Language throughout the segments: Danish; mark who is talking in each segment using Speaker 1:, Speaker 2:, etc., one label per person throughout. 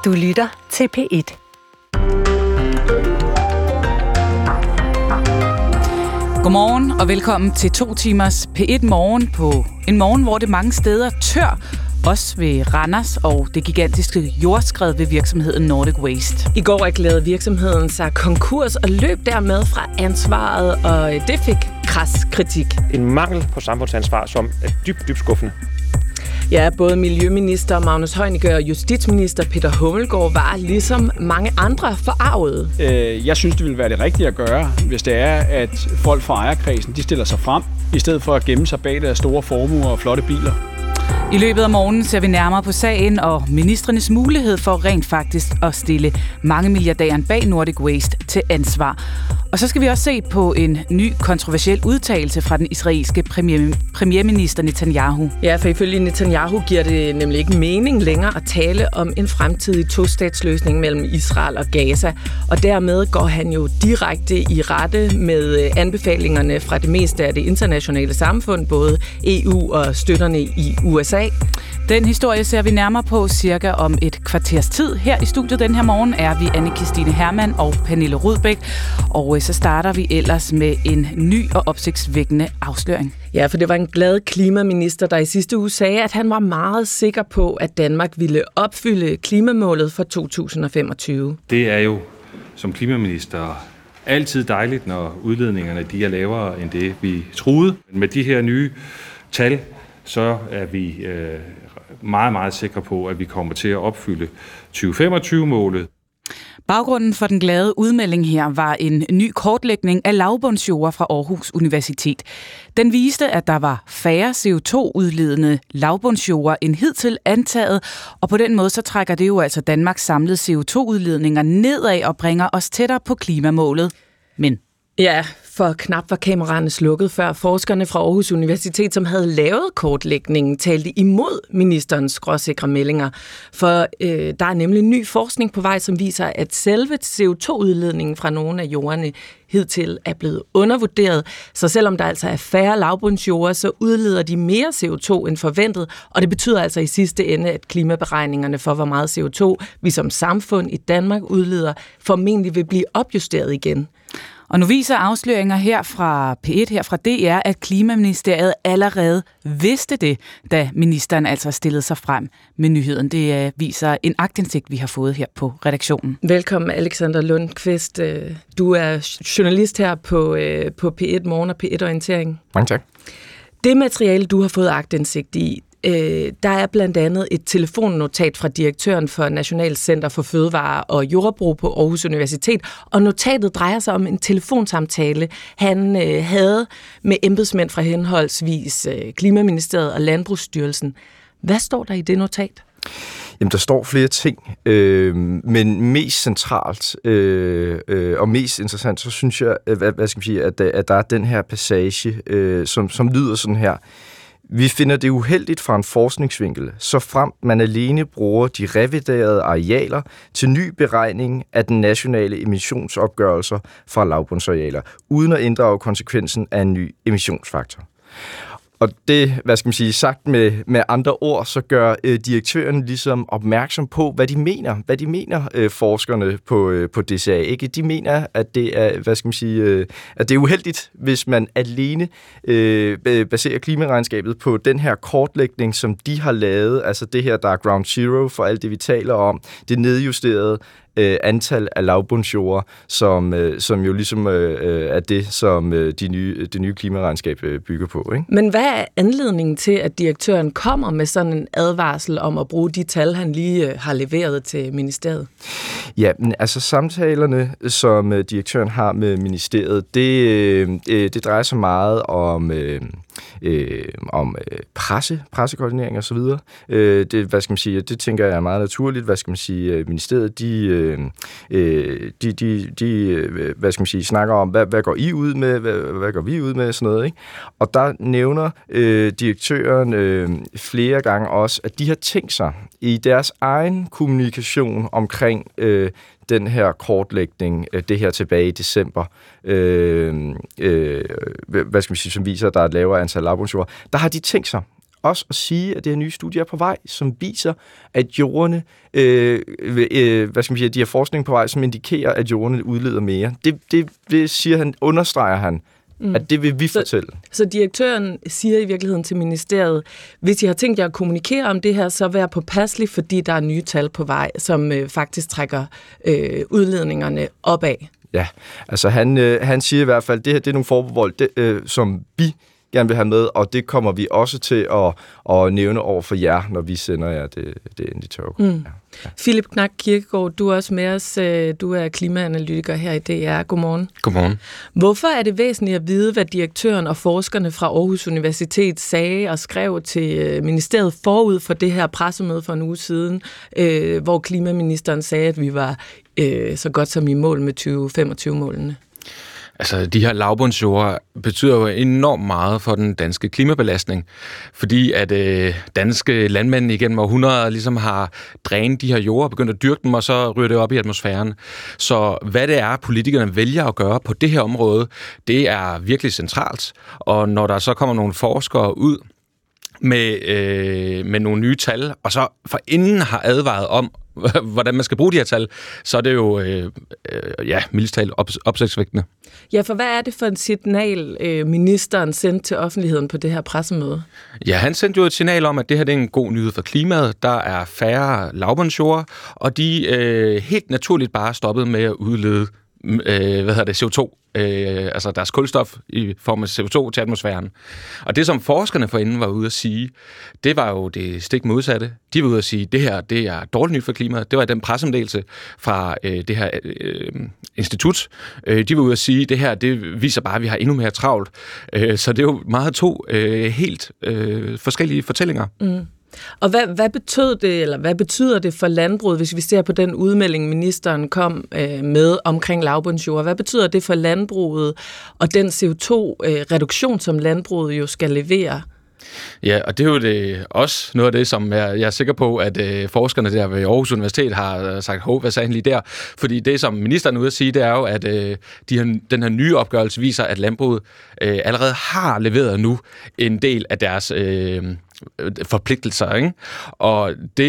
Speaker 1: Du lytter til P1.
Speaker 2: Godmorgen og velkommen til 2 timers P1 Morgen på en morgen, hvor det mange steder tør, også ved Randers og det gigantiske jordskred ved virksomheden Nordic Waste.
Speaker 3: I går erklærede virksomheden sig konkurs og løb dermed fra ansvaret, og det fik kras kritik.
Speaker 4: En mangel på samfundsansvar, som er dybt skuffende.
Speaker 3: Ja, både miljøminister Magnus Heunicke og justitsminister Peter Hummelgaard var ligesom mange andre forarvede.
Speaker 5: Jeg synes, det ville være det rigtige at gøre, hvis det er, at folk fra ejerkredsen de stiller sig frem, i stedet for at gemme sig bag deres store formuer og flotte biler.
Speaker 2: I løbet af morgenen ser vi nærmere på sagen og ministrenes mulighed for rent faktisk at stille mange milliardæren bag Nordic Waste til ansvar. Og så skal vi også se på en ny kontroversiel udtalelse fra den israelske premierminister Netanyahu.
Speaker 3: Ja, for ifølge Netanyahu giver det nemlig ikke mening længere at tale om en fremtidig tostatsløsning mellem Israel og Gaza. Og dermed går han jo direkte i rette med anbefalingerne fra det meste af det internationale samfund, både EU og støtterne i USA.
Speaker 2: Den historie ser vi nærmere på cirka om et kvarters tid. Her i studiet den her morgen er vi Anne-Kristine Hermann og Pernille Rudbæk. Og så starter vi ellers med en ny og opsigtsvækkende afsløring.
Speaker 3: Ja, for det var en glad klimaminister, der i sidste uge sagde, at han var meget sikker på, at Danmark ville opfylde klimamålet for 2025.
Speaker 6: Det er jo som klimaminister altid dejligt, når udledningerne de er lavere end det, vi troede. Med de her nye tal, så er vi meget, meget sikre på, at vi kommer til at opfylde 2025-målet.
Speaker 2: Baggrunden for den glade udmelding her var en ny kortlægning af lavbundsjorder fra Aarhus Universitet. Den viste, at der var færre CO2-udledende lavbundsjorder end hidtil antaget, og på den måde så trækker det jo altså Danmarks samlede CO2-udledninger nedad og bringer os tættere på klimamålet. Men
Speaker 3: ja, for knap var kameraerne slukket, før forskerne fra Aarhus Universitet, som havde lavet kortlægningen, talte imod ministerens skråsikre meldinger. For der er nemlig ny forskning på vej, som viser, at selve CO2-udledningen fra nogle af jorderne hidtil er blevet undervurderet. Så selvom der altså er færre lavbundsjorder, så udleder de mere CO2 end forventet, og det betyder altså i sidste ende, at klimaberegningerne for, hvor meget CO2 vi som samfund i Danmark udleder, formentlig vil blive opjusteret igen.
Speaker 2: Og nu viser afsløringer her fra P1, her fra DR, at Klimaministeriet allerede vidste det, da ministeren altså stillede sig frem med nyheden. Det viser en aktindsigt, vi har fået her på redaktionen.
Speaker 3: Velkommen, Alexander Lundqvist. Du er journalist her på P1 Morgen og P1 Orientering.
Speaker 7: Mange tak.
Speaker 3: Det materiale, du har fået aktindsigt i, der er blandt andet et telefonnotat fra direktøren for National Center for Fødevare og Jordbrug på Aarhus Universitet, og notatet drejer sig om en telefonsamtale, han havde med embedsmænd fra henholdsvis Klimaministeriet og Landbrugsstyrelsen. Hvad står der i det notat?
Speaker 7: Jamen, der står flere ting, men mest centralt og mest interessant, så synes jeg, hvad skal man sige, at der er den her passage, som lyder sådan her. Vi finder det uheldigt fra en forskningsvinkel, så frem man alene bruger de reviderede arealer til ny beregning af den nationale emissionsopgørelser fra lavbundsarealer, uden at inddrage konsekvensen af en ny emissionsfaktor. Og det, hvad skal man sige, sagt med andre ord, så gør direktøren ligesom opmærksom på, hvad de mener forskerne på DCA. Ikke? De mener, at det er, hvad skal man sige, at det er uheldigt, hvis man alene baserer klimaregnskabet på den her kortlægning, som de har lavet, altså det her, der er ground zero for alt det, vi taler om, det nedjusterede antal af lavbundsjorder, som jo ligesom er det, som det nye klimaregnskab bygger på. Ikke?
Speaker 3: Men hvad er anledningen til, at direktøren kommer med sådan en advarsel om at bruge de tal, han lige har leveret til ministeriet?
Speaker 7: Ja, men altså samtalerne, som direktøren har med ministeriet, det drejer sig meget om pressekoordinering og så videre. Det, hvad skal man sige, det tænker jeg er meget naturligt. Hvad skal man sige, ministeriet, de hvad skal man sige, snakker om, hvad går I ud med, hvad går vi ud med, sådan noget, ikke? Og der nævner direktøren flere gange også, at de har tænkt sig i deres egen kommunikation omkring den her kortlægning, det her tilbage i december, hvad skal man sige, som viser, at der er et lavere antal lavbundsjorder, der har de tænkt sig også at sige, at det her nye studie er på vej, som viser, at jordene, de har forskning på vej, som indikerer, at jordene udleder mere. Det siger han, understreger han, at det vil vi fortælle.
Speaker 3: Så direktøren siger i virkeligheden til ministeriet, hvis I har tænkt jer at kommunikere om det her, så vær påpasselig, fordi der er nye tal på vej, som faktisk trækker udledningerne opad.
Speaker 7: Ja, altså han siger i hvert fald, at det her det er nogle forbehold, som vi gerne vil have med, og det kommer vi også til at nævne over for jer, når vi sender jer det endelige tog. Ja.
Speaker 3: Philip Knak Kirkegaard, du er også med os. Du er klimaanalytiker her i DR. Godmorgen.
Speaker 1: Godmorgen.
Speaker 3: Hvorfor er det væsentligt at vide, hvad direktøren og forskerne fra Aarhus Universitet sagde og skrev til ministeriet forud for det her pressemøde for en uge siden, hvor klimaministeren sagde, at vi var så godt som i mål med 2025-målene?
Speaker 1: Altså, de her lavbundsjorder betyder jo enormt meget for den danske klimabelastning, fordi at danske landmænd igennem århundreder ligesom har drænet de her jorder, begyndt at dyrke dem, og så ryger det op i atmosfæren. Så hvad det er, politikerne vælger at gøre på det her område, det er virkelig centralt. Og når der så kommer nogle forskere ud med nogle nye tal, og så forinden har advaret om, hvordan man skal bruge de her tal, så er det jo mildest talt opsigtsvækkende.
Speaker 3: Ja, for hvad er det for et signal, ministeren sendte til offentligheden på det her pressemøde?
Speaker 1: Ja, han sendte jo et signal om, at det her det er en god nyhed for klimaet. Der er færre lavbundsjorder, og de helt naturligt bare stoppet med at udlede CO2, altså deres kulstof i form af CO2 til atmosfæren. Og det, som forskerne forinden var ude at sige, det var jo det stik modsatte. De var ude at sige, at det her det er dårligt nyt for klimaet. Det var den pressemeddelelse fra det her institut. De var ude at sige, at det her det viser bare, at vi har endnu mere travlt. Så det er jo meget to helt forskellige fortællinger. Mm.
Speaker 3: Og hvad betød det, eller hvad betyder det for landbruget, hvis vi ser på den udmelding, ministeren kom med omkring lavbundsjord? Hvad betyder det for landbruget og den CO2-reduktion, som landbruget jo skal levere?
Speaker 1: Ja, og det er jo også noget af det, som jeg er sikker på, at forskerne der ved Aarhus Universitet har sagt, hvad sagde han lige der? Fordi det, som ministeren er ude at sige, det er jo, at den her nye opgørelse viser, at landbruget allerede har leveret nu en del af deres forpligtelser, ikke? Og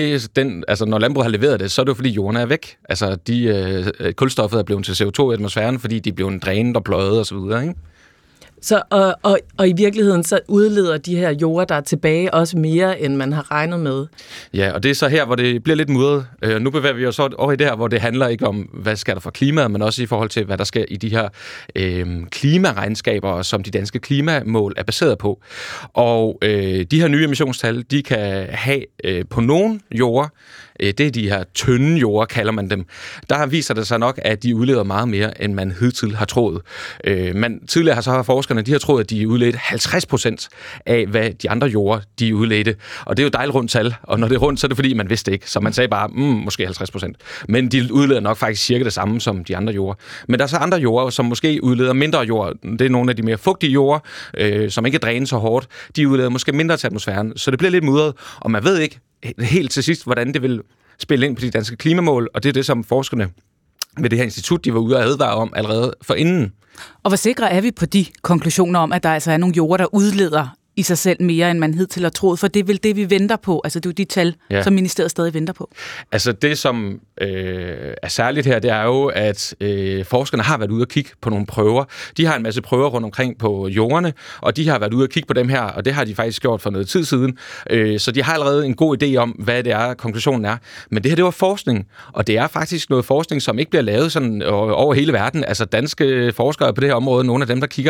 Speaker 1: når landbruget har leveret det, så er det jo fordi jorden er væk. Altså kulstoffet er blevet til CO2 i atmosfæren, fordi de er blevet drænet og pløjet og så videre, ikke?
Speaker 3: Så, og i virkeligheden så udleder de her jorder, der er tilbage, også mere, end man har regnet med.
Speaker 1: Ja, og det er så her, hvor det bliver lidt mudret. Nu bevæger vi os over i det her, hvor det handler ikke om, hvad sker der for klimaet, men også i forhold til, hvad der sker i de her klimaregnskaber, som de danske klimamål er baseret på. Og de her nye emissionstal, de kan have på nogle jorder, det er de her tynde jorder, kalder man dem. Der viser det sig nok, at de udleder meget mere, end man hidtil har troet. Men tidligere har forskerne, de har troet, at de udledte 50% af, hvad de andre jorder, de udledte. Og det er jo dejligt rundt tal, og når det er rundt, så er det fordi, man vidste ikke. Så man sagde bare, måske 50%. Men de udleder nok faktisk cirka det samme som de andre jorder. Men der er så andre jorder, som måske udleder mindre jord. Det er nogle af de mere fugtige jorder, som ikke dræner så hårdt. De udleder måske mindre til atmosfæren, så det bliver lidt mudret, og man ved ikke helt til sidst, hvordan det vil spille ind på de danske klimamål, og det er det, som forskerne ved det her institut, de var ude at advare om allerede forinden.
Speaker 2: Og hvor sikre er vi på de konklusioner om, at der altså er nogle jorder, der udleder i sig selv mere, end man hidtil har troet? For det er vel det, vi venter på. Altså det er jo de tal, som ministeriet stadig venter på.
Speaker 1: Altså det, som er særligt her, det er jo, at forskerne har været ude at kigge på nogle prøver. De har en masse prøver rundt omkring på jorderne, og de har været ude at kigge på dem her, og det har de faktisk gjort for noget tid siden. Så de har allerede en god idé om, hvad det er, konklusionen er. Men det her, det var forskning, og det er faktisk noget forskning, som ikke bliver lavet sådan over hele verden. Altså danske forskere på det her område, nogle af dem, der kigger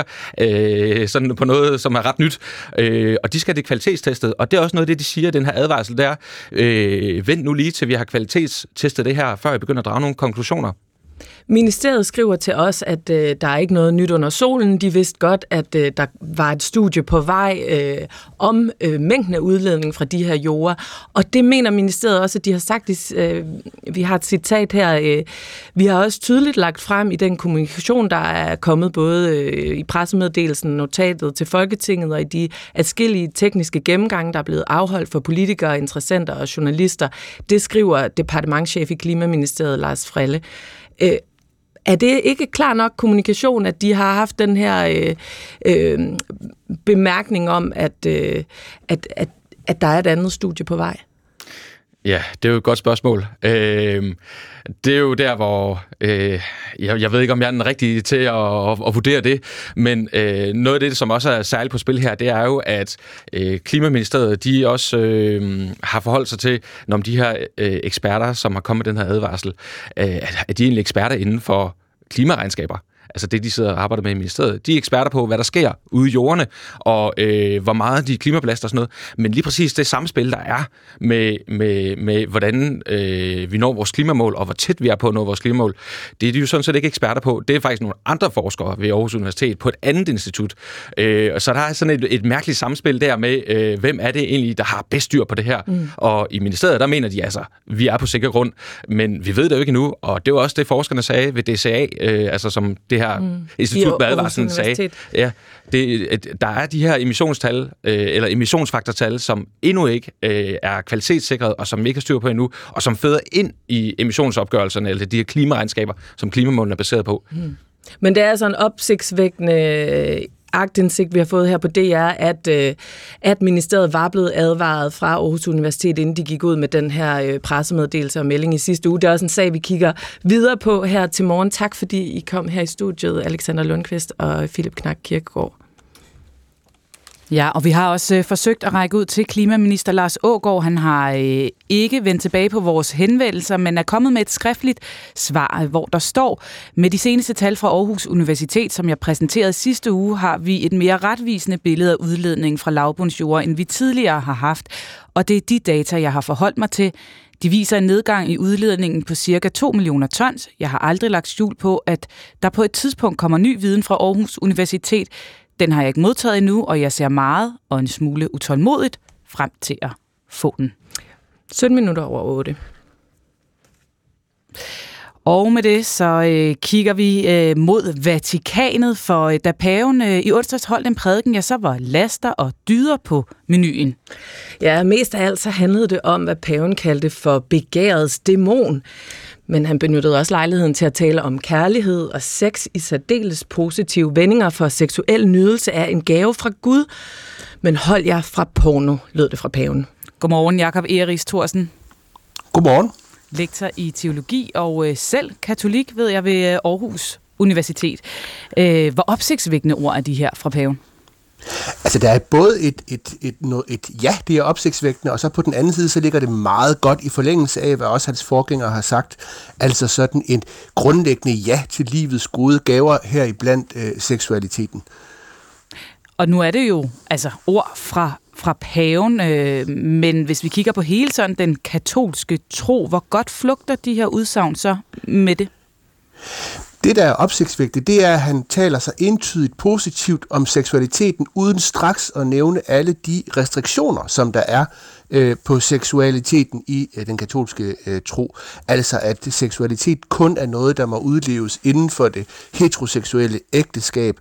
Speaker 1: sådan på noget, som er ret nyt, og de skal have det kvalitetstestet, og det er også noget af det, de siger, den her advarsel der. Vent nu lige til vi har kvalitetstestet det her, før jeg begynder at drage nogle konklusioner.
Speaker 3: Ministeriet skriver til os, at der er ikke noget nyt under solen. De vidste godt, at der var et studie på vej om mængden af udledning fra de her jorder. Og det mener ministeriet også, at de har sagt. Vi har et citat her. Vi har også tydeligt lagt frem i den kommunikation, der er kommet både i pressemeddelelsen, notatet til Folketinget og i de adskillige tekniske gennemgange, der er blevet afholdt for politikere, interessenter og journalister. Det skriver departementschef i Klimaministeriet, Lars Frelle. Er det ikke klar nok kommunikation, at de har haft den her bemærkning om, at at der er et andet studie på vej?
Speaker 1: Ja, det er jo et godt spørgsmål. Det er jo der, hvor jeg ved ikke, om jeg er den rigtige til at vurdere det, men noget af det, som også er særligt på spil her, det er jo, at Klimaministeriet, de også har forholdt sig til, når de her eksperter, som har kommet med den her advarsel, at de egentlig eksperter inden for klimaregnskaber. Altså det, de sidder og arbejder med i ministeriet. De er eksperter på, hvad der sker ude i jordene, og hvor meget de klimabelaster og sådan noget. Men lige præcis det samspil, der er med hvordan vi når vores klimamål, og hvor tæt vi er på at nå vores klimamål, det er de jo sådan set ikke eksperter på. Det er faktisk nogle andre forskere ved Aarhus Universitet på et andet institut. Så der er sådan et mærkeligt samspil der med, hvem er det egentlig, der har bedst styr på det her. Og i ministeriet, der mener de altså, vi er på sikker grund, men vi ved det jo ikke endnu, og det var også det, forskerne sagde ved DCA, altså som det her institut med advarslen sagde. Ja, der er de her emissionstal, eller emissionsfaktortal, som endnu ikke er kvalitetssikret, og som vi ikke har styr på endnu, og som føder ind i emissionsopgørelserne, eller de her klimaregnskaber, som klimamålene er baseret på.
Speaker 3: Men det er altså en opsigtsvækkende aktindsigt, vi har fået her på DR, at ministeriet var blevet advaret fra Aarhus Universitet, inden de gik ud med den her pressemeddelelse og melding i sidste uge. Det er også en sag, vi kigger videre på her til morgen. Tak fordi I kom her i studiet, Alexander Lundqvist og Philip Knak Kirkegaard.
Speaker 2: Ja, og vi har også forsøgt at række ud til klimaminister Lars Aagaard. Han har ikke vendt tilbage på vores henvendelser, men er kommet med et skriftligt svar, hvor der står: med de seneste tal fra Aarhus Universitet, som jeg præsenterede sidste uge, har vi et mere retvisende billede af udledningen fra lavbundsjord, end vi tidligere har haft. Og det er de data, jeg har forholdt mig til. De viser en nedgang i udledningen på ca. 2 millioner tons. Jeg har aldrig lagt skjul på, at der på et tidspunkt kommer ny viden fra Aarhus Universitet. Den har jeg ikke modtaget endnu, og jeg ser meget og en smule utålmodigt frem til at få den.
Speaker 3: 17 minutter over 8.
Speaker 2: Og med det så kigger vi mod Vatikanet, for da paven i onsdags holdt en prædiken, ja, så var laster og dyder på menuen.
Speaker 3: Ja, mest af alt så handlede det om, hvad paven kaldte for begærets dæmon. Men han benyttede også lejligheden til at tale om kærlighed og sex i særdeles positive vendinger, for seksuel nydelse er en gave fra Gud. Men hold jer fra porno, lød det fra paven.
Speaker 2: Godmorgen, Jakob Egeris Thorsen.
Speaker 8: Godmorgen.
Speaker 2: Lektor i teologi og selv katolik, ved jeg, ved Aarhus Universitet. Hvor opsigtsvækkende ord er de her fra paven?
Speaker 8: Altså, der er både et ja, det er opsigtsvækkende, og så på den anden side, så ligger det meget godt i forlængelse af, hvad også hans forgængere har sagt. Altså sådan en grundlæggende ja til livets gode gaver her iblandt seksualiteten. Og
Speaker 2: nu er det jo altså ord fra paven, men hvis vi kigger på hele sådan den katolske tro, hvor godt flugter de her udsagn så med det?
Speaker 8: Det, der er opsigtsvækkende, det er, at han taler sig entydigt positivt om seksualiteten, uden straks at nævne alle de restriktioner, som der er på seksualiteten i den katolske tro. Altså, at seksualitet kun er noget, der må udleves inden for det heteroseksuelle ægteskab,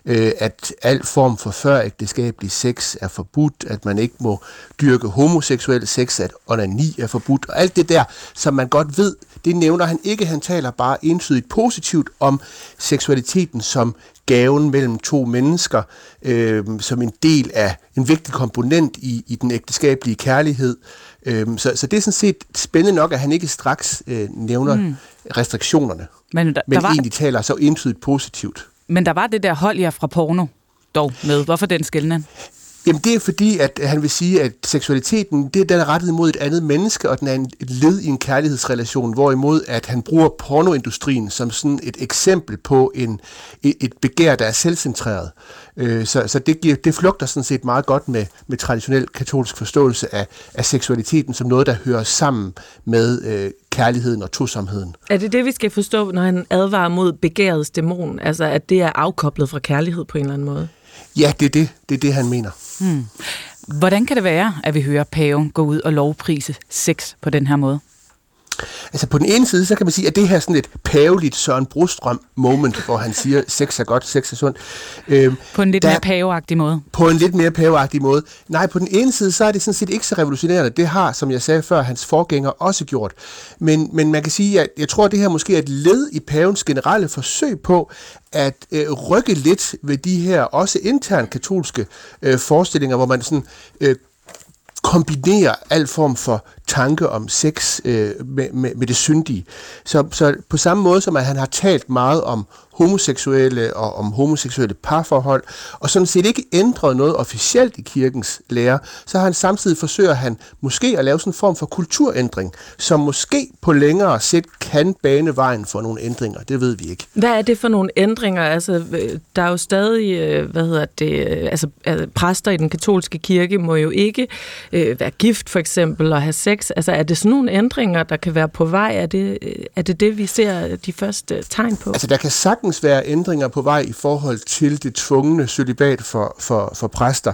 Speaker 8: at al form for førægteskabelig sex er forbudt, at man ikke må dyrke homoseksuel sex, at onani er forbudt, og alt det der, som man godt ved, det nævner han ikke. Han taler bare entydigt positivt om seksualiteten som gaven mellem to mennesker, som en del af en vigtig komponent i den ægteskabelige kærlighed. Så det er sådan set spændende nok, at han ikke straks nævner restriktionerne, men egentlig taler så entydigt positivt.
Speaker 2: Men der var det der hold jer fra porno dog med. Hvorfor den skelnen?
Speaker 8: Jamen det er fordi, at han vil sige, at seksualiteten, den er rettet mod et andet menneske, og den er et led i en kærlighedsrelation, hvorimod at han bruger pornoindustrien som sådan et eksempel på et begær, der er selvcentreret. Så det flugter sådan set meget godt med traditionel katolsk forståelse af seksualiteten som noget, der hører sammen med kærligheden og tosomheden.
Speaker 3: Er det det, vi skal forstå, når han advarer mod begærets dæmon? Altså at det er afkoblet fra kærlighed på en eller anden måde?
Speaker 8: Ja, det er det, han mener.
Speaker 2: Hvordan kan det være, at vi hører paven gå ud og lovprise sex på den her måde?
Speaker 8: Altså på den ene side, så kan man sige, at det her er sådan et paveligt Søren Brostrøm moment, hvor han siger, sex er godt, sex er sundt.
Speaker 2: På en lidt mere paveagtig måde?
Speaker 8: På en lidt mere paveagtig måde. Nej, på den ene side, så er det sådan set ikke så revolutionerende. Det har, som jeg sagde før, hans forgænger også gjort. Men man kan sige, at jeg tror, at det her måske er et led i pavens generelle forsøg på at rykke lidt ved de her også intern katolske forestillinger, hvor man sådan kombinerer al form for tanke om sex med det syndige. Så på samme måde som at han har talt meget om homoseksuelle og om homoseksuelle parforhold, og sådan set ikke ændret noget officielt i kirkens lære, så har han samtidig forsøgt han måske at lave sådan en form for kulturændring, som måske på længere sigt kan bane vejen for nogle ændringer. Det ved vi ikke.
Speaker 3: Hvad er det for nogle ændringer? Altså, der er jo stadig, præster i den katolske kirke må jo ikke være gift for eksempel og have sex. Altså, er det sådan nogle ændringer, der kan være på vej? Er det vi ser de første tegn på?
Speaker 8: Altså, der kan sagtens være ændringer på vej i forhold til det tvungne cølibat for præster.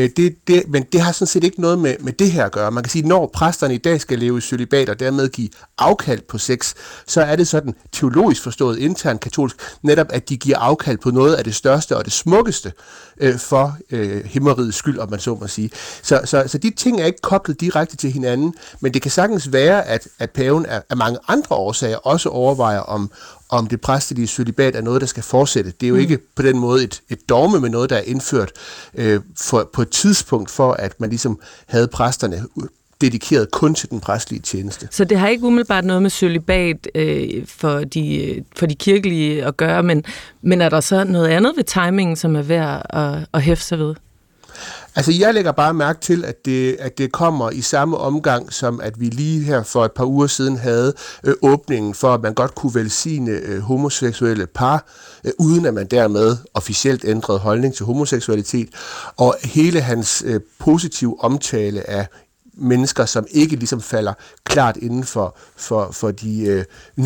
Speaker 8: Men det har sådan set ikke noget med det her at gøre. Man kan sige, at når præsterne i dag skal leve i cølibat og dermed give afkald på sex, så er det sådan teologisk forstået internt katolsk, netop at de giver afkald på noget af det største og det smukkeste for himmerigets skyld, om man så må sige. Så de ting er ikke koblet direkte til hinanden, men det kan sagtens være, at paven af mange andre årsager også overvejer, om det præstelige cølibat er noget, der skal fortsætte. Det er jo ikke på den måde et dogme med noget, der er indført på et tidspunkt for, at man ligesom havde præsterne dedikeret kun til den præstelige tjeneste.
Speaker 3: Så det har ikke umiddelbart noget med cølibat for de kirkelige at gøre, men er der så noget andet ved timingen, som er værd at hæfte sig ved?
Speaker 8: Altså, jeg lægger bare mærke til, at det kommer i samme omgang, som at vi lige her for et par uger siden havde åbningen for, at man godt kunne velsigne homoseksuelle par, uden at man dermed officielt ændrede holdning til homoseksualitet, og hele hans positive omtale af mennesker, som ikke ligesom falder klart inden for de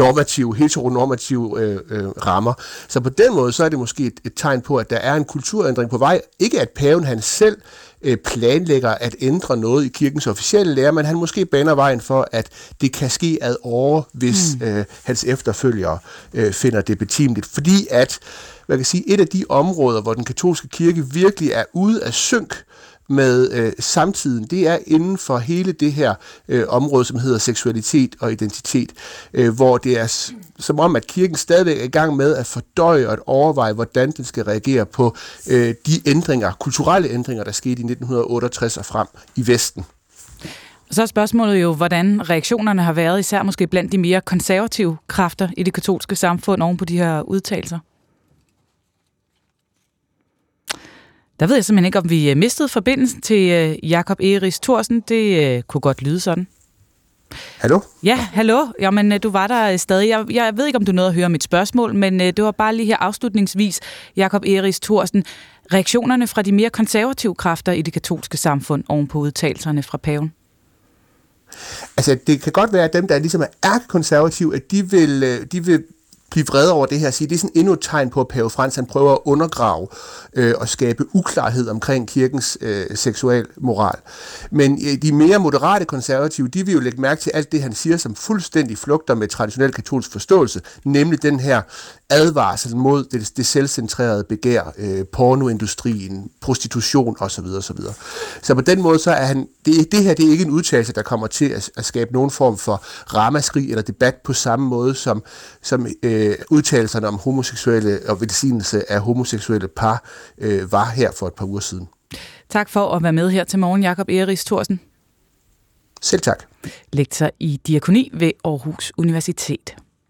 Speaker 8: heteronormative rammer. Så på den måde, så er det måske et tegn på, at der er en kulturændring på vej. Ikke at paven han selv planlægger at ændre noget i kirkens officielle lære, men han måske baner vejen for, at det kan ske ad åre, hvis hans efterfølgere finder det betimeligt. Fordi at, man kan sige, et af de områder, hvor den katolske kirke virkelig er ude af synk med samtiden, det er inden for hele det her område, som hedder seksualitet og identitet, hvor det er som om, at kirken stadigvæk er i gang med at fordøje og at overveje, hvordan den skal reagere på de ændringer, kulturelle ændringer, der skete i 1968 og frem i Vesten.
Speaker 2: Så er spørgsmålet jo, hvordan reaktionerne har været, især måske blandt de mere konservative kræfter i det katolske samfund oven på de her udtalelser. Der ved jeg simpelthen ikke, om vi mistede forbindelsen til Jakob Egeris Thorsen. Det kunne godt lyde sådan.
Speaker 8: Hallo?
Speaker 2: Ja, hallo. Jamen, du var der stadig. Jeg ved ikke, om du nåede at høre mit spørgsmål, men det var bare lige her afslutningsvis, Jakob Egeris Thorsen. Reaktionerne fra de mere konservative kræfter i det katolske samfund oven på udtalelserne fra paven?
Speaker 8: Altså, det kan godt være, at dem, der ligesom er ærkekonservative, at de vil blive vrede over det her og sige, det er sådan endnu et tegn på, at pave Frans han prøver at undergrave og skabe uklarhed omkring kirkens seksualmoral. Men de mere moderate konservative, de vil jo lægge mærke til alt det, han siger, som fuldstændig flugter med traditionel katolsk forståelse, nemlig den her advarsel mod det selvcentrerede begær, pornoindustrien, prostitution osv. osv. Så på den måde, så er det her er ikke en udtalelse, der kommer til at skabe nogen form for ramaskrig eller debat på samme måde, som udtalelserne om homoseksuelle og velsignelse af homoseksuelle par var her for et par uger siden. Tak for at være med her til morgen, Jakob Egeris Thorsen. Selv tak. Lektor i diakoni ved Aarhus Universitet.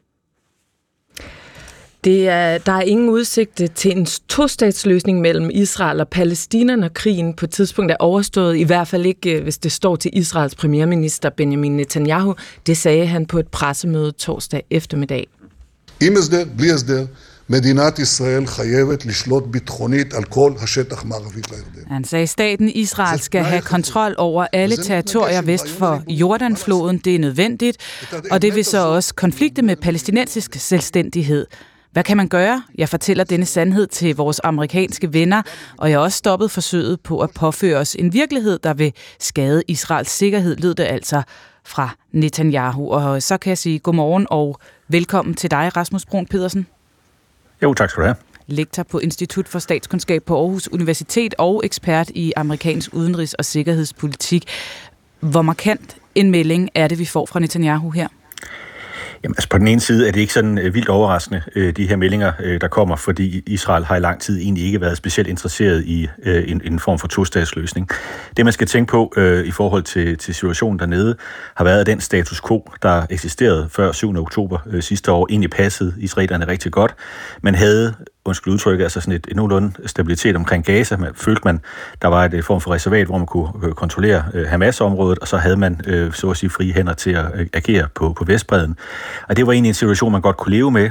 Speaker 3: Der er ingen udsigt til en tostatsløsning mellem Israel og Palæstina, når krigen på et tidspunkt er overstået. I hvert fald ikke, hvis det står til Israels premierminister Benjamin Netanyahu. Det sagde han på et pressemøde torsdag eftermiddag.
Speaker 9: עם הסדר, בלי הסדר, מדינת ישראל חייבת לשלוט ביטחונית על כל השטח מערבית לירדן.
Speaker 2: Han sagde, at staten Israel skal have kontrol over alle territorier vest for Jordanfloden. Det er nødvendigt, og det vil så også konflikte med palæstinensisk selvstændighed. Hvad kan man gøre? Jeg fortæller denne sandhed til vores amerikanske venner, og jeg har også stoppet forsøget på at påføre os en virkelighed, der vil skade Israels sikkerhed, lød det altså fra Netanyahu. Og så kan jeg sige godmorgen og velkommen til dig, Rasmus Bruun Pedersen.
Speaker 10: Jo, tak skal du have.
Speaker 2: Lektor på Institut for Statskundskab på Aarhus Universitet og ekspert i amerikansk udenrigs- og sikkerhedspolitik. Hvor markant en melding er det, vi får fra Netanyahu her?
Speaker 10: Jamen, altså på den ene side er det ikke sådan vildt overraskende, de her meldinger, der kommer, fordi Israel har i lang tid egentlig ikke været specielt interesseret i en form for tostatsløsning. Det, man skal tænke på i forhold til situationen dernede, har været, at den status quo, der eksisterede før 7. oktober sidste år, egentlig passede israelerne rigtig godt. Man havde undskyld udtryk, altså sådan et nogenlunde stabilitet omkring Gaza. Følte man, der var et form for reservat, hvor man kunne kontrollere Hamas-området, og så havde man, så at sige, frie hænder til at agere på Vestbredden. Og det var egentlig en situation, man godt kunne leve med.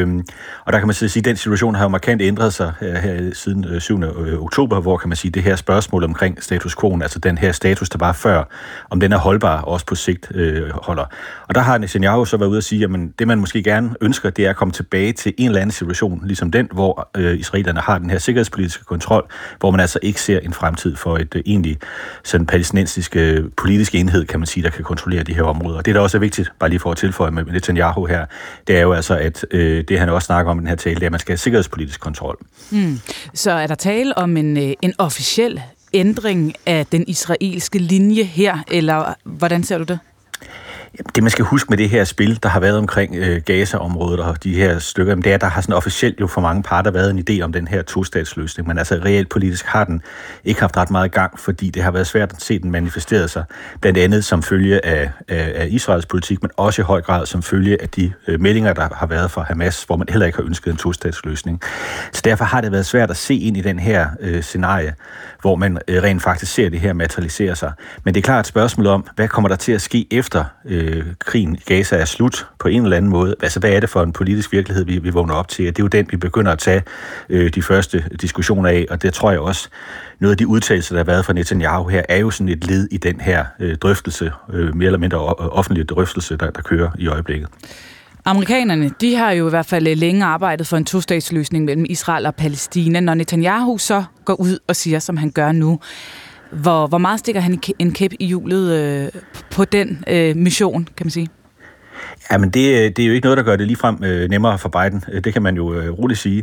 Speaker 10: Og der kan man sige, at den situation har jo markant ændret sig her siden 7. oktober, hvor kan man sige, det her spørgsmål omkring status quo, altså den her status, der var før, om den er holdbar, også på sigt holder. Og der har Netanyahu så været ude at sige, at det man måske gerne ønsker, det er at komme tilbage til en eller anden situation, ligesom den, hvor israelerne har den her sikkerhedspolitiske kontrol, hvor man altså ikke ser en fremtid for et egentlig sådan palæstinensisk politisk enhed, kan man sige, der kan kontrollere de her områder. Det, der også er vigtigt, bare lige for at tilføje med Netanyahu her, det er jo altså, at det han også snakker om i den her tale, det er, at man skal have sikkerhedspolitisk kontrol.
Speaker 2: Så er der tale om en officiel ændring af den israelske linje her, eller hvordan ser du det?
Speaker 10: Det, man skal huske med det her spil, der har været omkring Gaza-området og de her stykker, det er, at der har sådan officielt jo for mange parter været en idé om den her tostatsløsning, men altså reelt politisk har den ikke haft ret meget gang, fordi det har været svært at se den manifestere sig, blandt andet som følge af Israels politik, men også i høj grad som følge af de meldinger, der har været fra Hamas, hvor man heller ikke har ønsket en tostatsløsning. Så derfor har det været svært at se ind i den her scenarie, hvor man rent faktisk ser det her materialisere sig. Men det er klart et spørgsmål om, hvad kommer der til at ske efter krigen i Gaza er slut på en eller anden måde. Altså, hvad er det for en politisk virkelighed, vi vågner op til? Og det er jo den, vi begynder at tage de første diskussioner af, og det tror jeg også, noget af de udtalelser, der har været fra Netanyahu her, er jo sådan et led i den her drøftelse, mere eller mindre offentlige drøftelse, der kører i øjeblikket.
Speaker 2: Amerikanerne, de har jo i hvert fald længe arbejdet for en tostatsløsning mellem Israel og Palæstina. Når Netanyahu så går ud og siger, som han gør nu, hvor meget stikker han en kæp i hjulet på den mission, kan man sige?
Speaker 10: Jamen, det er jo ikke noget, der gør det ligefrem nemmere for Biden. Det kan man jo roligt sige.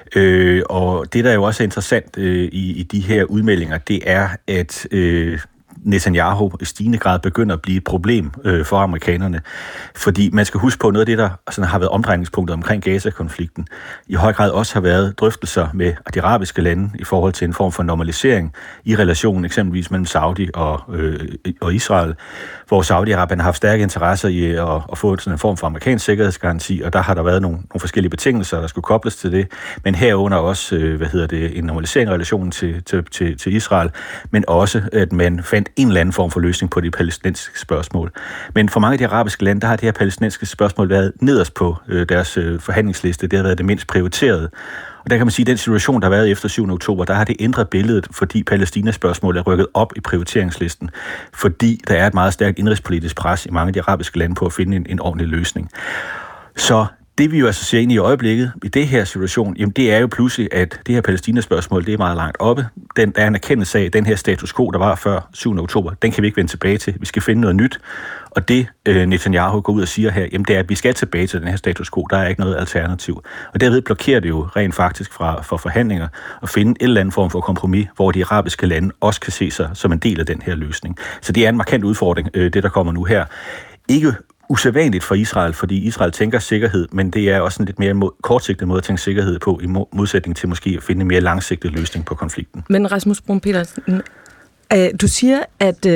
Speaker 10: Og det, der jo også er interessant i de her udmeldinger, det er, at Netanyahu i stigende grad begynder at blive et problem for amerikanerne. Fordi man skal huske på, noget af det, der sådan har været omdrejningspunktet omkring Gaza-konflikten, i høj grad også har været drøftelser med de arabiske lande i forhold til en form for normalisering i relationen eksempelvis mellem Saudi og Israel, hvor Saudi-Arabien har haft stærke interesser i at få sådan en form for amerikansk sikkerhedsgaranti, og der har der været nogle forskellige betingelser, der skulle kobles til det, men herunder også, en normalisering af relationen til Israel, men også, at man fandt en eller anden form for løsning på de palæstinensiske spørgsmål. Men for mange af de arabiske lande, der har det her palæstinensiske spørgsmål været nederst på deres forhandlingsliste. Det har været det mindst prioriterede. Og der kan man sige, at den situation, der har været efter 7. oktober, der har det ændret billedet, fordi Palæstina-spørgsmålet er rykket op i prioriteringslisten, fordi der er et meget stærkt indrigspolitisk pres i mange af de arabiske lande på at finde en ordentlig løsning. Så det vi jo altså ser ind i øjeblikket, i det her situation, jamen det er jo pludselig, at det her Palæstina-spørgsmål, det er meget langt oppe. Der er en erkendelse af, at den her status quo, der var før 7. oktober, den kan vi ikke vende tilbage til. Vi skal finde noget nyt. Og det Netanyahu går ud og siger her, jamen det er, at vi skal tilbage til den her status quo. Der er ikke noget alternativ. Og derved blokerer det jo rent faktisk for forhandlinger at finde en eller anden form for kompromis, hvor de arabiske lande også kan se sig som en del af den her løsning. Så det er en markant udfordring, det der kommer nu her. Ikke usædvanligt for Israel, fordi Israel tænker sikkerhed, men det er også en lidt mere kortsigtet måde at tænke sikkerhed på, i modsætning til måske at finde en mere langsigtet løsning på konflikten.
Speaker 3: Men Rasmus Bruun Petersen, du siger, at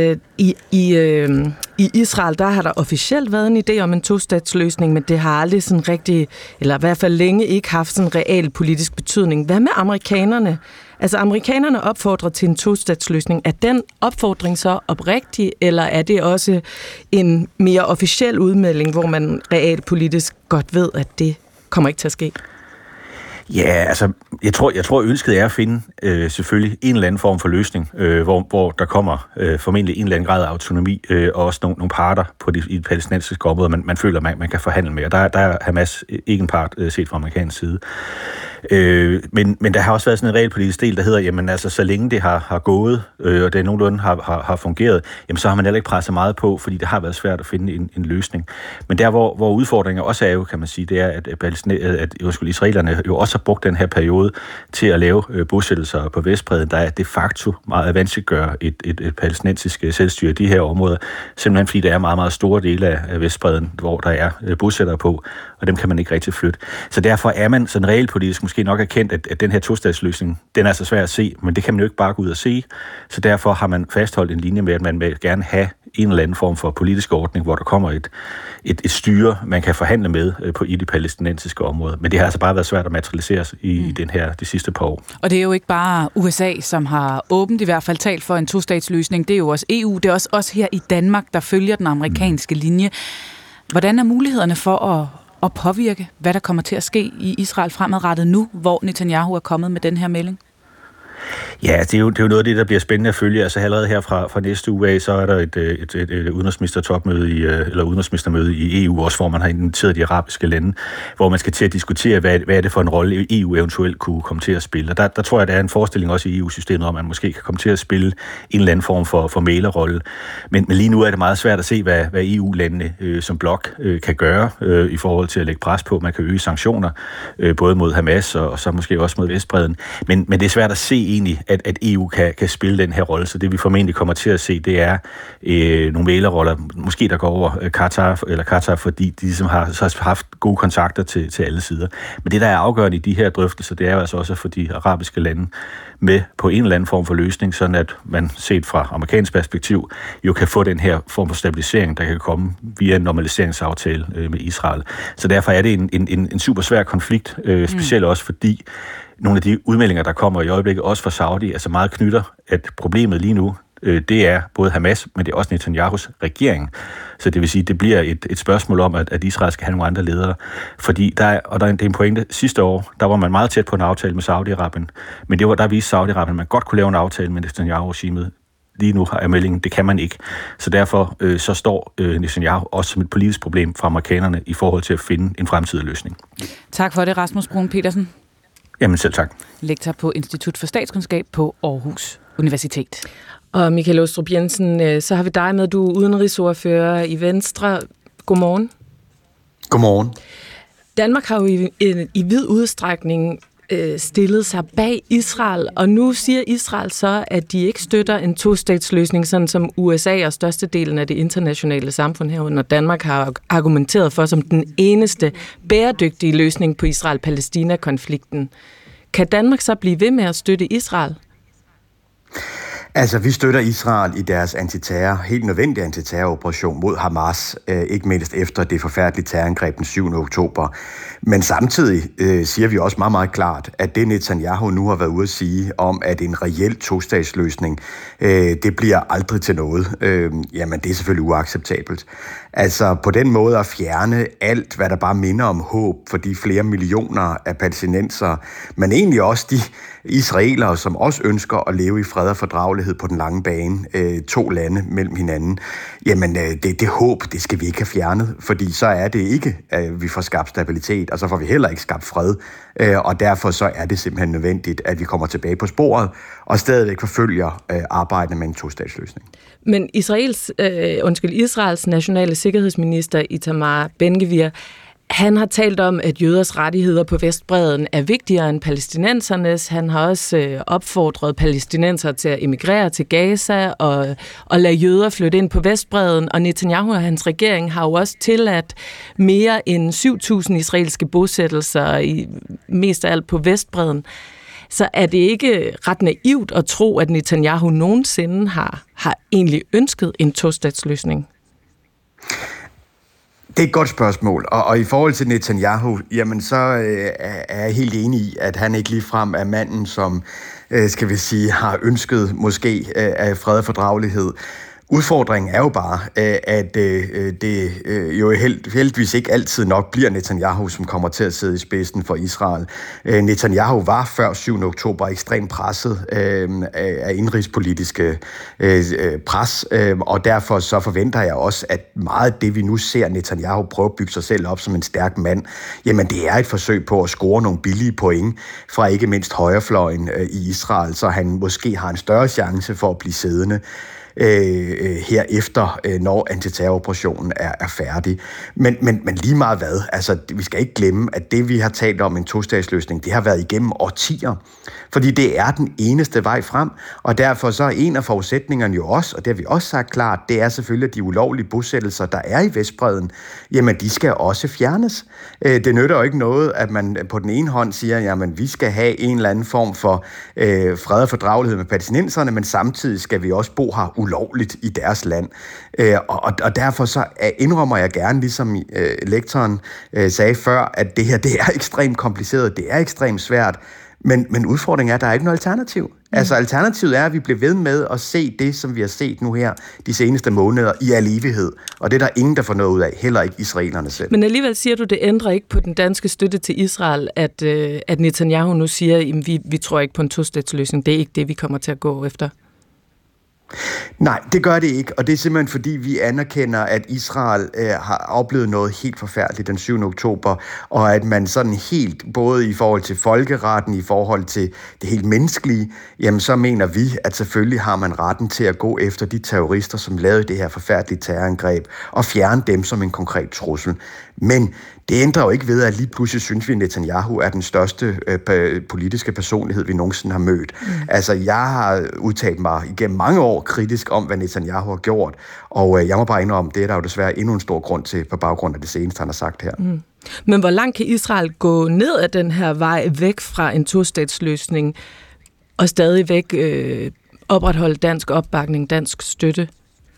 Speaker 3: i Israel, der har der officielt været en idé om en tostatsløsning, men det har aldrig sådan rigtig, eller i hvert fald længe ikke haft sådan en reel politisk betydning. Hvad med amerikanerne? Altså, amerikanerne opfordrer til en tostatsløsning. Er den opfordring så oprigtig, eller er det også en mere officiel udmelding, hvor man reelt politisk godt ved, at det kommer ikke til at ske?
Speaker 10: Ja, altså, jeg tror ønsket er at finde selvfølgelig en eller anden form for løsning, hvor der kommer formentlig en eller anden grad af autonomi, og også nogle parter i det palæstinensiske område, man føler, man kan forhandle med. Og der er Hamas ikke en part set fra amerikansk side. Men der har også været sådan en realpolitisk del, der hedder, jamen altså, så længe det har gået, og det nogenlunde har fungeret, jamen så har man heller ikke presset meget på, fordi det har været svært at finde en løsning. Men der, hvor udfordringen også er jo, kan man sige, det er, at israelerne jo også har brugt den her periode til at lave bosættelser på Vestbredden, der er de facto meget vanskeliggør et palæstinensisk selvstyre i de her områder, simpelthen fordi der er meget, meget store dele af Vestbredden, hvor der er bosættere på, og dem kan man ikke rigtig flytte. Så derfor er man sådan realpolitisk måske nok erkendt, at den her tostatsløsning, den er så svær at se, men det kan man jo ikke bare gå ud og se. Så derfor har man fastholdt en linje med, at man vil gerne have en eller anden form for politisk ordning, hvor der kommer et styre, man kan forhandle med i de palæstinensiske områder. Men det har altså bare været svært at materialiseres i de sidste par år.
Speaker 2: Og det er jo ikke bare USA, som har åbent i hvert fald talt for en tostatsløsning. Det er jo også EU. Det er også os her i Danmark, der følger den amerikanske linje. Hvordan er mulighederne for at påvirke, hvad der kommer til at ske i Israel fremadrettet nu, hvor Netanyahu er kommet med den her melding?
Speaker 10: Ja, det er jo noget af det, der bliver spændende at følge. Altså allerede her fra næste uge af, så er der et udenrigsministertopmøde eller udenrigsministermøde i EU, også hvor man har inviteret de arabiske lande, hvor man skal til at diskutere, hvad er det for en rolle EU eventuelt kunne komme til at spille. Og der tror jeg, der er en forestilling også i EU-systemet om, at man måske kan komme til at spille en eller anden form for mæglerrolle. Men lige nu er det meget svært at se, hvad EU-landene som blok kan gøre i forhold til at lægge pres på. Man kan øge sanktioner, både mod Hamas og så måske også mod Vestbredden. Men det er svært at se egentlig, at EU kan spille den her rolle. Så det vi formentlig kommer til at se, det er nogle mæglerroller, måske der går over Qatar, fordi de ligesom har haft gode kontakter til alle sider. Men det, der er afgørende i de her drøftelser, det er jo altså også at få de arabiske lande med på en eller anden form for løsning, sådan at man set fra amerikansk perspektiv jo kan få den her form for stabilisering, der kan komme via en normaliseringsaftale med Israel. Så derfor er det en super svær konflikt, specielt også fordi nogle af de udmeldinger, der kommer i øjeblikket, også fra Saudi, altså meget knytter, at problemet lige nu, det er både Hamas, men det er også Netanyahus regering. Så det vil sige, det bliver et spørgsmål om, at Israel skal have nogle andre ledere. Fordi det er en pointe. Sidste år, der var man meget tæt på en aftale med Saudi-Arabien, men der viste Saudi-Arabien, at man godt kunne lave en aftale med Netanyahu-regimet. Lige nu er meldingen, det kan man ikke. Så derfor så står Netanyahu også som et politisk problem for amerikanerne i forhold til at finde en fremtidig løsning. Tak for det, Rasmus Bruun Petersen. Jamen selv tak. Lektor på Institut for Statskundskab på Aarhus Universitet.
Speaker 3: Og Michael Aastrup Jensen, så har vi dig med, du er udenrigsordfører i Venstre. Godmorgen.
Speaker 11: Godmorgen.
Speaker 3: Danmark har jo i vid udstrækning stillet sig bag Israel, og nu siger Israel så, at de ikke støtter en tostatsløsning, sådan som USA og størstedelen af det internationale samfund herunder Danmark har argumenteret for som den eneste bæredygtige løsning på Israel-Palæstina-konflikten. Kan Danmark så blive ved med at støtte Israel?
Speaker 11: Altså, vi støtter Israel i deres helt nødvendige antiterroroperation mod Hamas, ikke mindst efter det forfærdelige terrorangreb den 7. oktober. Men samtidig siger vi også meget, meget klart, at det Netanyahu nu har været ude at sige om, at en reel tostatsløsning, det bliver aldrig til noget. Jamen, det er selvfølgelig uacceptabelt. Altså, på den måde at fjerne alt, hvad der bare minder om håb for de flere millioner af palæstinensere, men egentlig også de israelere, som også ønsker at leve i fred og fordragelighed på den lange bane, to lande mellem hinanden, jamen det håb, det skal vi ikke have fjernet, fordi så er det ikke, at vi får skabt stabilitet, og så får vi heller ikke skabt fred, og derfor så er det simpelthen nødvendigt, at vi kommer tilbage på sporet, og stadigvæk forfølger arbejdet med en tostatsløsning.
Speaker 3: Men Israels nationale sikkerhedsminister Itamar Ben-Gvir, han har talt om, at jøders rettigheder på Vestbredden er vigtigere end palæstinensernes. Han har også opfordret palæstinenser til at emigrere til Gaza og lade jøder flytte ind på Vestbredden. Og Netanyahu og hans regering har jo også tilladt mere end 7.000 israelske bosættelser, mest af alt på Vestbredden. Så er det ikke ret naivt at tro, at Netanyahu nogensinde har egentlig ønsket en tostatsløsning?
Speaker 11: Det er et godt spørgsmål, og i forhold til Netanyahu, jamen så er jeg helt enig i, at han ikke ligefrem er manden, som, skal vi sige, har ønsket måske af fred og fordragelighed. Udfordringen er jo bare, at det jo heldigvis ikke altid nok bliver Netanyahu, som kommer til at sidde i spidsen for Israel. Netanyahu var før 7. oktober ekstremt presset af indrigspolitiske pres, og derfor så forventer jeg også, at meget af det, vi nu ser Netanyahu prøve at bygge sig selv op som en stærk mand, jamen det er et forsøg på at score nogle billige point fra ikke mindst højrefløjen i Israel, så han måske har en større chance for at blive siddende herefter, når antiterroroperationen er færdig. Men lige meget hvad, altså vi skal ikke glemme, at det vi har talt om en tostatsløsning, det har været igennem årtier, fordi det er den eneste vej frem, og derfor så er en af forudsætningerne jo også, og det har vi også sagt klart, det er selvfølgelig, at de ulovlige bosættelser, der er i Vestbredden, jamen de skal også fjernes. Det nytter jo ikke noget, at man på den ene hånd siger, jamen vi skal have en eller anden form for fred og fordragelighed med palæstinenserne, men samtidig skal vi også bo her ulovligt i deres land. Og derfor så indrømmer jeg gerne, ligesom lektoren sagde før, at det her, det er ekstremt kompliceret, det er ekstremt svært, men udfordringen er, at der er ikke noget alternativ. Altså alternativet er, at vi bliver ved med at se det, som vi har set nu her de seneste måneder i al evighed. Og det er der ingen, der får noget ud af, heller ikke israelerne selv.
Speaker 3: Men alligevel siger du, det ændrer ikke på den danske støtte til Israel, at Netanyahu nu siger, at vi tror ikke på en tostatsløsning. Det er ikke det, vi kommer til at gå efter.
Speaker 11: Nej, det gør det ikke, og det er simpelthen fordi, vi anerkender, at Israel har oplevet noget helt forfærdeligt den 7. oktober, og at man sådan helt, både i forhold til folkeretten, i forhold til det helt menneskelige, jamen så mener vi, at selvfølgelig har man retten til at gå efter de terrorister, som lavede det her forfærdelige terrorangreb, og fjerne dem som en konkret trussel. Men det ændrer jo ikke ved, at lige pludselig synes vi, at Netanyahu er den største politiske personlighed, vi nogensinde har mødt. Altså, jeg har udtalt mig igennem mange år kritisk om, hvad Netanyahu har gjort, og jeg må bare indrømme, det er der jo desværre endnu en stor grund til, på baggrund af det seneste, han har sagt her.
Speaker 3: Men hvor langt kan Israel gå ned ad den her vej væk fra en tostatsløsning, og stadigvæk opretholde dansk opbakning, dansk støtte?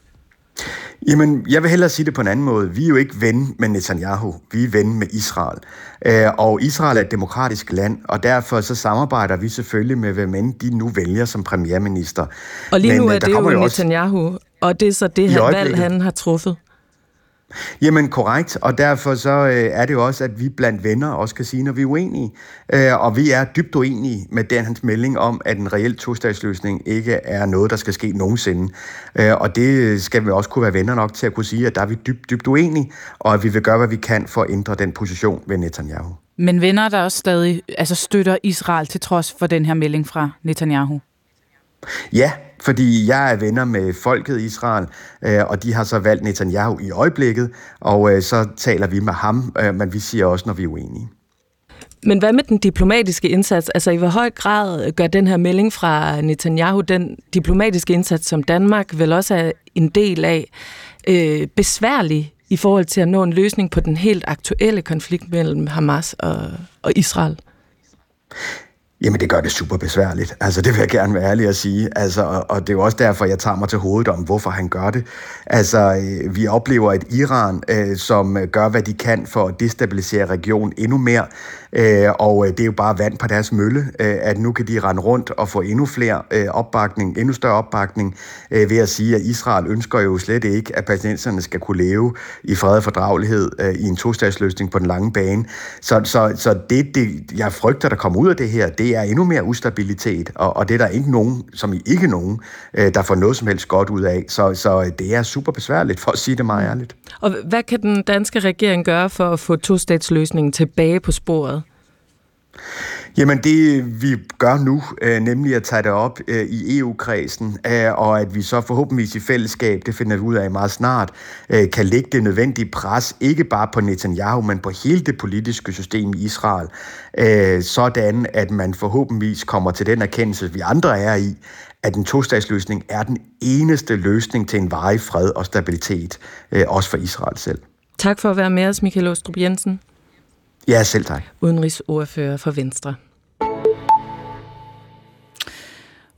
Speaker 11: Jamen, jeg vil hellere sige det på en anden måde. Vi er jo ikke ven med Netanyahu, vi er ven med Israel. Og Israel er et demokratisk land, og derfor så samarbejder vi selvfølgelig med, hvem end de nu vælger som premierminister.
Speaker 3: Og lige nu er det jo Netanyahu, og det er så det her valg, han har truffet.
Speaker 11: Jamen korrekt, og derfor så er det jo også, at vi blandt venner også kan sige, når vi er uenige. Og vi er dybt uenige med hans melding om, at en reel tostatsløsning ikke er noget, der skal ske nogensinde. Og det skal vi også kunne være venner nok til at kunne sige, at der er vi dybt uenige, og at vi vil gøre, hvad vi kan for at ændre den position ved Netanyahu.
Speaker 2: Men venner, der også stadig støtter Israel til trods for den her melding fra Netanyahu?
Speaker 11: Ja, fordi jeg er venner med folket i Israel, og de har så valgt Netanyahu i øjeblikket, og så taler vi med ham, men vi siger også, når vi er uenige.
Speaker 3: Men hvad med den diplomatiske indsats? Altså i hvor høj grad gør den her melding fra Netanyahu, den diplomatiske indsats, som Danmark vel også er en del af, besværlig i forhold til at nå en løsning på den helt aktuelle konflikt mellem Hamas og Israel?
Speaker 11: Jamen, det gør det super besværligt. Altså, det vil jeg gerne være ærlig at sige. Altså, og det er jo også derfor, jeg tager mig til hovedet om, hvorfor han gør det. Altså, vi oplever et Iran, som gør, hvad de kan for at destabilisere regionen endnu mere. Og det er jo bare vand på deres mølle, at nu kan de rende rundt og få endnu større opbakning ved at sige, at Israel ønsker jo slet ikke, at palæstinenserne skal kunne leve i fred og fordragelighed i en tostatsløsning på den lange bane. Så det, jeg frygter, der kommer ud af det her, det er endnu mere ustabilitet, og det er der ikke nogen, der får noget som helst godt ud af. Så det er super besværligt, for at sige det meget ærligt.
Speaker 3: Og hvad kan den danske regering gøre for at få tostatsløsningen tilbage på sporet?
Speaker 11: Jamen det vi gør nu, nemlig at tage det op i EU-kredsen, og at vi så forhåbentligvis i fællesskab, det finder vi ud af meget snart, kan lægge det nødvendige pres, ikke bare på Netanyahu, men på hele det politiske system i Israel, sådan at man forhåbentligvis kommer til den erkendelse, vi andre er i, at en tostatsløsning er den eneste løsning til en varig fred og stabilitet, også for Israel selv.
Speaker 3: Tak for at være med os, Michael Aastrup Jensen.
Speaker 11: Ja, selv tak.
Speaker 3: Udenrigsordfører for Venstre.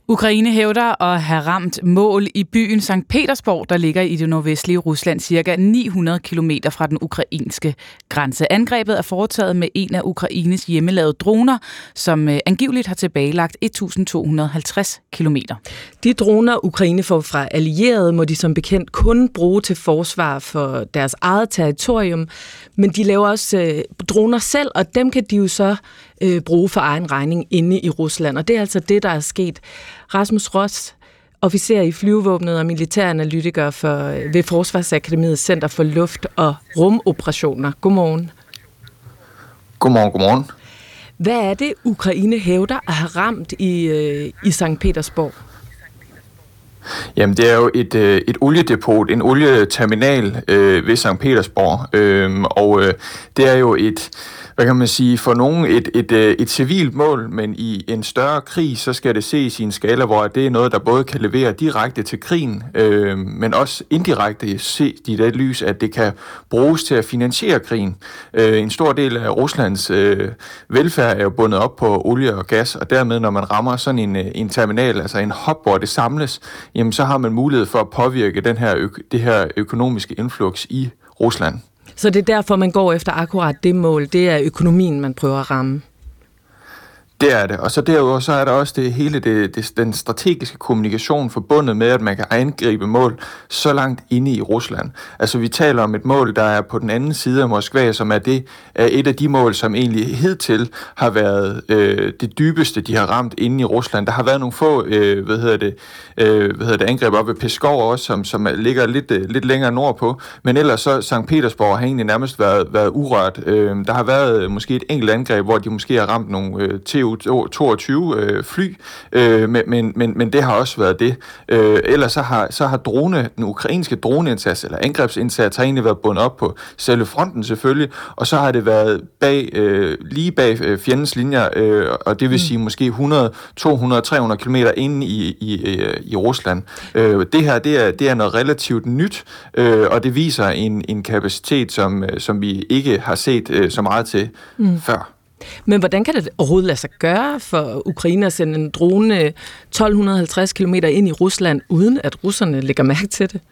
Speaker 2: Ukraine hævder at have ramt mål i byen Sankt Petersborg, der ligger i det nordvestlige Rusland, cirka 900 kilometer fra den ukrainske grænse. Angrebet er foretaget med en af Ukraines hjemmelavede droner, som angiveligt har tilbagelagt 1250 kilometer.
Speaker 3: De droner, Ukraine får fra allierede, må de som bekendt kun bruge til forsvar for deres eget territorium, men de laver også droner selv, og dem kan de jo så bruge for egen regning inde i Rusland. Og det er altså det, der er sket. Rasmus Ross, officer i flyvevåbnet og militæranalytiker ved Forsvarsakademiets Center for Luft- og Rumoperationer. Godmorgen.
Speaker 12: Godmorgen.
Speaker 3: Hvad er det, Ukraine hævder at have ramt i Sankt Petersborg?
Speaker 12: Jamen, det er jo et oliedepot, en olieterminal ved Sankt Petersborg, og det er jo hvad kan man sige, for nogen et civilt mål, men i en større krig, så skal det ses i en skala, hvor det er noget, der både kan levere direkte til krigen, men også indirekte se i det lys, at det kan bruges til at finansiere krigen. En stor del af Ruslands velfærd er jo bundet op på olie og gas, og dermed, når man rammer sådan en terminal, altså en hub, hvor det samles, jamen så har man mulighed for at påvirke det her økonomiske influx i Rusland.
Speaker 3: Så det er derfor, man går efter akkurat det mål. Det er økonomien, man prøver at ramme.
Speaker 12: Det er det. Og så derudover så er der også den strategiske kommunikation forbundet med, at man kan angribe mål så langt inde i Rusland. Altså vi taler om et mål, der er på den anden side af Moskva, som er et af de mål, som egentlig hidtil har været det dybeste, de har ramt inde i Rusland. Der har været nogle få angreb op ved Peskov også, som ligger lidt længere nordpå. Men ellers så Sankt Petersborg har egentlig nærmest været urørt. Der har været måske et enkelt angreb, hvor de måske har ramt nogle Tu-22 fly, men det har også været det. Ellers så har den ukrainske droneindsats, eller angrebsindsats, har egentlig været bundet op på selve fronten selvfølgelig, og så har det været lige bag fjendens linjer, og det vil sige måske 100, 200, 300 kilometer inde i Rusland. Det her, det er noget relativt nyt, og det viser en kapacitet, som vi ikke har set så meget til før.
Speaker 3: Men hvordan kan det overhovedet lade sig gøre for Ukraine at sende en drone 1250 km ind i Rusland, uden at russerne lægger mærke til det?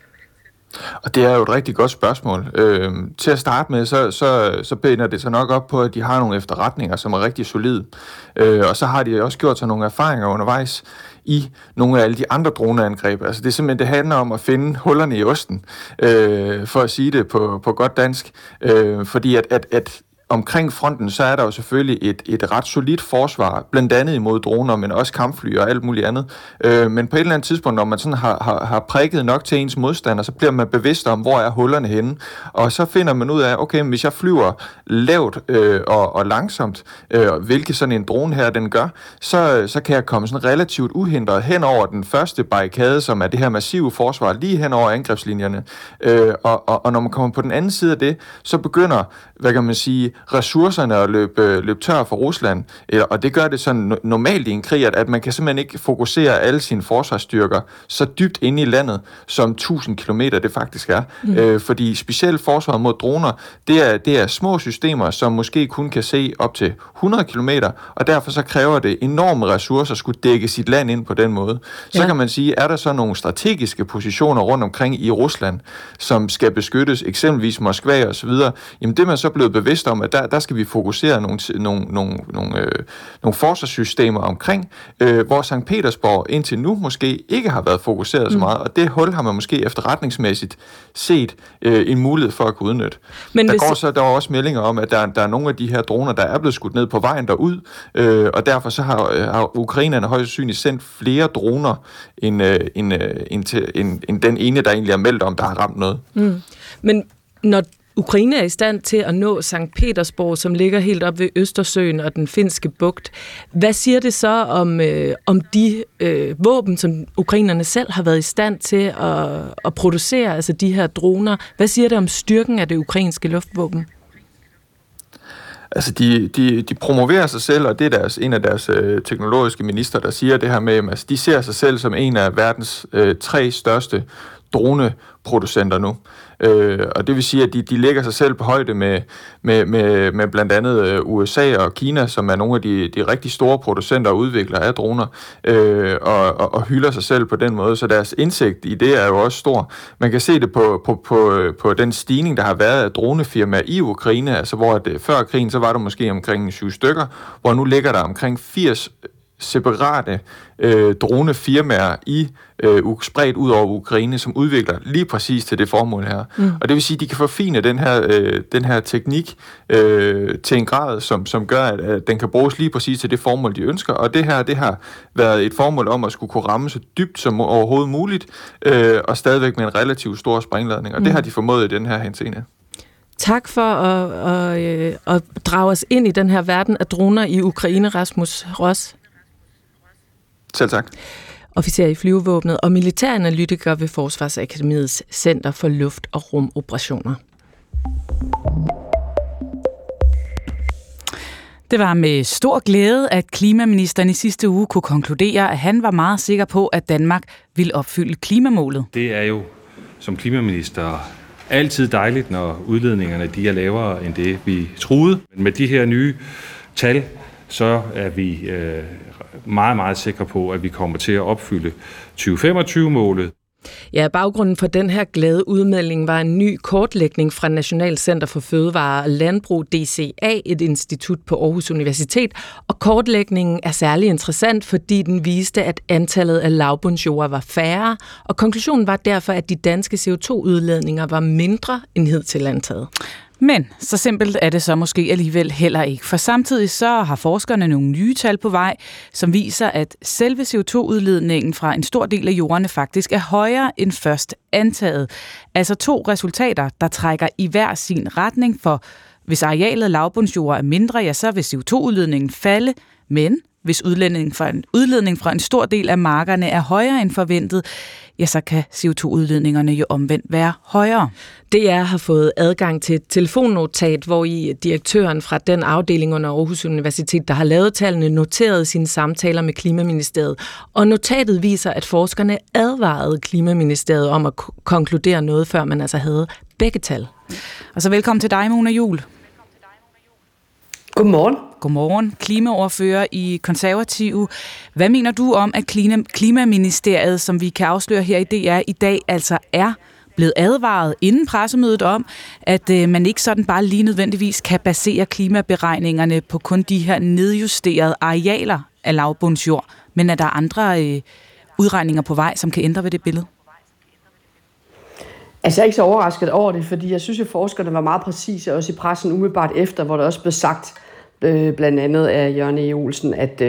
Speaker 12: Og det er jo et rigtig godt spørgsmål. Til at starte med, så binder det sig nok op på, at de har nogle efterretninger, som er rigtig solide. Og så har de også gjort sig nogle erfaringer undervejs i nogle af alle de andre droneangreb. Altså det er simpelthen, det handler om at finde hullerne i osten, for at sige det på godt dansk. Fordi at omkring fronten, så er der jo selvfølgelig et ret solidt forsvar, blandt andet imod droner, men også kampfly og alt muligt andet. Men på et eller andet tidspunkt, når man sådan har prikket nok til ens modstander, så bliver man bevidst om, hvor er hullerne henne. Og så finder man ud af, okay, hvis jeg flyver lavt og langsomt, hvilket sådan en drone her, den gør, så kan jeg komme sådan relativt uhindret hen over den første barrikade, som er det her massive forsvar, lige hen over angrebslinjerne. Og når man kommer på den anden side af det, så begynder, hvad kan man sige, ressourcerne at løbe tør for Rusland, og det gør det sådan normalt i en krig, at man kan simpelthen ikke fokusere alle sine forsvarsstyrker så dybt inde i landet, som 1000 kilometer det faktisk er. Fordi specielt forsvaret mod droner, det er små systemer, som måske kun kan se op til 100 kilometer, og derfor så kræver det enorme ressourcer at skulle dække sit land ind på den måde. Så kan man sige, er der så nogle strategiske positioner rundt omkring i Rusland, som skal beskyttes, eksempelvis Moskva og så videre, jamen det er man så blevet bevidst om, at der skal vi fokusere nogle forsvarssystemer omkring, hvor Sankt Petersborg indtil nu måske ikke har været fokuseret så meget, og det hul har man måske efterretningsmæssigt set en mulighed for at kunne udnytte. Men der er også meldinger om, at der er nogle af de her droner, der er blevet skudt ned på vejen derud, og derfor så har ukrainerne højst sandsynligt sendt flere droner end den ene, der egentlig er meldt om, der har ramt noget.
Speaker 3: Men når Ukraine er i stand til at nå Sankt Petersborg, som ligger helt op ved Østersøen og den finske bugt. Hvad siger det så om de våben, som ukrainerne selv har været i stand til at producere, altså de her droner? Hvad siger det om styrken af det ukrainske luftvåben?
Speaker 12: Altså, de promoverer sig selv, og det er en af deres teknologiske minister, der siger det her med, at de ser sig selv som en af verdens 3 største droneproducenter nu. Og det vil sige, at de lægger sig selv på højde med blandt andet USA og Kina, som er nogle af de rigtig store producenter og udviklere af droner, og hylder sig selv på den måde. Så deres indsigt i det er jo også stor. Man kan se det på den stigning, der har været af dronefirmaer i Ukraine, altså hvor før krigen, så var der måske omkring 7 stykker, hvor nu ligger der omkring 80 separate dronefirmaer spredt ud over Ukraine, som udvikler lige præcis til det formål her. Og det vil sige, at de kan forfine den her teknik til en grad, som gør, at den kan bruges lige præcis til det formål, de ønsker. Og det har været et formål om at skulle kunne ramme så dybt som overhovedet muligt, og stadigvæk med en relativt stor sprængladning. Og det har de formået i den her henseende.
Speaker 3: Tak for at drage os ind i den her verden af droner i Ukraine, Rasmus Ross.
Speaker 12: Selv tak.
Speaker 3: Officer i flyvevåbnet og militæranalytiker ved Forsvarsakademiets Center for Luft- og Rumoperationer.
Speaker 2: Det var med stor glæde, at klimaministeren i sidste uge kunne konkludere, at han var meget sikker på, at Danmark ville opfylde klimamålet.
Speaker 6: Det er jo som klimaminister altid dejligt, når udledningerne de er lavere end det, vi troede. Men med de her nye tal, så er vi meget, meget sikre på, at vi kommer til at opfylde 2025-målet.
Speaker 3: Ja, baggrunden for den her glade udmelding var en ny kortlægning fra National Center for Fødevare og Landbrug, DCA, et institut på Aarhus Universitet. Og kortlægningen er særlig interessant, fordi den viste, at antallet af lavbundsjorder var færre, og konklusionen var derfor, at de danske CO2-udledninger var mindre end hidtil antaget.
Speaker 2: Men så simpelt er det så måske alligevel heller ikke. For samtidig så har forskerne nogle nye tal på vej, som viser, at selve CO2-udledningen fra en stor del af jordene faktisk er højere end først antaget. Altså 2 resultater, der trækker i hver sin retning, for hvis arealet af lavbundsjord er mindre, ja, så vil CO2-udledningen falde, men hvis udledningen fra en stor del af markerne er højere end forventet, ja, så kan CO2-udledningerne jo omvendt være højere.
Speaker 3: DR har fået adgang til et telefonnotat, hvor i direktøren fra den afdeling under Aarhus Universitet, der har lavet tallene, noterede sine samtaler med Klimaministeriet. Og notatet viser, at forskerne advarede Klimaministeriet om at konkludere noget, før man altså havde begge tal.
Speaker 2: Og så velkommen til dig, Mona Juhl.
Speaker 13: Godmorgen.
Speaker 2: Godmorgen. Klimaordfører i Konservative. Hvad mener du om, at Klimaministeriet, som vi kan afsløre her i DR i dag, altså er blevet advaret inden pressemødet om, at man ikke sådan bare lige nødvendigvis kan basere klimaberegningerne på kun de her nedjusterede arealer af lavbundsjord, men at der er andre udregninger på vej, som kan ændre ved det billede?
Speaker 13: Altså jeg er ikke så overrasket over det, fordi jeg synes, at forskerne var meget præcise, også i pressen umiddelbart efter, hvor der også blev sagt, blandt andet af Jørgen E. Olsen, at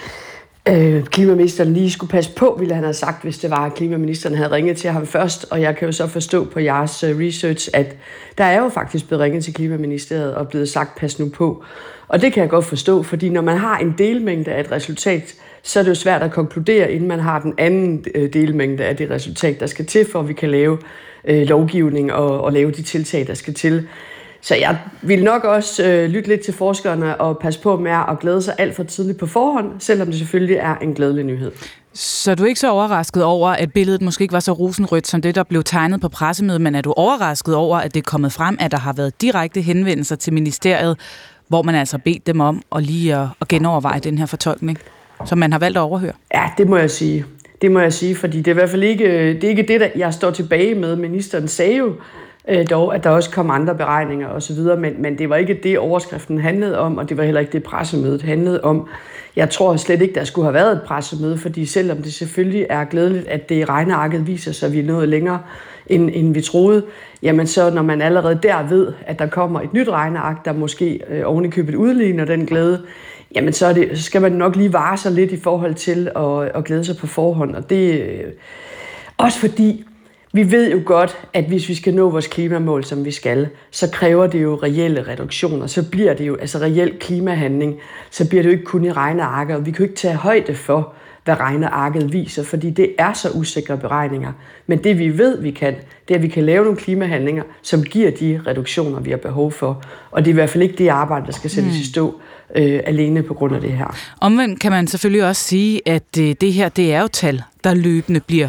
Speaker 13: klimaministeren lige skulle passe på, ville han have sagt, hvis det var, at klimaministeren havde ringet til ham først. Og jeg kan jo så forstå på jeres research, at der er jo faktisk blevet ringet til Klimaministeriet og blevet sagt, pas nu på. Og det kan jeg godt forstå, fordi når man har en delmængde af et resultat, så er det jo svært at konkludere, inden man har den anden delmængde af det resultat, der skal til, for at vi kan lave lovgivning og lave de tiltag, der skal til. Så jeg vil nok også lytte lidt til forskerne og passe på med at glæde sig alt for tidligt på forhånd, selvom det selvfølgelig er en glædelig nyhed.
Speaker 2: Så du er ikke så overrasket over, at billedet måske ikke var så rosenrødt som det, der blev tegnet på pressemødet, men er du overrasket over, at det er kommet frem, at der har været direkte henvendelser til ministeriet, hvor man altså bedt dem om at lige at genoverveje den her fortolkning, som man har valgt at overhøre?
Speaker 13: Ja, det må jeg sige. Det må jeg sige, fordi det er i hvert fald ikke det, der jeg står tilbage med. Ministeren sagde jo dog, at der også kom andre beregninger osv., men det var ikke det, overskriften handlede om, og det var heller ikke det, pressemødet handlede om. Jeg tror slet ikke, der skulle have været et pressemøde, fordi selvom det selvfølgelig er glædeligt, at det i regnearket viser sig, at vi er nået længere, end vi troede, jamen så når man allerede der ved, at der kommer et nyt regneark, der måske ovenikøbet udligner den glæde, jamen så skal man nok lige vare sig lidt i forhold til at glæde sig på forhånd. Og det også fordi, vi ved jo godt, at hvis vi skal nå vores klimamål, som vi skal, så kræver det jo reelle reduktioner. Så bliver det jo altså reel klimahandling. Så bliver det jo ikke kun i regnearker. Og vi kan jo ikke tage højde for, hvad regnearket viser, fordi det er så usikre beregninger. Men det vi ved, vi kan, det er, at vi kan lave nogle klimahandlinger, som giver de reduktioner, vi har behov for. Og det er i hvert fald ikke det arbejde, der skal sættes i stå alene på grund af det her.
Speaker 2: Omvendt kan man selvfølgelig også sige, at det her, det er jo tal, der løbende bliver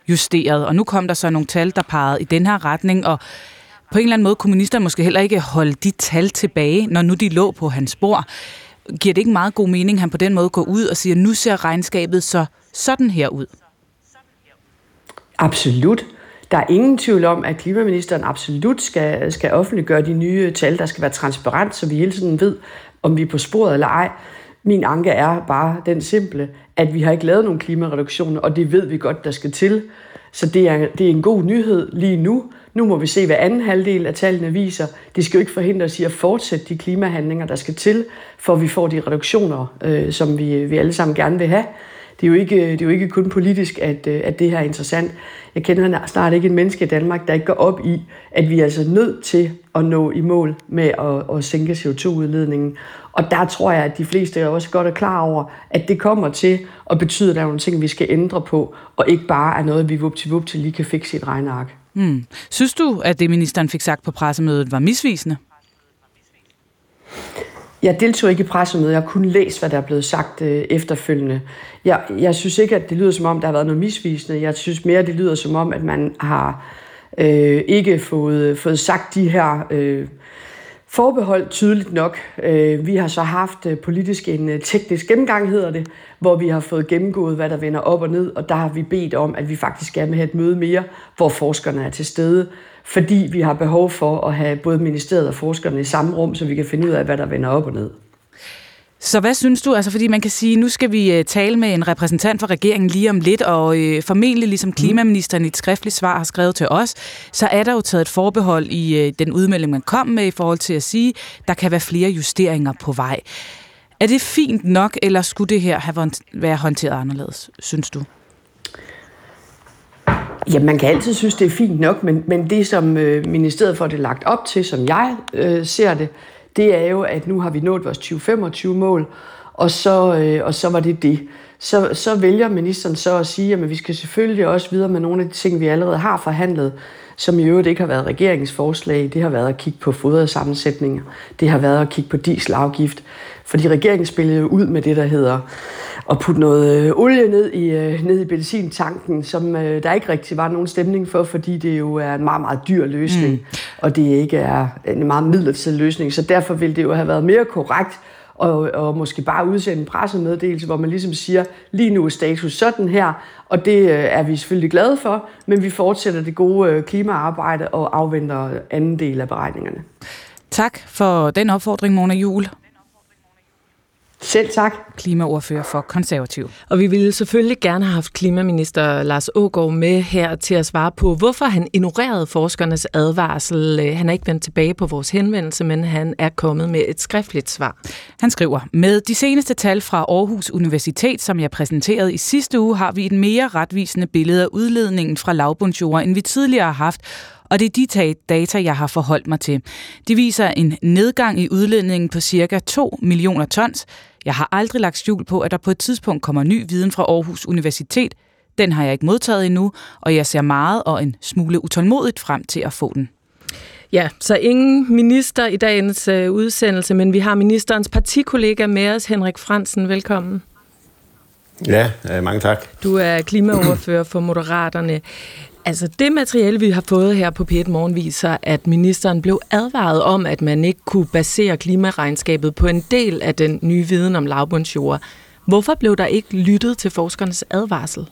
Speaker 2: justeret. Og nu kom der så nogle tal, der pegede i den her retning, og på en eller anden måde kunne ministeren måske heller ikke holde de tal tilbage, når nu de lå på hans bord. Giver det ikke meget god mening, at han på den måde går ud og siger, nu ser regnskabet så sådan her ud?
Speaker 13: Absolut. Der er ingen tvivl om, at klimaministeren absolut skal offentliggøre de nye tal, der skal være transparent, så vi hele tiden ved, om vi er på sporet eller ej. Min anke er bare den simple, at vi har ikke lavet nogen klimareduktioner, og det ved vi godt, der skal til. Så det er en god nyhed lige nu. Nu må vi se, hvad anden halvdel af tallene viser. Det skal jo ikke forhindre os i at fortsætte de klimahandlinger, der skal til, for at vi får de reduktioner, som vi alle sammen gerne vil have. Det er jo ikke kun politisk, at det her er interessant. Jeg kender snart ikke en menneske i Danmark, der ikke går op i, at vi er altså nødt til at nå i mål med at sænke CO2-udledningen. Og der tror jeg, at de fleste også godt er klar over, at det kommer til at betyde, at der er nogle ting, vi skal ændre på, og ikke bare er noget, vi vupti lige kan fikse i et regneark.
Speaker 2: Synes du, at det ministeren fik sagt på pressemødet var misvisende?
Speaker 13: Jeg deltog ikke i pressemødet. Jeg har kun læst, hvad der er blevet sagt efterfølgende. Jeg synes ikke, at det lyder som om, der har været noget misvisende. Jeg synes mere, det lyder som om, at man har ikke fået sagt de her forbehold tydeligt nok. Vi har så haft politisk en teknisk gennemgang, hedder det, hvor vi har fået gennemgået, hvad der vender op og ned, og der har vi bedt om, at vi faktisk gerne vil have et møde mere, hvor forskerne er til stede, fordi vi har behov for at have både ministeriet og forskerne i samme rum, så vi kan finde ud af, hvad der vender op og ned.
Speaker 2: Så hvad synes du? Altså fordi man kan sige, nu skal vi tale med en repræsentant for regeringen lige om lidt, og formentlig ligesom klimaministeren i et skriftligt svar har skrevet til os, så er der jo taget et forbehold i den udmelding, man kom med i forhold til at sige, der kan være flere justeringer på vej. Er det fint nok, eller skulle det her have været håndteret anderledes, synes du?
Speaker 13: Ja, man kan altid synes, det er fint nok, men det, som ministeriet får det lagt op til, som jeg ser det, det er jo, at nu har vi nået vores 2025-mål, og så var det det. Så vælger ministeren så at sige, at vi skal selvfølgelig også videre med nogle af de ting, vi allerede har forhandlet, som i øvrigt ikke har været regeringsforslag. Det har været at kigge på fodersammensætninger. Det har været at kigge på dieselafgift. Fordi regeringen spillede jo ud med det, der hedder at putte noget olie ned i benzintanken, som der ikke rigtig var nogen stemning for, fordi det jo er en meget, meget dyr løsning, og det ikke er en meget midlertidig løsning. Så derfor ville det jo have været mere korrekt og måske bare udsende en pressemeddelelse, hvor man ligesom siger, lige nu er status sådan her, og det er vi selvfølgelig glade for, men vi fortsætter det gode klimaarbejde og afventer anden del af beregningerne.
Speaker 2: Tak for den opfordring, Mona Juul.
Speaker 13: Selv tak.
Speaker 2: Klimaordfører for Konservativ.
Speaker 3: Og vi ville selvfølgelig gerne have haft klimaminister Lars Aagaard med her til at svare på, hvorfor han ignorerede forskernes advarsel. Han er ikke vendt tilbage på vores henvendelse, men han er kommet med et skriftligt svar.
Speaker 2: Han skriver, med de seneste tal fra Aarhus Universitet, som jeg præsenterede i sidste uge, har vi et mere retvisende billede af udledningen fra lavbundsjord, end vi tidligere har haft, og det er de data, jeg har forholdt mig til. De viser en nedgang i udledningen på ca. 2 millioner tons. Jeg har aldrig lagt skjul på, at der på et tidspunkt kommer ny viden fra Aarhus Universitet. Den har jeg ikke modtaget endnu, og jeg ser meget og en smule utålmodigt frem til at få den.
Speaker 3: Ja, så ingen minister i dagens udsendelse, men vi har ministerens partikollega med os, Henrik Frandsen. Velkommen.
Speaker 14: Ja, mange tak.
Speaker 3: Du er klimaoverfører for Moderaterne. Altså det materiale, vi har fået her på P1 Morgen, viser, at ministeren blev advaret om, at man ikke kunne basere klimaregnskabet på en del af den nye viden om lavbundsjord. Hvorfor blev der ikke lyttet til forskernes advarsel?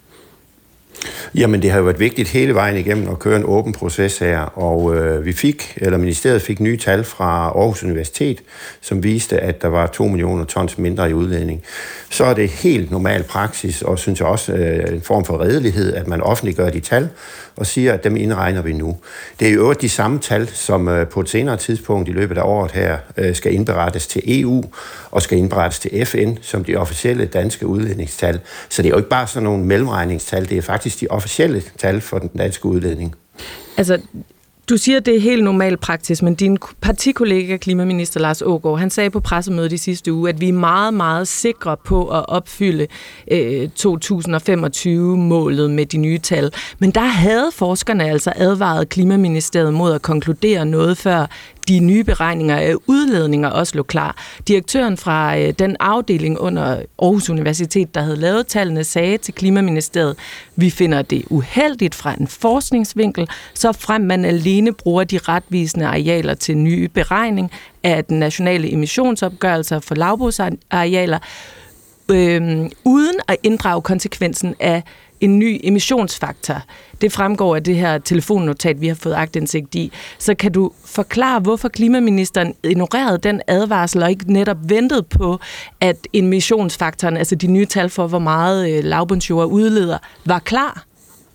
Speaker 14: Jamen, det har jo været vigtigt hele vejen igennem at køre en åben proces her, og ministeriet fik nye tal fra Aarhus Universitet, som viste, at der var 2 millioner tons mindre i udledning. Så er det helt normal praksis, og synes jeg også en form for redelighed, at man offentliggør de tal og siger, at dem indregner vi nu. Det er jo øvrigt de samme tal, som på et senere tidspunkt i løbet af året her skal indberettes til EU og skal indberettes til FN som de officielle danske udledningstal. Så det er jo ikke bare sådan nogle mellemregningstal, det er faktisk de officielle tal for den danske udledning.
Speaker 3: Altså, du siger, at det er helt normal praksis, men din partikollega, klimaminister Lars Aagaard, han sagde på pressemødet i sidste uge, at vi er meget, meget sikre på at opfylde 2025-målet med de nye tal. Men der havde forskerne altså advaret Klimaministeriet mod at konkludere noget, før de nye beregninger af udledninger også lå klar. Direktøren fra den afdeling under Aarhus Universitet, der havde lavet tallene, sagde til Klimaministeriet, vi finder det uheldigt fra en forskningsvinkel, så frem man alene bruger de retvisende arealer til nye beregning af den nationale emissionsopgørelser for lavbrugsarealer, uden at inddrage konsekvensen af en ny emissionsfaktor. Det fremgår af det her telefonnotat, vi har fået aktindsigt i. Så kan du forklare, hvorfor klimaministeren ignorerede den advarsel og ikke netop ventede på, at emissionsfaktoren, altså de nye tal for, hvor meget lavbundsjord udleder, var klar?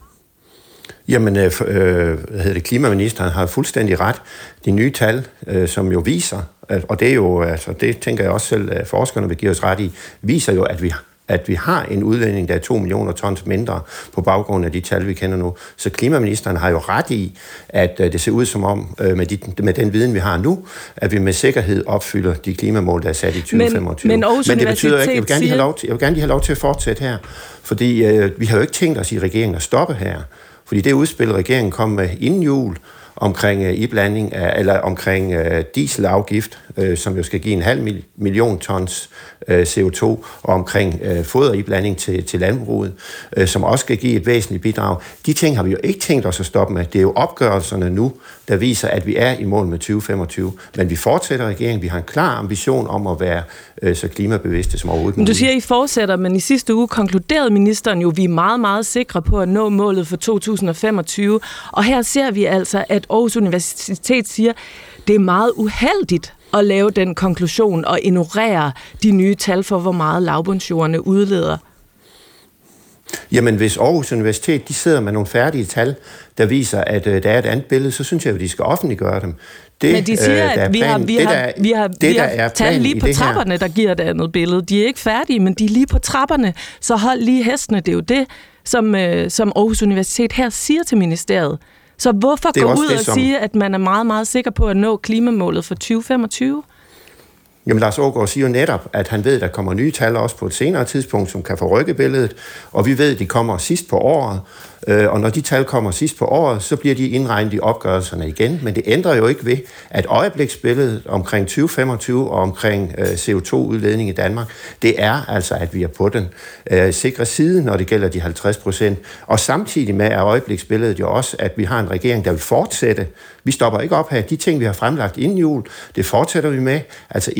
Speaker 14: Jamen, klimaministeren har fuldstændig ret. De nye tal, som jo viser, og det er jo, altså det tænker jeg også selv, at forskerne vil give os ret i, viser jo, at vi har en udledning, der er 2 millioner tons mindre på baggrund af de tal, vi kender nu. Så klimaministeren har jo ret i, at det ser ud som om, med den viden, vi har nu, at vi med sikkerhed opfylder de klimamål, der er sat i 2025.
Speaker 3: Men det betyder ikke,
Speaker 14: jeg vil gerne lige have lov til at fortsætte her, fordi vi har jo ikke tænkt os i regeringen at stoppe her. Fordi det udspil, regeringen kom med inden jul, omkring iblanding eller omkring dieselafgift, som jo skal give 0,5 million tons CO2, og omkring foderiblanding til landbruget, som også skal give et væsentligt bidrag. De ting har vi jo ikke tænkt os at stoppe med. Det er jo opgørelserne nu, der viser, at vi er i mål med 2025. Men vi fortsætter regeringen. Vi har en klar ambition om at være så klimabevidste som overhovedet muligt.
Speaker 3: Du siger, I fortsætter, men i sidste uge konkluderede ministeren jo, at vi er meget, meget sikre på at nå målet for 2025. Og her ser vi altså, at Aarhus Universitet siger, at det er meget uheldigt at lave den konklusion og ignorere de nye tal for, hvor meget lavbundsjordene udleder.
Speaker 14: Jamen, hvis Aarhus Universitet de sidder med nogle færdige tal, der viser, at der er et andet billede, så synes jeg, at de skal offentliggøre dem.
Speaker 3: Men de siger, at vi har tal lige på trapperne, der giver et andet billede. De er ikke færdige, men de er lige på trapperne. Så hold lige hestene. Det er jo det, som Aarhus Universitet her siger til ministeriet. Så hvorfor gå ud og sige, at man er meget, meget sikker på at nå klimamålet for 2025?
Speaker 14: Jamen, Lars Aagaard siger jo netop, at han ved, at der kommer nye tal også på et senere tidspunkt, som kan forrykke billedet, og vi ved, at de kommer sidst på året, og når de tal kommer sidst på året, så bliver de indregnet i opgørelserne igen, men det ændrer jo ikke ved, at øjebliksbilledet omkring 2025 og omkring CO2-udledning i Danmark, det er altså, at vi er på den sikre side, når det gælder de 50%, og samtidig med er øjebliksbilledet jo også, at vi har en regering, der vil fortsætte. Vi stopper ikke op her. De ting, vi har fremlagt inden jul, det fortsætter vi med, altså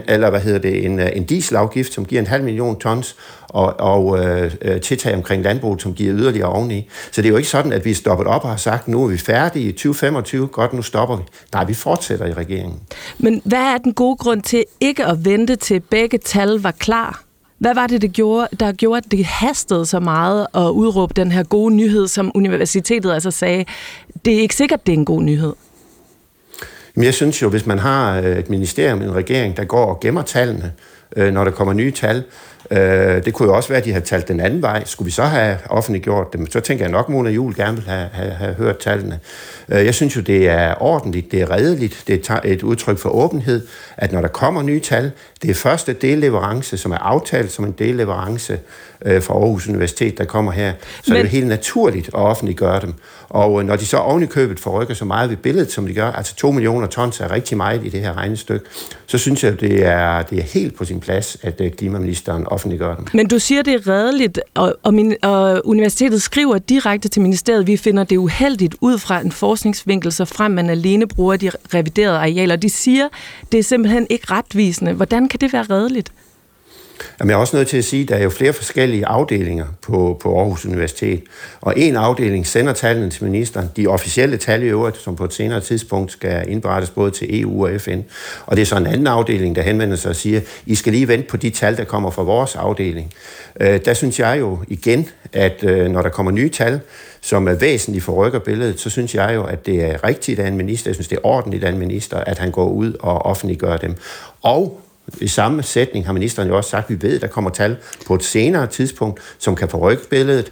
Speaker 14: en dieselafgift, som giver 0,5 million tons, og tiltag omkring landbruget, som giver yderligere oveni. Så det er jo ikke sådan, at vi er stoppet op og har sagt, nu er vi færdige i 2025, godt, nu stopper vi. Nej, vi fortsætter i regeringen.
Speaker 3: Men hvad er den gode grund til ikke at vente til begge tal var klar? Hvad var det, der gjorde, at det hastede så meget at udråbe den her gode nyhed, som universitetet altså sagde, det er ikke sikkert, det er en god nyhed?
Speaker 14: Men jeg synes jo, hvis man har et ministerium, en regering, der går og gemmer tallene, når der kommer nye tal, det kunne jo også være, at de havde talt den anden vej. Skulle vi så have offentliggjort dem? Så tænker jeg nok, Mona Juul gerne vil have hørt tallene. Jeg synes jo, det er ordentligt, det er redeligt, det er et udtryk for åbenhed, at når der kommer nye tal, det er første delleverance, som er aftalt som en delleverance fra Aarhus Universitet, der kommer her, så er det jo helt naturligt at offentliggøre dem. Og når de så oven i købet forrykker så meget ved billedet, som de gør, altså 2 millioner tons er rigtig meget i det her regnestykke, så synes jeg, det er helt på sin plads, at klimaministeren offentliggør dem.
Speaker 3: Men du siger, det er redeligt, og universitetet skriver direkte til ministeriet, vi finder det uheldigt ud fra en forskningsvinkel, så frem man alene bruger de reviderede arealer. De siger, det er simpelthen ikke retvisende. Hvordan kan det være redeligt?
Speaker 14: Jamen, jeg er også nødt til at sige, at der er jo flere forskellige afdelinger på Aarhus Universitet. Og en afdeling sender tallene til ministeren. De officielle tal i øvrigt, som på et senere tidspunkt skal indberettes både til EU og FN. Og det er så en anden afdeling, der henvender sig og siger, I skal lige vente på de tal, der kommer fra vores afdeling. Der synes jeg jo igen, at når der kommer nye tal, som er væsentligt forrykker billedet, så synes jeg jo, at det er rigtigt af en minister, jeg synes, det er ordentligt af en minister, at han går ud og offentliggør dem. Og i samme sætning har ministeren jo også sagt, at vi ved, at der kommer tal på et senere tidspunkt, som kan forrykke billedet.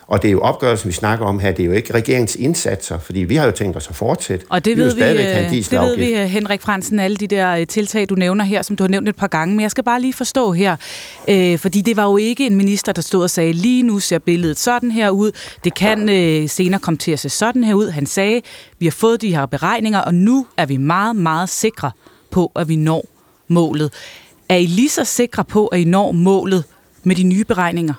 Speaker 14: Og det er jo opgørelsen, vi snakker om her, det er jo ikke regeringens indsatser, fordi vi har jo tænkt os at fortsætte.
Speaker 2: Og det ved vi, Henrik Frandsen, alle de der tiltag, du nævner her, som du har nævnt et par gange, men jeg skal bare lige forstå her, fordi det var jo ikke en minister, der stod og sagde, lige nu ser billedet sådan her ud, det kan senere komme til at se sådan her ud. Han sagde, vi har fået de her beregninger, og nu er vi meget, meget sikre på, at vi når målet. Er I lige så sikre på, at I når målet med de nye beregninger?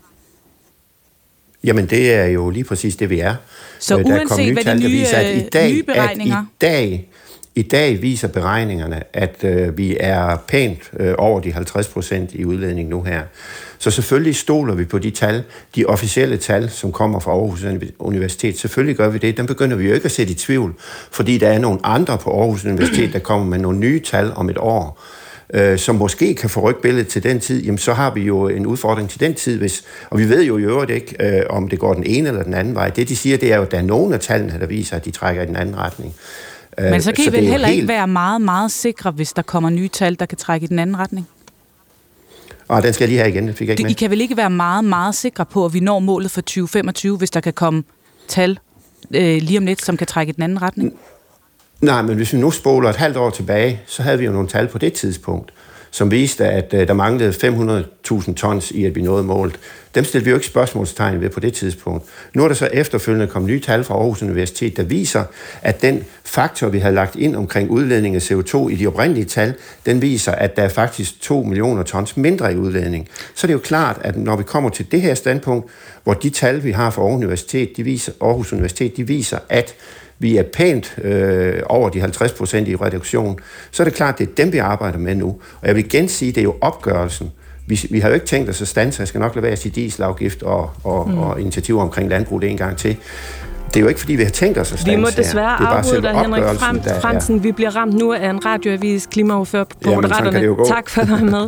Speaker 14: Jamen, det er jo lige præcis det, vi er.
Speaker 2: Så uanset hvad de nye beregninger...
Speaker 14: I dag viser beregningerne, at vi er pænt over de 50% i udledning nu her. Så selvfølgelig stoler vi på de tal, de officielle tal, som kommer fra Aarhus Universitet. Selvfølgelig gør vi det. Dem begynder vi jo ikke at sætte i tvivl, fordi der er nogle andre på Aarhus Universitet, der kommer med nogle nye tal om et år, som måske kan forrykke billedet til den tid, jamen så har vi jo en udfordring til den tid, og vi ved jo i øvrigt ikke, om det går den ene eller den anden vej. Det, de siger, det er jo, at der er nogle af tallene, der viser, at de trækker i den anden retning.
Speaker 2: Men så kan I vel heller ikke være meget, meget sikre, hvis der kommer nye tal, der kan trække i den anden retning?
Speaker 14: Den skal jeg lige have igen, det fik jeg ikke med.
Speaker 2: I kan vel ikke være meget, meget sikre på, at vi når målet for 2025, hvis der kan komme tal lige om lidt, som kan trække i den anden retning?
Speaker 14: Nej, men hvis vi nu spoler et halvt år tilbage, så havde vi jo nogle tal på det tidspunkt, som viste, at der manglede 500.000 tons i, at vi nåede målet. Dem stillede vi jo ikke spørgsmålstegn ved på det tidspunkt. Nu er der så efterfølgende kommet nye tal fra Aarhus Universitet, der viser, at den faktor, vi havde lagt ind omkring udledning af CO2 i de oprindelige tal, den viser, at der er faktisk 2 millioner tons mindre i udledning. Så det er jo klart, at når vi kommer til det her standpunkt, hvor de tal, vi har fra Aarhus Universitet, de viser, at vi er pænt over de 50% i reduktion, så er det klart, det er dem, vi arbejder med nu. Og jeg vil igen sige, det er jo opgørelsen. Vi har jo ikke tænkt os at standse, jeg skal nok lade være at sige dieselafgift og initiativer omkring landbruget en gang til. Det er jo ikke, fordi vi har tænkt os at standse.
Speaker 3: Vi må desværre afbryde dig, Henrik Frandsen. Vi bliver ramt nu af en radioavis klimaordfører på Moderaterne. Tak for at være med.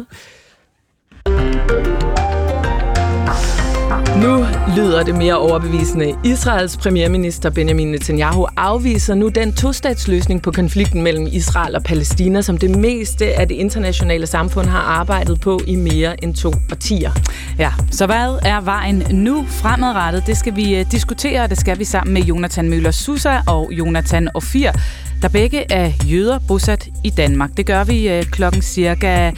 Speaker 3: Nu lyder det mere overbevisende. Israels premierminister Benjamin Netanyahu afviser nu den tostatsløsning på konflikten mellem Israel og Palæstina, som det meste af det internationale samfund har arbejdet på i mere end 2 årtier. Ja, så hvad er vejen nu fremadrettet? Det skal vi diskutere, og det skal vi sammen med Jonathan Møller Susa og Jonathan Ofir, der begge er jøder bosat i Danmark. Det gør vi klokken cirka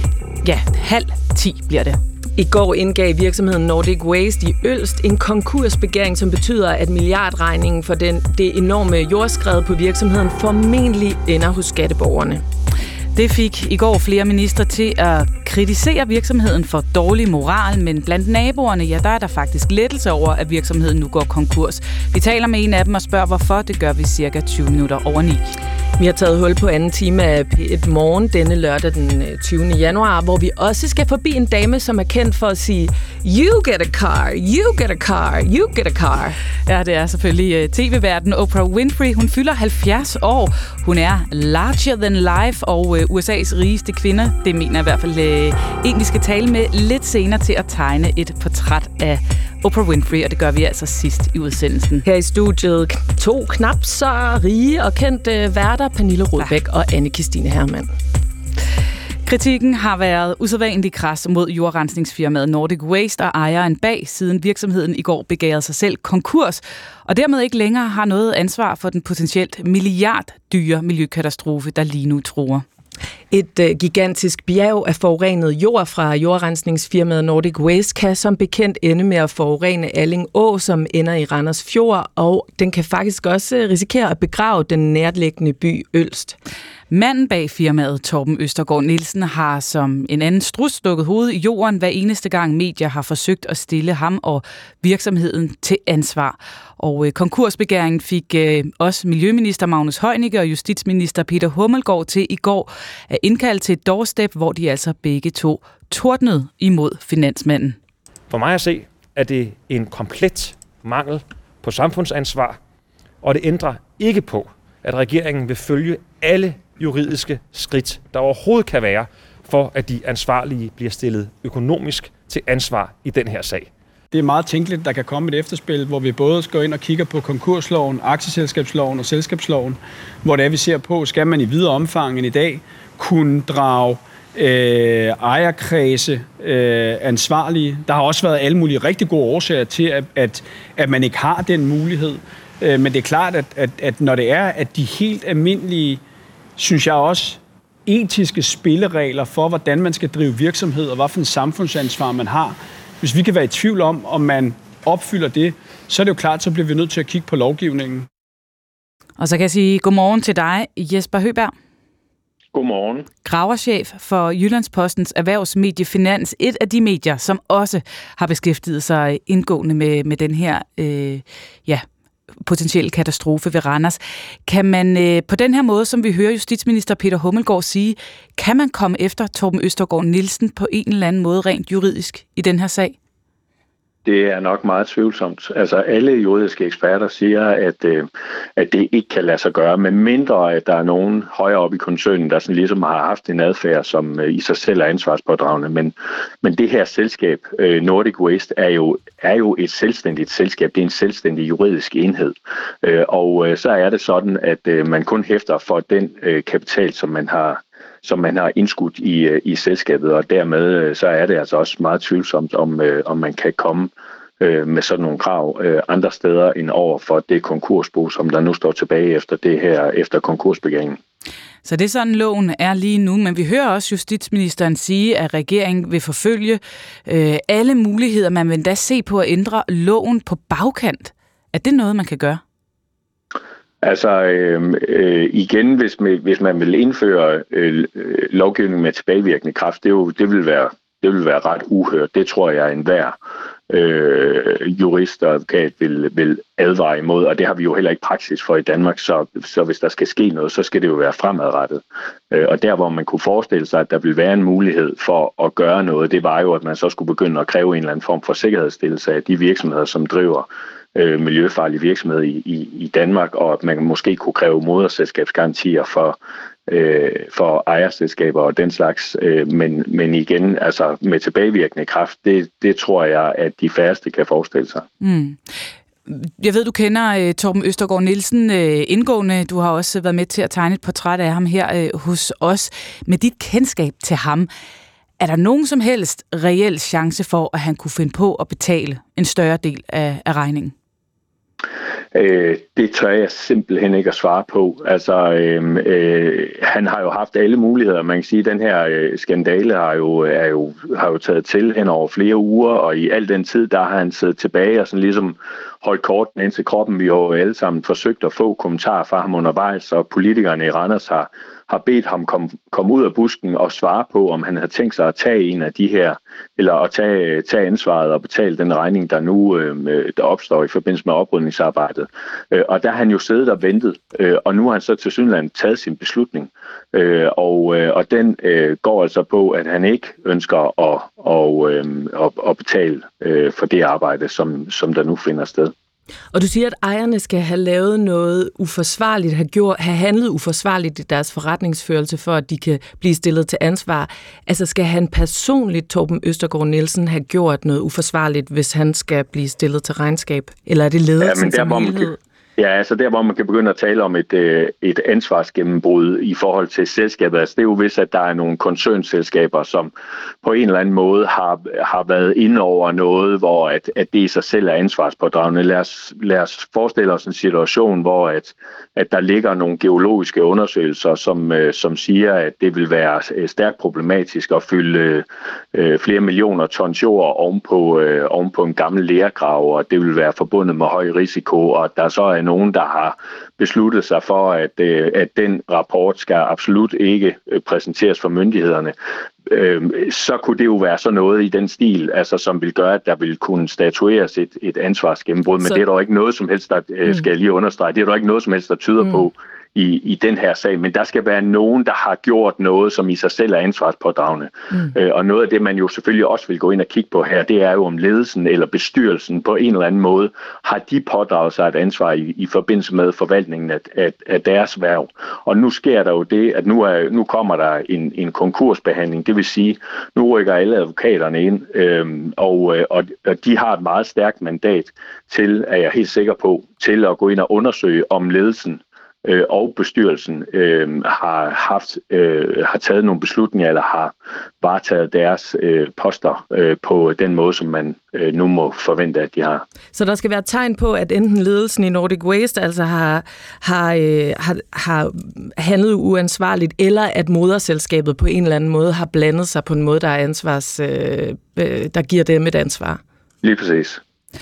Speaker 3: 9:30 bliver det. I går indgav virksomheden Nordic Waste i Ølst en konkursbegæring, som betyder, at milliardregningen for det enorme jordskred på virksomheden formentlig ender hos skatteborgerne. Det fik i går flere ministre til at kritisere virksomheden for dårlig moral, men blandt naboerne, der er der faktisk lettelse over, at virksomheden nu går konkurs. Vi taler med en af dem og spørger, hvorfor. Det gør vi cirka 20 minutter over 9. Vi har taget hul på anden time af P1 Morgen denne lørdag den 20. januar, hvor vi også skal forbi en dame, som er kendt for at sige, you get a car, you get a car, you get a car. Ja, det er selvfølgelig tv-værten Oprah Winfrey. Hun fylder 70 år. Hun er larger than life og USA's rigeste kvinde. Det mener jeg i hvert fald en, vi skal tale med lidt senere til at tegne et portræt af Oprah Winfrey, og det gør vi altså sidst i udsendelsen. Her i studiet 2 knap så rige og kendte værter, Pernille Rudbæk og Anne-Kristine Hermann. Kritikken har været usædvanlig kras mod jordrensningsfirmaet Nordic Waste og ejeren bag, siden virksomheden i går begærede sig selv konkurs, og dermed ikke længere har noget ansvar for den potentielt milliarddyre miljøkatastrofe, der lige nu truer. Et gigantisk bjerg af forurenet jord fra jordrensningsfirmaet Nordic Waste kan som bekendt ende med at forurene Alling Å, som ender i Randers Fjord, og den kan faktisk også risikere at begrave den nærliggende by Ølst. Manden bag firmaet, Torben Østergaard Nielsen, har som en anden struds stukket hovedet i jorden, hver eneste gang medier har forsøgt at stille ham og virksomheden til ansvar. Og konkursbegæringen fik også miljøminister Magnus Heunicke og justitsminister Peter Hummelgaard til i går at indkalde til et doorstep, hvor de altså begge to tordnede imod finansmanden.
Speaker 4: For mig at se, er det en komplet mangel på samfundsansvar, og det ændrer ikke på, at regeringen vil følge alle juridiske skridt, der overhovedet kan være, for at de ansvarlige bliver stillet økonomisk til ansvar i den her sag.
Speaker 5: Det er meget tænkeligt, der kan komme et efterspil, hvor vi både skal ind og kigge på konkursloven, aktieselskabsloven og selskabsloven, hvor det er, vi ser på, skal man i videre omfang end i dag kunne drage ejerkredse, ansvarlige. Der har også været alle mulige rigtig gode årsager til, at man ikke har den mulighed. Men det er klart, at når det er, at de helt almindelige, synes jeg også, etiske spilleregler for, hvordan man skal drive virksomhed, og hvad for en samfundsansvar man har. Hvis vi kan være i tvivl om man opfylder det, så er det jo klart, så bliver vi nødt til at kigge på lovgivningen.
Speaker 2: Og så kan jeg sige godmorgen til dig, Jesper Høgberg.
Speaker 15: Godmorgen.
Speaker 2: Graverchef for Jyllandspostens erhvervsmedie Finans, et af de medier, som også har beskæftiget sig indgående med den her potentielle katastrofe ved Randers. Kan man på den her måde, som vi hører justitsminister Peter Hummelgaard sige, kan man komme efter Torben Østergaard Nielsen på en eller anden måde rent juridisk i den her sag?
Speaker 15: Det er nok meget tvivlsomt. Altså alle juridiske eksperter siger, at det ikke kan lade sig gøre, medmindre at der er nogen højere op i koncernen, der sådan ligesom har haft en adfærd, som i sig selv er ansvarspådragende. Men det her selskab, Nordic Waste, er jo et selvstændigt selskab. Det er en selvstændig juridisk enhed. Og så er det sådan, at man kun hæfter for den kapital, som man har indskudt i selskabet, og dermed så er det altså også meget tvivlsomt, om man kan komme med sådan nogle krav andre steder end over for det konkursbo, som der nu står tilbage efter det her, efter konkursbegæringen.
Speaker 2: Så det er sådan, loven er lige nu, men vi hører også justitsministeren sige, at regeringen vil forfølge alle muligheder. Man vil endda se på at ændre loven på bagkant. Er det noget, man kan gøre?
Speaker 15: Altså igen, hvis man vil indføre lovgivning med tilbagevirkende kraft, det vil være ret uhørt. Det tror jeg enhver jurist og advokat vil advare imod, og det har vi jo heller ikke praksis for i Danmark, så hvis der skal ske noget, så skal det jo være fremadrettet. Og der, hvor man kunne forestille sig, at der ville være en mulighed for at gøre noget, det var jo, at man så skulle begynde at kræve en eller anden form for sikkerhedsstillelse af de virksomheder, som driver miljøfarlig virksomhed i Danmark, og at man måske kunne kræve moderselskabsgarantier for ejerselskaber og den slags. Men igen, altså med tilbagevirkende kraft, det tror jeg, at de færreste kan forestille sig.
Speaker 2: Mm. Jeg ved, du kender Torben Østergaard Nielsen indgående. Du har også været med til at tegne et portræt af ham her hos os. Med dit kendskab til ham, er der nogen som helst reel chance for, at han kunne finde på at betale en større del af regningen?
Speaker 15: Det tør jeg simpelthen ikke at svare på. Altså, han har jo haft alle muligheder. Man kan sige, at den her skandale har jo taget til hen over flere uger, og i al den tid, der har han siddet tilbage og sådan ligesom holdt korten ind til kroppen. Vi har jo alle sammen forsøgt at få kommentarer fra ham undervejs, og politikerne i Randers har bedt ham komme ud af busken og svare på, om han havde tænkt sig at tage en af de her, eller at tage ansvaret og betale den regning, der nu der opstår i forbindelse med oprydningsarbejdet. Og der har han jo siddet og ventet, og nu har han så tilsyneladende taget sin beslutning. Og den går altså på, at han ikke ønsker at betale for det arbejde, som der nu finder sted.
Speaker 3: Og du siger, at ejerne skal have lavet noget uforsvarligt, have handlet uforsvarligt i deres forretningsførelse, for at de kan blive stillet til ansvar. Altså skal han personligt, Torben Østergaard Nielsen, have gjort noget uforsvarligt, hvis han skal blive stillet til regnskab? Eller er det ledelsen som helhed?
Speaker 15: Ja, altså der, hvor man kan begynde at tale om et ansvarsgennembrud i forhold til selskabet, altså det er jo hvis, at der er nogle koncernselskaber, som på en eller anden måde har været inde over noget, hvor at det i sig selv er ansvarspådragende. Lad os forestille os en situation, hvor at der ligger nogle geologiske undersøgelser, som siger, at det vil være stærkt problematisk at fylde flere millioner tons jord oven på en gammel lergrav, og det vil være forbundet med høj risiko, og der så er nogen, der har besluttet sig for, at den rapport skal absolut ikke præsenteres for myndighederne, så kunne det jo være sådan noget i den stil, altså som vil gøre, at der vil kunne statueres et ansvarsgennembrud, men det er der ikke noget som helst, der skal jeg lige understrege, det er der ikke noget som helst, der tyder på i den her sag, men der skal være nogen, der har gjort noget, som i sig selv er ansvarspådragende. Og noget af det, man jo selvfølgelig også vil gå ind og kigge på her, det er jo om ledelsen eller bestyrelsen på en eller anden måde, har de pådraget sig et ansvar i forbindelse med forvaltningen af deres hverv. Og nu sker der jo det, at nu kommer der en konkursbehandling, det vil sige, nu rykker alle advokaterne ind, og de har et meget stærkt mandat til, er jeg helt sikker på, til at gå ind og undersøge, om ledelsen og bestyrelsen har taget nogle beslutninger, eller har varetaget deres poster på den måde, som man nu må forvente, at de har.
Speaker 3: Så der skal være tegn på, at enten ledelsen i Nordic Waste altså har handlet uansvarligt, eller at moderselskabet på en eller anden måde har blandet sig på en måde, der giver dem et ansvar.
Speaker 15: Lige præcis.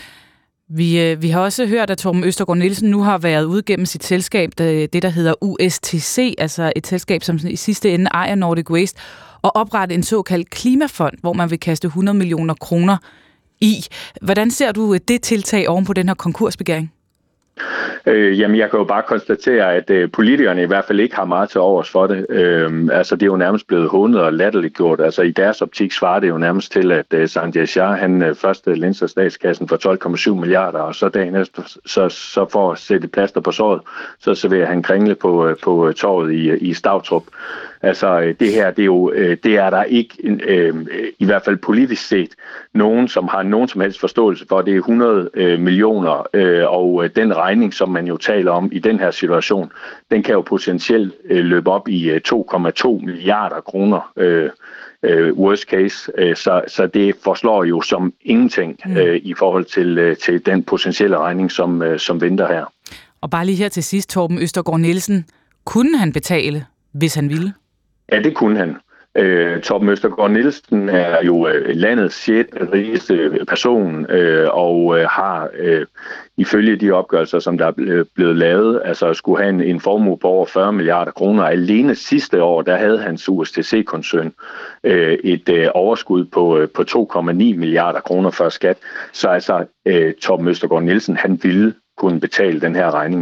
Speaker 2: Vi har også hørt, at Torben Østergaard Nielsen nu har været ude gennem sit selskab, det der hedder USTC, altså et selskab, som i sidste ende ejer Nordic Waste, og oprette en såkaldt klimafond, hvor man vil kaste 100 millioner kroner i. Hvordan ser du det tiltag oven på den her konkursbegæring?
Speaker 15: Jamen, jeg kan jo bare konstatere, at politikerne i hvert fald ikke har meget til overs for det. Altså, det er jo nærmest blevet hånet og latterliggjort. Altså, i deres optik svarer det jo nærmest til, at Sanjay Shah, han først lænser statskassen for 12,7 milliarder, og så dagen efter, så for at sætte plaster på såret, så serverer han kringle på torvet i Stavtrup. Altså, det her, det er der ikke, i hvert fald politisk set, nogen, som har nogen som helst forståelse for. Det er 100 millioner, og den regning, som man jo taler om i den her situation, den kan jo potentielt løbe op i 2,2 milliarder kroner worst case. Så det forslår jo som ingenting i forhold til den potentielle regning, som venter her.
Speaker 2: Og bare lige her til sidst, Torben Østergaard Nielsen, kunne han betale, hvis han ville?
Speaker 15: Ja, det kunne han. Torben Østergaard Nielsen er jo landets 6. rigeste person, og har ifølge de opgørelser, som der er blevet lavet, altså skulle have en formue på over 40 milliarder kroner. Alene sidste år, der havde hans USTC-koncern et overskud på 2,9 milliarder kroner før skat. Så altså Torben Østergaard Nielsen, han ville kunne betale den her regning,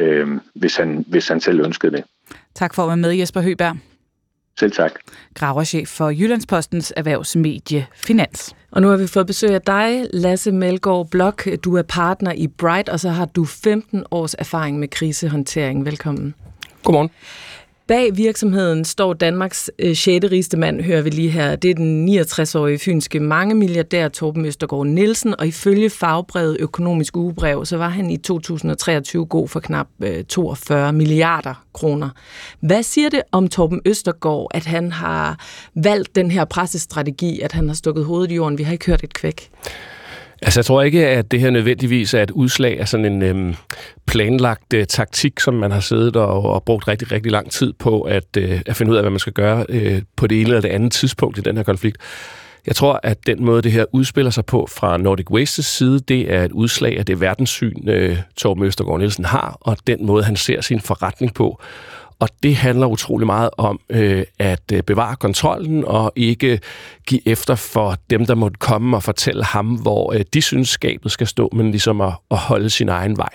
Speaker 15: hvis han selv ønskede det.
Speaker 2: Tak for at være med, Jesper Høgberg.
Speaker 15: Selv tak.
Speaker 2: Graverchef for Jyllandspostens erhvervsmedie Finans.
Speaker 3: Og nu har vi fået besøg af dig, Lasse Melgaard Blok. Du er partner i Bright, og så har du 15 års erfaring med krisehåndtering. Velkommen.
Speaker 16: Godmorgen.
Speaker 3: Bag virksomheden står Danmarks 6. rigeste mand, hører vi lige her. Det er den 69-årige fynske mangemilliardær Torben Østergaard Nielsen, og ifølge fagbrevet Økonomisk Ugebrev, så var han i 2023 god for knap 42 milliarder kroner. Hvad siger det om Torben Østergaard, at han har valgt den her pressestrategi, at han har stukket hovedet i jorden? Vi har ikke hørt et kvæk.
Speaker 16: Altså, jeg tror ikke, at det her nødvendigvis er et udslag af sådan en planlagt taktik, som man har siddet og brugt rigtig, rigtig lang tid på at finde ud af, hvad man skal gøre på det ene eller det andet tidspunkt i den her konflikt. Jeg tror, at den måde, det her udspiller sig på fra Nordic Wastes side, det er et udslag af det verdenssyn, Torben Østergaard Nielsen har, og den måde, han ser sin forretning på. Og det handler utrolig meget om at bevare kontrollen og ikke give efter for dem, der måtte komme og fortælle ham, hvor de synes, skabet skal stå, men ligesom at holde sin egen vej.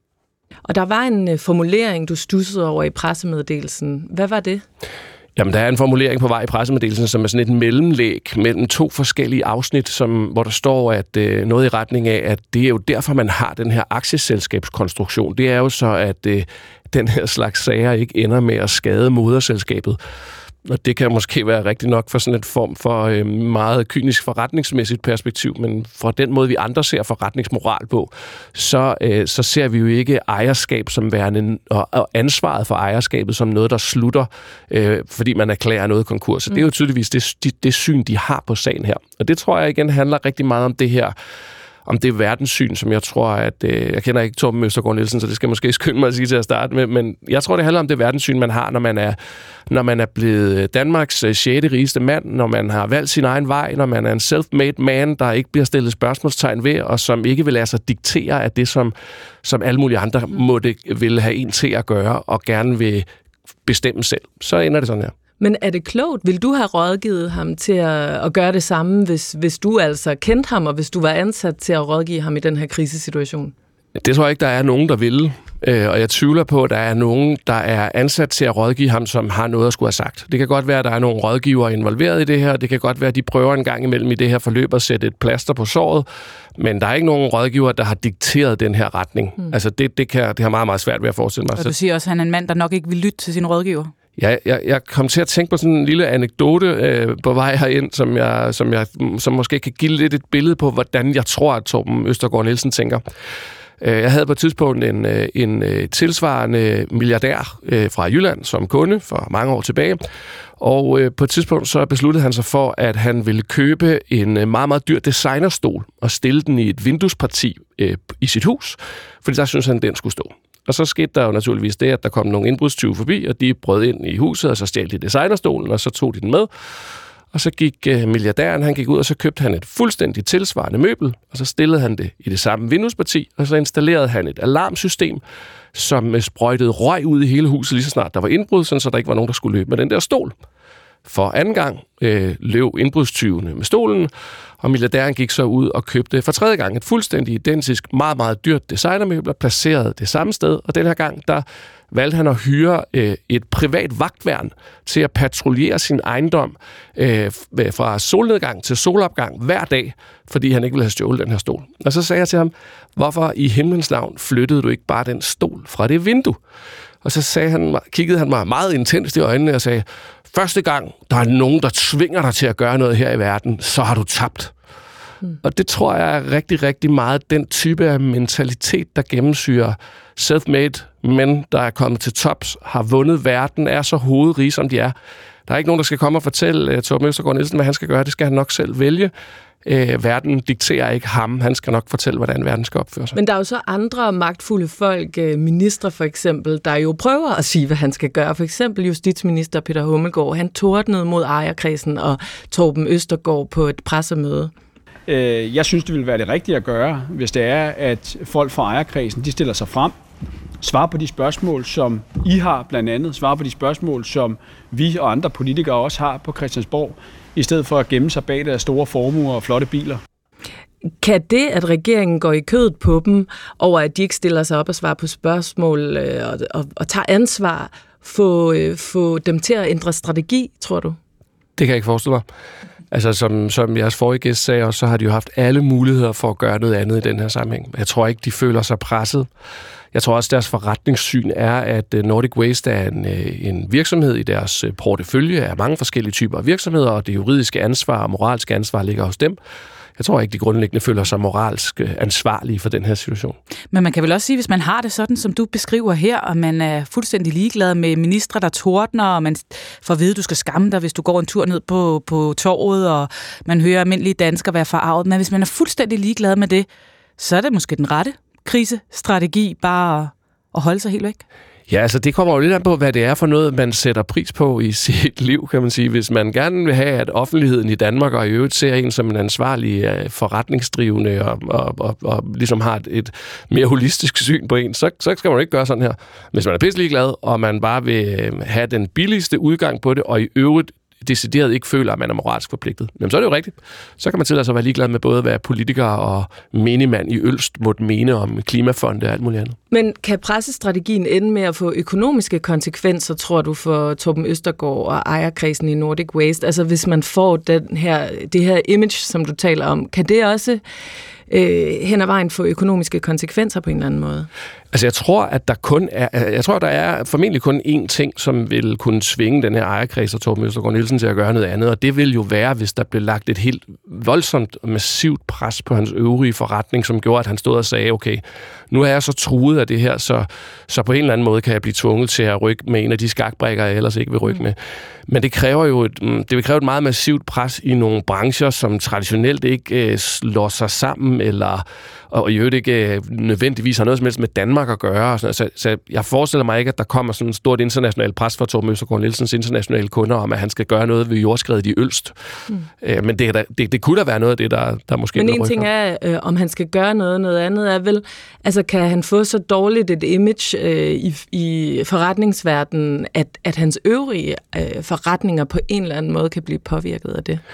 Speaker 3: Og der var en formulering, du studsede over i pressemeddelelsen. Hvad var det?
Speaker 16: Jamen, der er en formulering på vej i pressemeddelelsen, som er sådan et mellemlæg mellem 2 forskellige afsnit, hvor der står at noget i retning af, at det er jo derfor, man har den her aktieselskabskonstruktion. Det er jo så, at den her slags sager ikke ender med at skade moderselskabet. Og det kan måske være rigtigt nok for sådan en form for meget kynisk forretningsmæssigt perspektiv, men fra den måde, vi andre ser forretningsmoral på, så ser vi jo ikke ejerskab som værende, og ansvaret for ejerskabet som noget, der slutter, fordi man erklærer noget konkurs. Så det er jo tydeligvis det syn, de har på sagen her. Og det tror jeg igen handler rigtig meget om det her, om det verdenssyn, som jeg tror, at... jeg kender ikke Torben Østergaard Nielsen, så det skal jeg måske skynde mig at sige til at starte med, men jeg tror, det handler om det verdenssyn, man har, når man er blevet Danmarks 6. rigeste mand, når man har valgt sin egen vej, når man er en self-made man, der ikke bliver stillet spørgsmålstegn ved, og som ikke vil lade sig diktere af det, som alle mulige andre vil have en til at gøre, og gerne vil bestemme selv. Så ender det sådan her.
Speaker 3: Men er det klogt? Vil du have rådgivet ham til at gøre det samme, hvis du altså kendte ham, og hvis du var ansat til at rådgive ham i den her krisesituation?
Speaker 16: Det tror jeg ikke, der er nogen, der vil. Og jeg tvivler på, at der er nogen, der er ansat til at rådgive ham, som har noget at skulle have sagt. Det kan godt være, at der er nogle rådgivere involveret i det her. Det kan godt være, at de prøver en gang imellem i det her forløb at sætte et plaster på såret. Men der er ikke nogen rådgiver, der har dikteret den her retning. Altså det har meget, meget svært ved at forestille mig.
Speaker 2: Og du siger også, at han er en mand, der nok ikke vil lytte til sin rådgiver.
Speaker 16: Ja, jeg kom til at tænke på sådan en lille anekdote på vej herind, som måske kan give lidt et billede på, hvordan jeg tror, at Torben Østergaard Nielsen tænker. Jeg havde på et tidspunkt en tilsvarende milliardær fra Jylland som kunde for mange år tilbage, og på et tidspunkt så besluttede han sig for, at han ville købe en meget, meget dyr designerstol og stille den i et vinduesparti i sit hus, fordi der synes han, den skulle stå. Og så skete der jo naturligvis det, at der kom nogle indbrudstyve forbi, og de brød ind i huset, og så stjal de designerstolen, og så tog de den med. Og så gik milliardæren, han gik ud, og så købte han et fuldstændig tilsvarende møbel, og så stillede han det i det samme vinduesparti, og så installerede han et alarmsystem, som sprøjtede røg ud i hele huset, lige så snart der var indbrud, så der ikke var nogen, der skulle løbe med den der stol. For anden gang løb indbrudstyvene med stolen, og milliardæren gik så ud og købte for tredje gang et fuldstændig identisk, meget, meget dyrt designermøbel, placeret det samme sted, og den her gang, der valgte han at hyre et privat vagtværn til at patruljere sin ejendom fra solnedgang til solopgang hver dag, fordi han ikke ville have stjålet den her stol. Og så sagde jeg til ham, hvorfor i himlens navn flyttede du ikke bare den stol fra det vindue? Og så kiggede han mig meget intenst i øjnene og sagde, første gang, der er nogen, der tvinger dig til at gøre noget her i verden, så har du tabt. Og det tror jeg er rigtig, rigtig meget den type af mentalitet, der gennemsyrer self-made mænd, der er kommet til tops, har vundet verden, er så hovedrige, som de er. Der er ikke nogen, der skal komme og fortælle Torben Østergaard Nielsen, hvad han skal gøre. Det skal han nok selv vælge. Verden dikterer ikke ham. Han skal nok fortælle, hvordan verden skal opføre sig.
Speaker 3: Men der er jo så andre magtfulde folk, ministre for eksempel, der jo prøver at sige, hvad han skal gøre. For eksempel justitsminister Peter Hummelgaard, han tordnede mod ejerkredsen og Torben Østergaard på et pressemøde.
Speaker 5: Jeg synes, det ville være det rigtige at gøre, hvis det er, at folk fra ejerkredsen, de stiller sig frem, svarer på de spørgsmål, som I har blandt andet, svarer på de spørgsmål, som vi og andre politikere også har på Christiansborg, i stedet for at gemme sig bag deres store formuer og flotte biler.
Speaker 3: Kan det, at regeringen går i kødet på dem, over at de ikke stiller sig op og svarer på spørgsmål og tager ansvar, få dem til at ændre strategi, tror du?
Speaker 16: Det kan jeg ikke forestille mig. Altså, som jeres forrige gæst sagde også, så har de jo haft alle muligheder for at gøre noget andet i den her sammenhæng. Jeg tror ikke, de føler sig presset. Jeg tror også, deres forretningssyn er, at Nordic Waste er en virksomhed i deres portefølje af mange forskellige typer af virksomheder, og det juridiske ansvar og moralske ansvar ligger hos dem. Jeg tror ikke, de grundlæggende føler sig moralsk ansvarlige for den her situation.
Speaker 2: Men man kan vel også sige, hvis man har det sådan, som du beskriver her, og man er fuldstændig ligeglad med ministre, der tordner, og man får at vide, at du skal skamme dig, hvis du går en tur ned på torvet, og man hører almindelige danskere være forarvet. Men hvis man er fuldstændig ligeglad med det, så er det måske den rette krisestrategi bare at holde sig helt væk.
Speaker 16: Ja, altså det kommer jo lidt an på, hvad det er for noget, man sætter pris på i sit liv, kan man sige. Hvis man gerne vil have, at offentligheden i Danmark og i øvrigt ser en som en ansvarlig forretningsdrivende og ligesom har et mere holistisk syn på en, så skal man ikke gøre sådan her. Hvis man er pisselig glad, og man bare vil have den billigste udgang på det, og i øvrigt decideret ikke føler, at man er moralsk forpligtet. Men så er det jo rigtigt. Så kan man tillade sig at være ligeglad med både, hvad politikere og menigmand i Ølst måtte mene om klimafonde og alt muligt andet.
Speaker 3: Men kan pressestrategien ende med at få økonomiske konsekvenser, tror du, for Torben Østergaard og ejerkredsen i Nordic Waste? Altså hvis man får det her image, som du taler om, kan det også hen ad vejen få økonomiske konsekvenser på en eller anden måde?
Speaker 16: Altså jeg tror, der er formentlig kun én ting, som vil kunne tvinge den her ejerkreds og Torben Østergaard Nielsen til at gøre noget andet, og det vil jo være, hvis der blev lagt et helt voldsomt og massivt pres på hans øvrige forretning, som gjorde, at han stod og sagde, okay, nu er jeg så truet af det her, så på en eller anden måde kan jeg blive tvunget til at rykke med en af de skakbrækker, jeg ellers ikke vil rykke med. Men det kræver jo det vil kræve et meget massivt pres i nogle brancher, som traditionelt ikke slår sig sammen, og i øvrigt ikke nødvendigvis har noget som helst med Danmark at gøre. Så jeg forestiller mig ikke, at der kommer sådan et stort internationalt pres fra Torben Østergaard Nielsens internationale kunder om, at han skal gøre noget ved jordskredet i Ølst. Men det kunne da være noget af det, der måske...
Speaker 3: Men en ting er, om han skal gøre noget andet er vel, altså kan han få så dårligt et image i forretningsverdenen, at hans øvrige forretninger på en eller anden måde kan blive påvirket af det?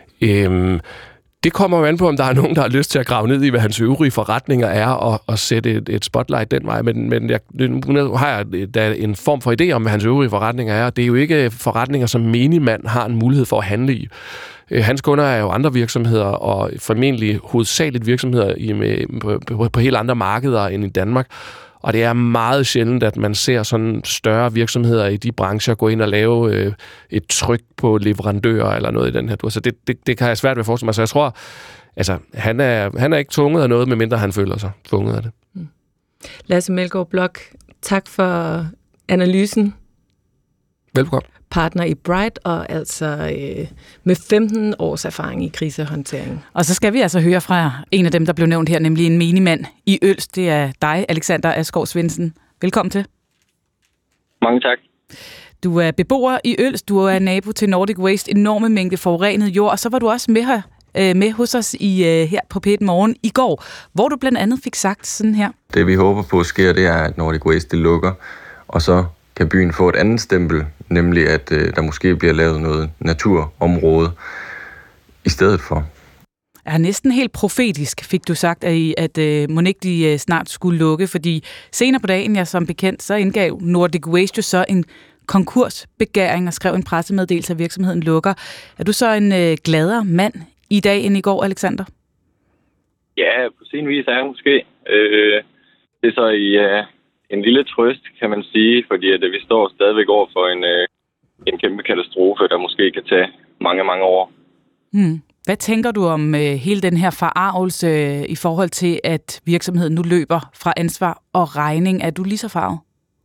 Speaker 16: Det kommer jo an på, om der er nogen, der har lyst til at grave ned i, hvad hans øvrige forretninger er, og sætte et spotlight den vej. Men nu har jeg da en form for idé om, hvad hans øvrige forretninger er, og det er jo ikke forretninger, som menigmand har en mulighed for at handle i. Hans kunder er jo andre virksomheder, og formentlig hovedsageligt virksomheder på helt andre markeder end i Danmark. Og det er meget sjældent, at man ser sådan større virksomheder i de brancher gå ind og lave et tryk på leverandører eller noget i den her. Så det kan jeg svært ved at forestille mig. Så jeg tror, altså, han er ikke tvunget af noget, medmindre han føler sig tvunget af det.
Speaker 3: Lasse Melgaard Blok, tak for analysen.
Speaker 16: Velkommen.
Speaker 3: Partner i Bright, og altså med 15 års erfaring i krisehåndtering.
Speaker 2: Og så skal vi altså høre fra en af dem, der blev nævnt her, nemlig en menigmand i Ølst. Det er dig, Alexander Asgaard Svendsen. Velkommen til.
Speaker 17: Mange tak.
Speaker 2: Du er beboer i Ølst, du er nabo til Nordic Waste, enorme mængde forurenet jord, og så var du også med hos os her på P1 Morgen i går, hvor du blandt andet fik sagt sådan her.
Speaker 18: Det vi håber på sker, det er, at Nordic Waste det lukker, og så kan byen få et andet stempel, nemlig at der måske bliver lavet noget naturområde i stedet for.
Speaker 2: Er næsten helt profetisk, fik du sagt, at Monique de snart skulle lukke, fordi senere på dagen, som bekendt, så indgav Nordic Waste jo så en konkursbegæring og skrev en pressemeddelelse, at virksomheden lukker. Er du så en gladere mand i dag end i går, Alexander?
Speaker 17: Ja, på sin vis er jeg måske. Det er så i en lille trøst, kan man sige, fordi at vi står stadigvæk over for en kæmpe katastrofe, der måske kan tage mange, mange år.
Speaker 2: Hvad tænker du om hele den her forarvelse i forhold til, at virksomheden nu løber fra ansvar og regning? Er du lige så farvet?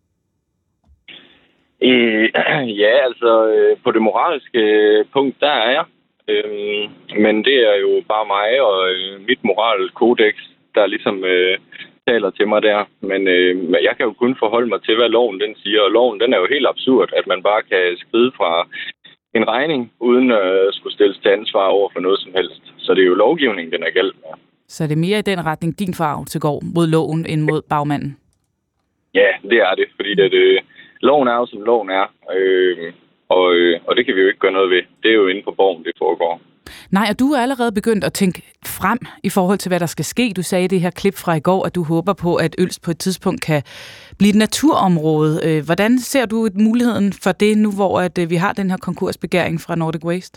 Speaker 17: Ja, altså på det moralske punkt, der er jeg. Men det er jo bare mig og mit moralkodex, der ligesom taler til mig der. Men jeg kan jo kun forholde mig til, hvad loven den siger. Og loven den er jo helt absurd, at man bare kan skride fra en regning, uden at skulle stilles til ansvar over for noget som helst. Så det er jo lovgivningen, den er galt med. Så det er mere i den retning, din forarvelse går mod loven, end mod bagmanden? Ja, det er det, fordi loven er jo, som loven er. Og det kan vi jo ikke gøre noget ved. Det er jo inde på borgen, det foregår.
Speaker 2: Nej, og du er allerede begyndt at tænke frem i forhold til, hvad der skal ske. Du sagde i det her klip fra i går, at du håber på, at Ølst på et tidspunkt kan blive et naturområde. Hvordan ser du muligheden for det nu, hvor at vi har den her konkursbegæring fra Nordic Waste?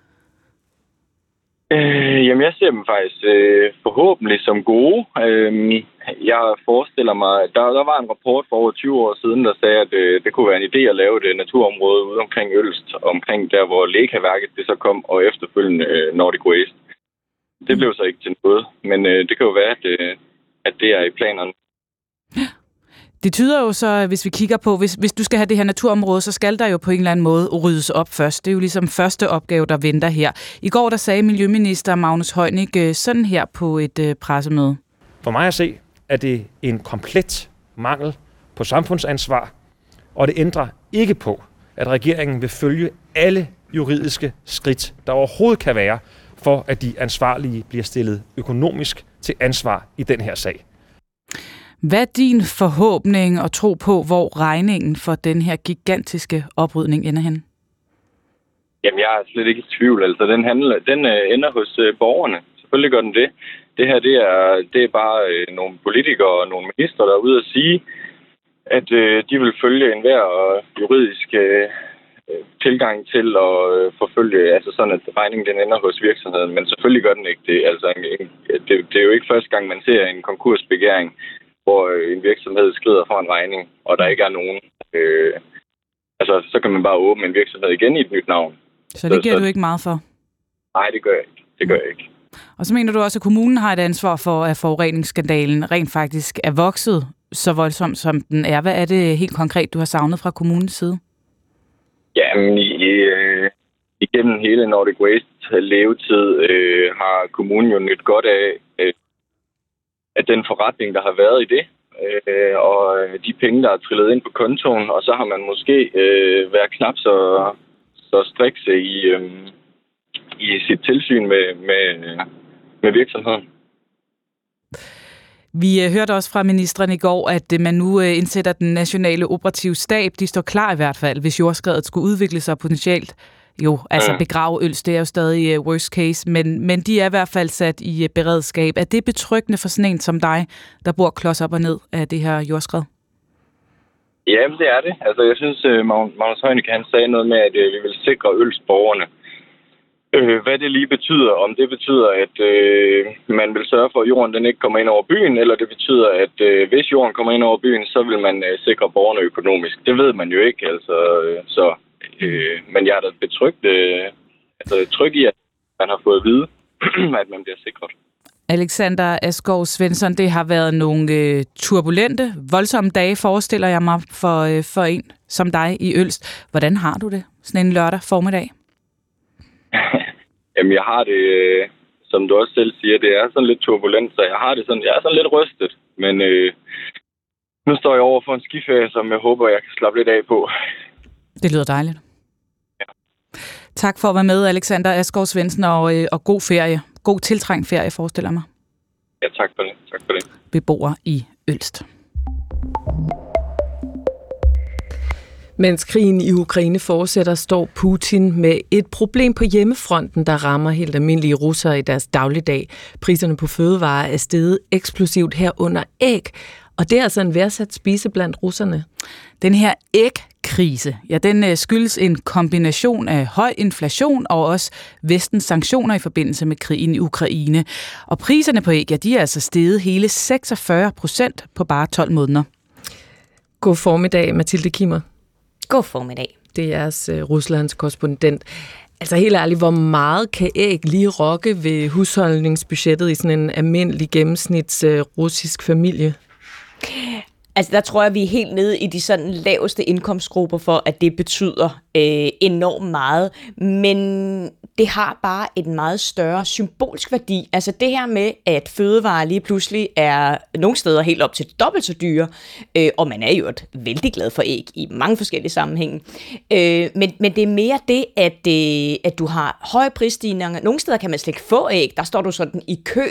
Speaker 17: Jamen, jeg ser dem faktisk forhåbentlig som gode. Jeg forestiller mig, at der var en rapport for over 20 år siden, der sagde, at det kunne være en idé at lave et naturområde ude omkring Ølst, omkring der, hvor Lekaværket det så kom, og efterfølgende Nordic Waste. Det blev så ikke til noget, men det kan jo være, at det er i planerne.
Speaker 2: Det tyder jo så, hvis vi kigger på, hvis du skal have det her naturområde, så skal der jo på en eller anden måde ryddes op først. Det er jo ligesom første opgave, der venter her. I går der sagde Miljøminister Magnus Heunicke sådan her på et pressemøde.
Speaker 4: For mig at se, er det en komplet mangel på samfundsansvar, og det ændrer ikke på, at regeringen vil følge alle juridiske skridt, der overhovedet kan være, for at de ansvarlige bliver stillet økonomisk til ansvar i den her sag.
Speaker 2: Hvad er din forhåbning og tro på, hvor regningen for den her gigantiske oprydning ender hen?
Speaker 17: Jamen, jeg er slet ikke i tvivl. Altså, den ender hos borgerne. Selvfølgelig gør den det. Det her, det er bare nogle politikere og nogle minister, der er ude at sige, at de vil følge enhver juridisk tilgang til at forfølge, altså sådan, at regningen den ender hos virksomheden. Men selvfølgelig gør den ikke det. Altså, det er jo ikke første gang, man ser en konkursbegæring, hvor en virksomhed skrider fra en regning, og der ikke er nogen. Så kan man bare åbne en virksomhed igen i et nyt navn.
Speaker 2: Så det giver du ikke meget for?
Speaker 17: Nej, det gør jeg ikke. Det gør jeg ikke.
Speaker 2: Og så mener du også, at kommunen har et ansvar for, at forureningsskandalen rent faktisk er vokset så voldsomt, som den er. Hvad er det helt konkret, du har savnet fra kommunens side?
Speaker 17: Jamen, igennem hele Nordic Waste levetid har kommunen jo nyt godt af, at den forretning, der har været i det, og de penge, der er trillet ind på kontoen, og så har man måske været knap så strikse i sit tilsyn med virksomheden.
Speaker 2: Vi hørte også fra ministeren i går, at man nu indsætter den nationale operative stab. De står klar i hvert fald, hvis jordskredet skulle udvikle sig potentielt. Begrave Ølst, det er jo stadig worst case, men de er i hvert fald sat i beredskab. Er det betryggende for sådan en som dig, der bor klods op og ned af det her jordskred?
Speaker 17: Ja, det er det. Altså, jeg synes, Magnus Heunicke, han sagde noget med, at vi vil sikre Ølst-borgerne. Hvad det lige betyder, om det betyder, at man vil sørge for, at jorden den ikke kommer ind over byen, eller det betyder, at hvis jorden kommer ind over byen, så vil man sikre borgerne økonomisk. Det ved man jo ikke, altså. Men jeg er da tryg i, at man har fået at vide, at man bliver sikret.
Speaker 2: Alexander Asgaard Svensson, det har været nogle turbulente, voldsomme dage, forestiller jeg mig, for en som dig i Ølst. Hvordan har du det sådan en lørdag formiddag?
Speaker 17: Jamen, jeg har det, som du også selv siger, det er sådan lidt turbulent, så jeg er sådan lidt rystet. Men nu står jeg over for en skiferie, som jeg håber, jeg kan slappe lidt af på. Det
Speaker 2: lyder dejligt. Ja. Tak for at være med, Alexander Asgaard Svensson, og god ferie. God tiltrængt ferie, forestiller mig.
Speaker 17: Ja, tak for det. Tak for det.
Speaker 2: Beboer i Ølst.
Speaker 3: Mens krigen i Ukraine fortsætter, står Putin med et problem på hjemmefronten, der rammer helt almindelige russere i deres dagligdag. Priserne på fødevarer er steget eksplosivt herunder æg, og det er altså en værdsat spise blandt russerne.
Speaker 2: Den her ægkrise, ja, den skyldes en kombination af høj inflation og også vestens sanktioner i forbindelse med krigen i Ukraine. Og priserne på æg, ja, de er altså steget hele 46% på bare 12 måneder.
Speaker 3: God formiddag, Mathilde Kimmer.
Speaker 19: God formiddag.
Speaker 3: Det er jeres Ruslands korrespondent. Altså helt ærligt, hvor meget kan æg lige rokke ved husholdningsbudgettet i sådan en almindelig gennemsnits russisk familie?
Speaker 19: Altså der tror jeg, vi er helt nede i de sådan laveste indkomstgrupper for, at det betyder enormt meget. Men det har bare en meget større symbolsk værdi. Altså det her med, at fødevarer lige pludselig er nogle steder helt op til dobbelt så dyre, og man er jo vældig glad for æg i mange forskellige sammenhænge. Men det er mere det, at du har høje prisstigninger. Nogle steder kan man slet ikke få æg. Der står du sådan i kø,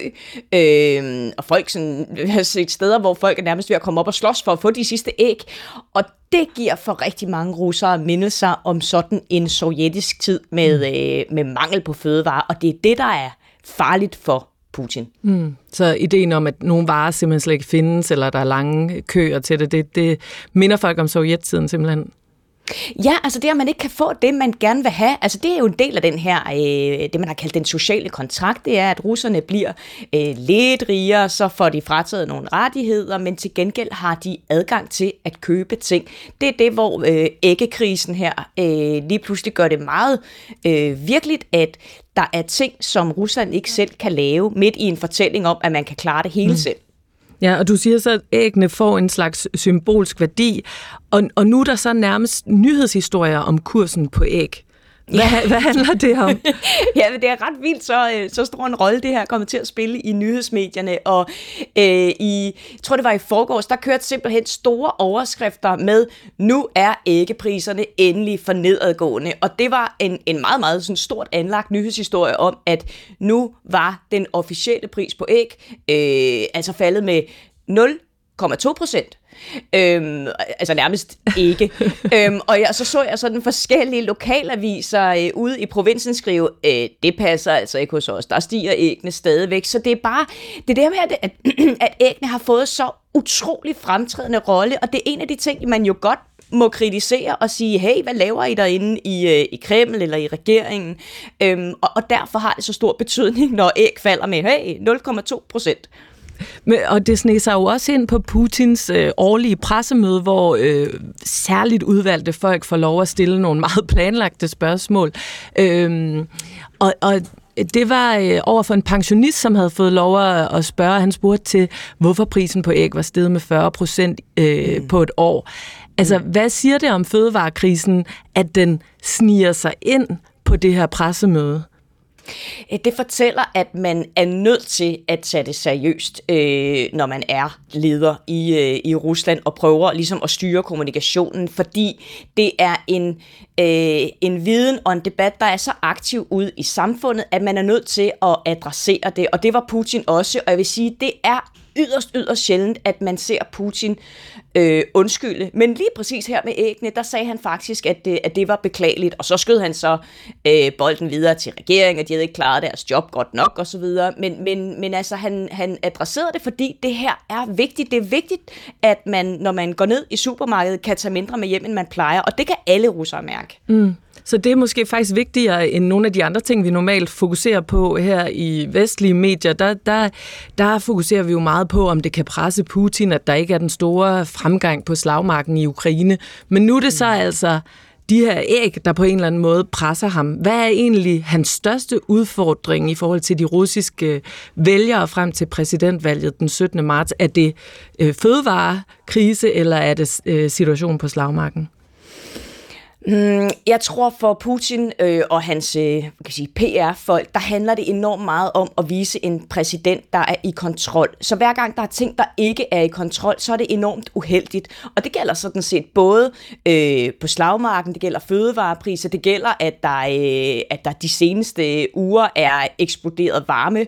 Speaker 19: og folk sådan, jeg har set steder, hvor folk er nærmest ved at komme op og slås for at få de sidste æg. Og det giver for rigtig mange russere mindelser om sådan en sovjetisk tid med mangel på fødevarer, og det er det, der er farligt for Putin.
Speaker 3: Så ideen om, at nogle varer simpelthen slet ikke findes, eller der er lange køer til det minder folk om sovjettiden simpelthen.
Speaker 19: Ja, altså det, at man ikke kan få det, man gerne vil have, altså det er jo en del af den her, det man har kaldt den sociale kontrakt, det er, at russerne bliver lidt rigere, så får de frataget nogle rettigheder, men til gengæld har de adgang til at købe ting. Det er det, hvor æggekrisen her lige pludselig gør det meget virkeligt, at der er ting, som Rusland ikke selv kan lave, midt i en fortælling om, at man kan klare det hele selv.
Speaker 3: Ja, og du siger så, at æggene får en slags symbolsk værdi, og nu er der så nærmest nyhedshistorier om kursen på æg. Hvad handler det om?
Speaker 19: Ja, det er ret vildt, så stor en rolle det her kommer til at spille i nyhedsmedierne, og jeg tror det var i forgårs, der kørte simpelthen store overskrifter med, nu er æggepriserne endelig for nedadgående, og det var en meget, meget sådan stort anlagt nyhedshistorie om, at nu var den officielle pris på æg altså faldet med 0,2%. Altså nærmest ikke. Og så jeg sådan forskellige lokalaviser ude i provinsen skrive, det passer altså ikke hos os, der stiger æggene stadigvæk. Så det er bare det der med, at æggene har fået så utrolig fremtrædende rolle, og det er en af de ting, man jo godt må kritisere og sige, hey, hvad laver I derinde i Kreml eller i regeringen? Og derfor har det så stor betydning, når æg falder med, hey, 0,2%.
Speaker 3: Og det sneger sig jo også ind på Putins årlige pressemøde, hvor særligt udvalgte folk får lov at stille nogle meget planlagte spørgsmål. Og det var over for en pensionist, som havde fået lov at spørge. Han spurgte til, hvorfor prisen på æg var steget med 40% på et år. Altså, hvad siger det om fødevarekrisen, at den sniger sig ind på det her pressemøde?
Speaker 19: Det fortæller, at man er nødt til at tage det seriøst, når man er leder i Rusland og prøver ligesom at styre kommunikationen, fordi det er en viden og en debat, der er så aktiv ude i samfundet, at man er nødt til at adressere det, og det var Putin også, og jeg vil sige, det er yderst sjældent, at man ser Putin undskylde. Men lige præcis her med æggene, der sagde han faktisk, at det var beklageligt, og så skød han så bolden videre til regeringen, at de havde ikke klaret deres job godt nok og så videre. Men altså, han adresserede det, fordi det her er vigtigt. Det er vigtigt, at man, når man går ned i supermarkedet, kan tage mindre med hjem, end man plejer, og det kan alle russere mærke.
Speaker 3: Så det er måske faktisk vigtigere end nogle af de andre ting, vi normalt fokuserer på her i vestlige medier. Der fokuserer vi jo meget på, om det kan presse Putin, at der ikke er den store fremgang på slagmarken i Ukraine. Men nu er det så altså de her æg, der på en eller anden måde presser ham. Hvad er egentlig hans største udfordring i forhold til de russiske vælgere frem til præsidentvalget den 17. marts? Er det fødevarekrise, eller er det situationen på slagmarken?
Speaker 19: Jeg tror for Putin og hans PR-folk, der handler det enormt meget om at vise en præsident, der er i kontrol. Så hver gang der er ting, der ikke er i kontrol, så er det enormt uheldigt. Og det gælder sådan set både på slagmarken, det gælder fødevarepriser, det gælder, at der de seneste uger er eksploderet varme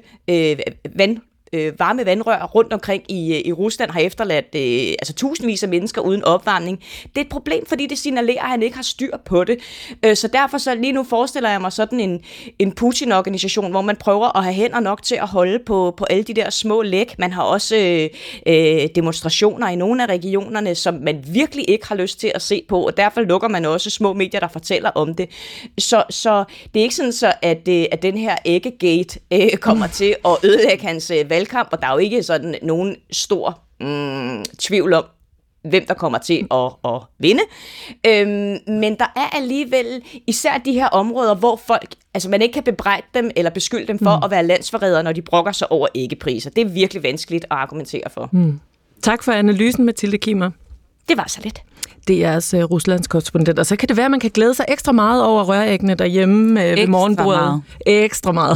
Speaker 19: vandrør rundt omkring i Rusland har efterladt tusindvis af mennesker uden opvarmning. Det er et problem, fordi det signalerer, at han ikke har styr på det. Så derfor så lige nu forestiller jeg mig sådan en Putin-organisation, hvor man prøver at have hænder nok til at holde på alle de der små læk. Man har også demonstrationer i nogle af regionerne, som man virkelig ikke har lyst til at se på, og derfor lukker man også små medier, der fortæller om det. Så det er ikke sådan, så at den her æggegate kommer til at ødelægge hans valgkamp, og der er jo ikke sådan nogen stor tvivl om, hvem der kommer til at vinde. Men der er alligevel især de her områder, hvor folk, man ikke kan bebrejde dem eller beskylde dem for at være landsforrædere, når de brokker sig over æggepriser. Det er virkelig vanskeligt at argumentere for.
Speaker 3: Tak for analysen, Mathilde Kimmer.
Speaker 19: Det var så lidt.
Speaker 3: Det er altså Ruslands korrespondent, og så kan det være, at man kan glæde sig ekstra meget over røræggene derhjemme ved morgenbordet. Ekstra meget.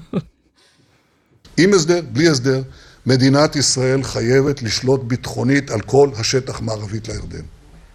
Speaker 9: עם הסדר, בלי הסדר, מדינת ישראל חייבת לשלוט ביטחונית על כל השטח מערבית לירדן.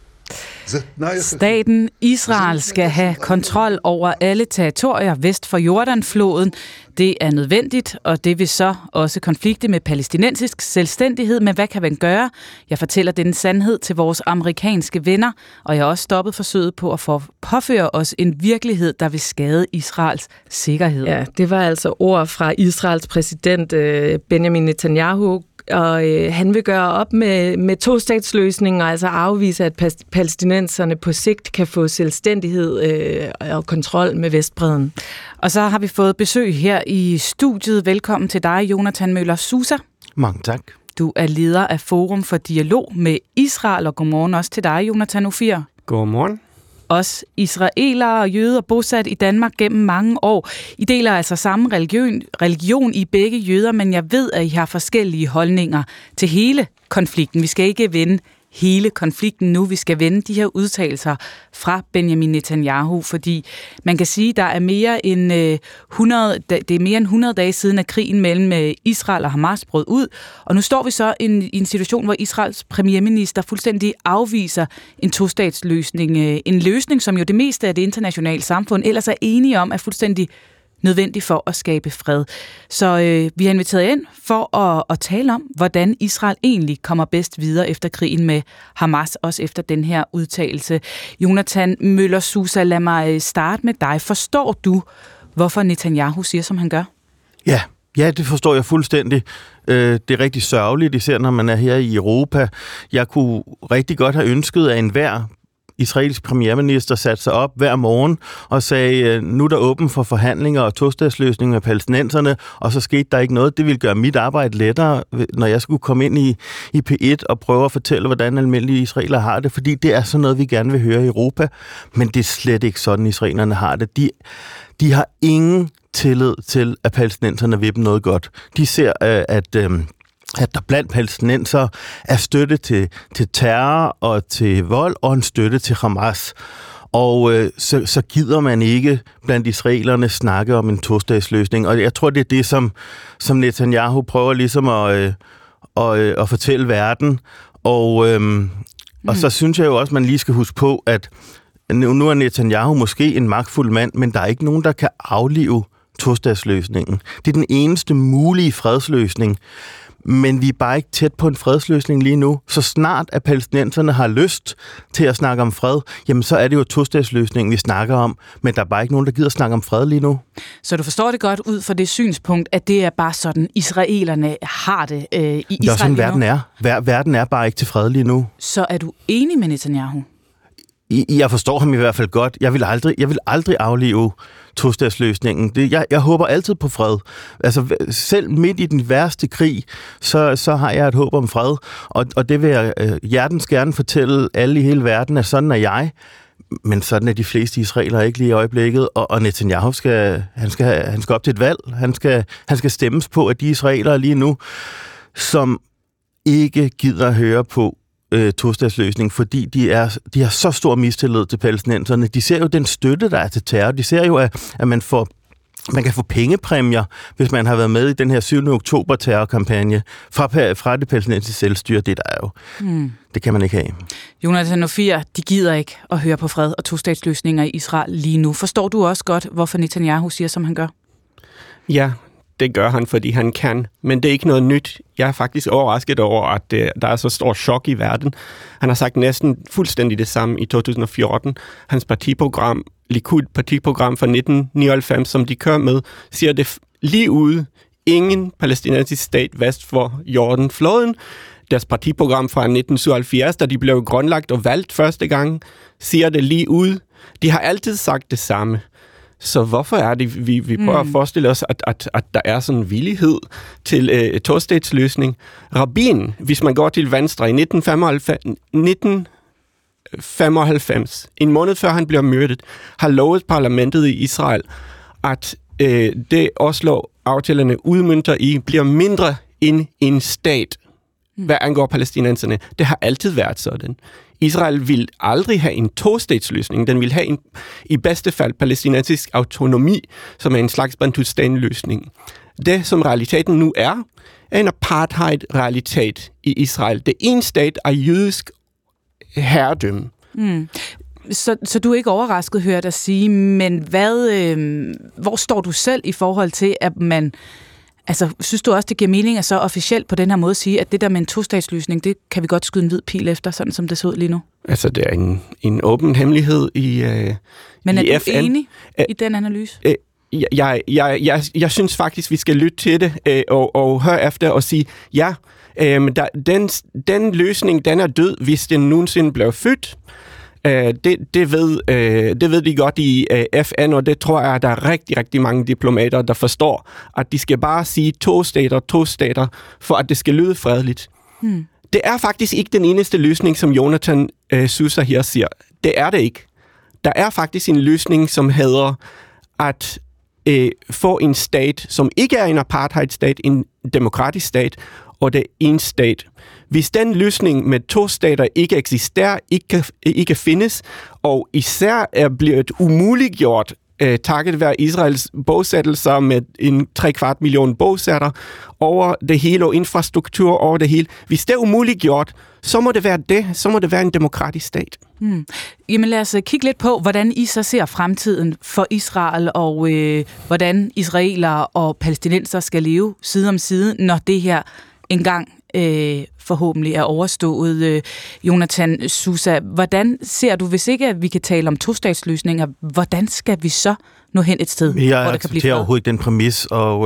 Speaker 2: Staten Israel skal have kontrol over alle territorier vest for Jordanfloden. Det er nødvendigt, og det vil så også konflikte med palæstinensisk selvstændighed. Men hvad kan man gøre? Jeg fortæller denne sandhed til vores amerikanske venner, og jeg har også stoppet forsøget på at påføre os en virkelighed, der vil skade Israels sikkerhed.
Speaker 3: Ja, det var altså ord fra Israels præsident Benjamin Netanyahu, og han vil gøre op med tostatsløsninger, altså afvise, at palæstinenserne på sigt kan få selvstændighed og kontrol med Vestbredden.
Speaker 2: Og så har vi fået besøg her i studiet. Velkommen til dig, Jonathan Møller Sousa.
Speaker 20: Mange tak.
Speaker 2: Du er leder af Forum for Dialog med Israel, og godmorgen også til dig, Jonathan Ofir.
Speaker 20: Godmorgen.
Speaker 2: Også israelere og jøder bosat i Danmark gennem mange år. I deler altså samme religion i begge jøder, men jeg ved, at I har forskellige holdninger til hele konflikten. Vi skal ikke vende hele konflikten nu. Vi skal vende de her udtalelser fra Benjamin Netanyahu, fordi man kan sige, at der er mere end 100 dage siden, at krigen mellem Israel og Hamas brød ud. Og nu står vi så i en situation, hvor Israels premierminister fuldstændig afviser en tostatsløsning. En løsning, som jo det meste af det internationale samfund ellers er enige om, er fuldstændig nødvendig for at skabe fred. Så vi har inviteret ind for at tale om, hvordan Israel egentlig kommer bedst videre efter krigen med Hamas, også efter den her udtalelse. Jonathan Møller Sousa, lad mig starte med dig. Forstår du, hvorfor Netanyahu siger, som han gør?
Speaker 20: Ja, det forstår jeg fuldstændig. Det er rigtig sørgeligt, især når man er her i Europa. Jeg kunne rigtig godt have ønsket, at enhver israelsk premierminister satte sig op hver morgen og sagde, nu er der åben for forhandlinger og tostatsløsning med palæstinenserne, og så skete der ikke noget. Det ville gøre mit arbejde lettere, når jeg skulle komme ind i P1 og prøve at fortælle, hvordan almindelige israelere har det, fordi det er sådan noget, vi gerne vil høre i Europa, men det er slet ikke sådan, israelerne har det. De har ingen tillid til, at palæstinenserne vil dem noget godt. De ser, at der blandt palæstinenser er støtte til terror og til vold og en støtte til Hamas. Og så gider man ikke blandt israelerne snakke om en tostatsløsning. Og jeg tror, det er det, som Netanyahu prøver ligesom at fortælle verden. Og så synes jeg jo også, man lige skal huske på, at nu er Netanyahu måske en magtfuld mand, men der er ikke nogen, der kan aflive tostatsløsningen. Det er den eneste mulige fredsløsning. Men vi er bare ikke tæt på en fredsløsning lige nu. Så snart at palæstinenserne har lyst til at snakke om fred, jamen så er det jo tostatsløsningen, vi snakker om. Men der er bare ikke nogen, der gider snakke om fred lige nu.
Speaker 2: Så du forstår det godt ud fra det synspunkt, at det er bare sådan, israelerne har det i Israel.
Speaker 20: Det er sådan, verden er. Verden er bare ikke til fred lige nu.
Speaker 2: Så er du enig med Netanyahu?
Speaker 20: Jeg forstår ham i hvert fald godt. Jeg vil aldrig aflive tostatsløsningen. Jeg håber altid på fred. Altså, selv midt i den værste krig, så har jeg et håb om fred. Og det vil jeg hjertens gerne fortælle alle i hele verden, at sådan er jeg. Men sådan er de fleste israelere ikke lige i øjeblikket, og Netanyahu skal op til et valg. Han skal stemmes på, at de israelere lige nu, som ikke gider at høre på tostatsløsning, fordi de har så stor mistillid til palæstinenserne. De ser jo den støtte, der er til terror. De ser jo, at man kan få pengepræmier, hvis man har været med i den her 7. oktober terrorkampagne fra det palæstinensiske selvstyre. Det der er jo. Det kan man ikke have.
Speaker 2: Jonathan Ofir, de gider ikke at høre på fred og tostatsløsninger i Israel lige nu. Forstår du også godt, hvorfor Netanyahu siger, som han gør?
Speaker 21: Ja, det gør han, fordi han kan. Men det er ikke noget nyt. Jeg er faktisk overrasket over, at der er så stor chok i verden. Han har sagt næsten fuldstændig det samme i 2014. Hans partiprogram, Likud partiprogram fra 1999, som de kører med, siger det lige ude. Ingen palæstinensisk stat vest for Jordanfloden. Deres partiprogram fra 1977, da de blev grundlagt og valgt første gang, siger det lige ud. De har altid sagt det samme. Så hvorfor er det, vi prøver at forestille os, at der er sådan en villighed til tostatsløsning? Rabin, hvis man går til venstre i 1995, en måned før han bliver myrdet, har lovet parlamentet i Israel, at det Oslo-aftalerne udmønter i, bliver mindre end en stat, hvad angår palæstinenserne. Det har altid været sådan. Israel vil aldrig have en tostatsløsning. Den vil have i bedste fald palæstinensisk autonomi, som er en slags Bantustan-løsning. Det, som realiteten nu er en apartheid-realitet i Israel. Det ene stat er jødisk herredømme.
Speaker 2: Så du er ikke overrasket, hører dig sige, men hvor står du selv i forhold til, at man... Altså, synes du også, det giver mening at så officielt på den her måde sige, at det der med en tostatsløsning, det kan vi godt skyde en hvid pil efter, sådan som det ser ud lige nu?
Speaker 21: Altså, det er en åben hemmelighed i
Speaker 2: Men er du
Speaker 21: FN.
Speaker 2: enig i den analyse?
Speaker 21: Jeg synes faktisk, vi skal lytte til det og høre efter og sige, ja, den løsning, den er død, hvis den nogensinde blev født. Det ved de godt i FN, og det tror jeg, at der er rigtig, rigtig mange diplomater, der forstår, at de skal bare sige to stater, for at det skal lyde fredeligt. Det er faktisk ikke den eneste løsning, som Jonathan Susa her siger. Det er det ikke. Der er faktisk en løsning, som hedder at få en stat, som ikke er en apartheid-stat, en demokratisk stat, og det er en stat. Hvis den løsning med to stater ikke eksisterer, ikke findes, og især er blevet umuliggjort takket være Israels bosættelser med en 3/4 million bosætter over det hele og infrastruktur over det hele. Hvis det er umuliggjort, så må det være det. Så må det være en demokratisk stat.
Speaker 2: Jamen lad os kigge lidt på, hvordan I så ser fremtiden for Israel, og hvordan israelere og palæstinenser skal leve side om side, når det her engang forhåbentlig er overstået. Jonathan Susa, hvordan ser du, hvis ikke vi kan tale om tostatsløsninger, hvordan skal vi så nå hen et sted, hvor der kan blive fred? Jeg accepterer
Speaker 20: overhovedet ikke den præmis,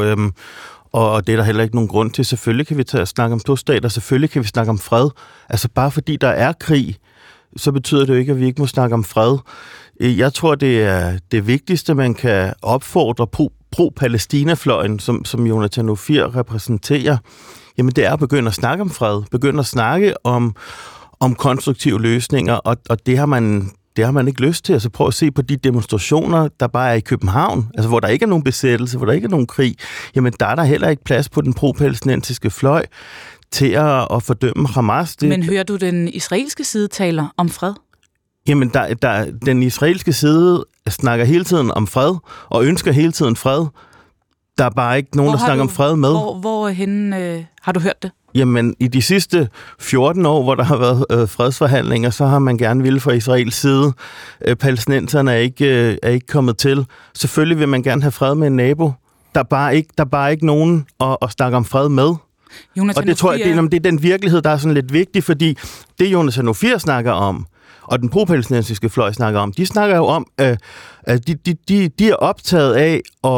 Speaker 20: og det er der heller ikke nogen grund til. Selvfølgelig kan vi snakke om to stater, selvfølgelig kan vi snakke om fred. Altså bare fordi der er krig, så betyder det jo ikke, at vi ikke må snakke om fred. Jeg tror, det er det vigtigste, man kan opfordre pro-Palæstina-fløjen, som Jonathan Ofir repræsenterer. Jamen det er at begynde at snakke om fred, begynde at snakke om konstruktive løsninger, og det har man ikke lyst til. Altså prøv at se på de demonstrationer, der bare er i København, altså hvor der ikke er nogen besættelse, hvor der ikke er nogen krig. Jamen der er der heller ikke plads på den pro-palæstinensiske fløj til at fordømme Hamas.
Speaker 2: Men hører du den israelske side taler om fred?
Speaker 20: Jamen den israelske side snakker hele tiden om fred, og ønsker hele tiden fred. Der er bare ikke nogen, der snakker om fred med.
Speaker 2: Hvorhenne har du hørt det?
Speaker 20: Jamen, i de sidste 14 år, hvor der har været fredsforhandlinger, så har man gerne ville fra Israels side. Palæstinenserne er ikke kommet til. Selvfølgelig vil man gerne have fred med en nabo. Der er bare ikke nogen at snakke om fred med.
Speaker 2: Jonathan
Speaker 20: og det tror jeg, det er den virkelighed, der er sådan lidt vigtig, fordi det Jonathan Ofir snakker om, og den pro-palæstinensiske fløj snakker om, de snakker jo om, at de er optaget af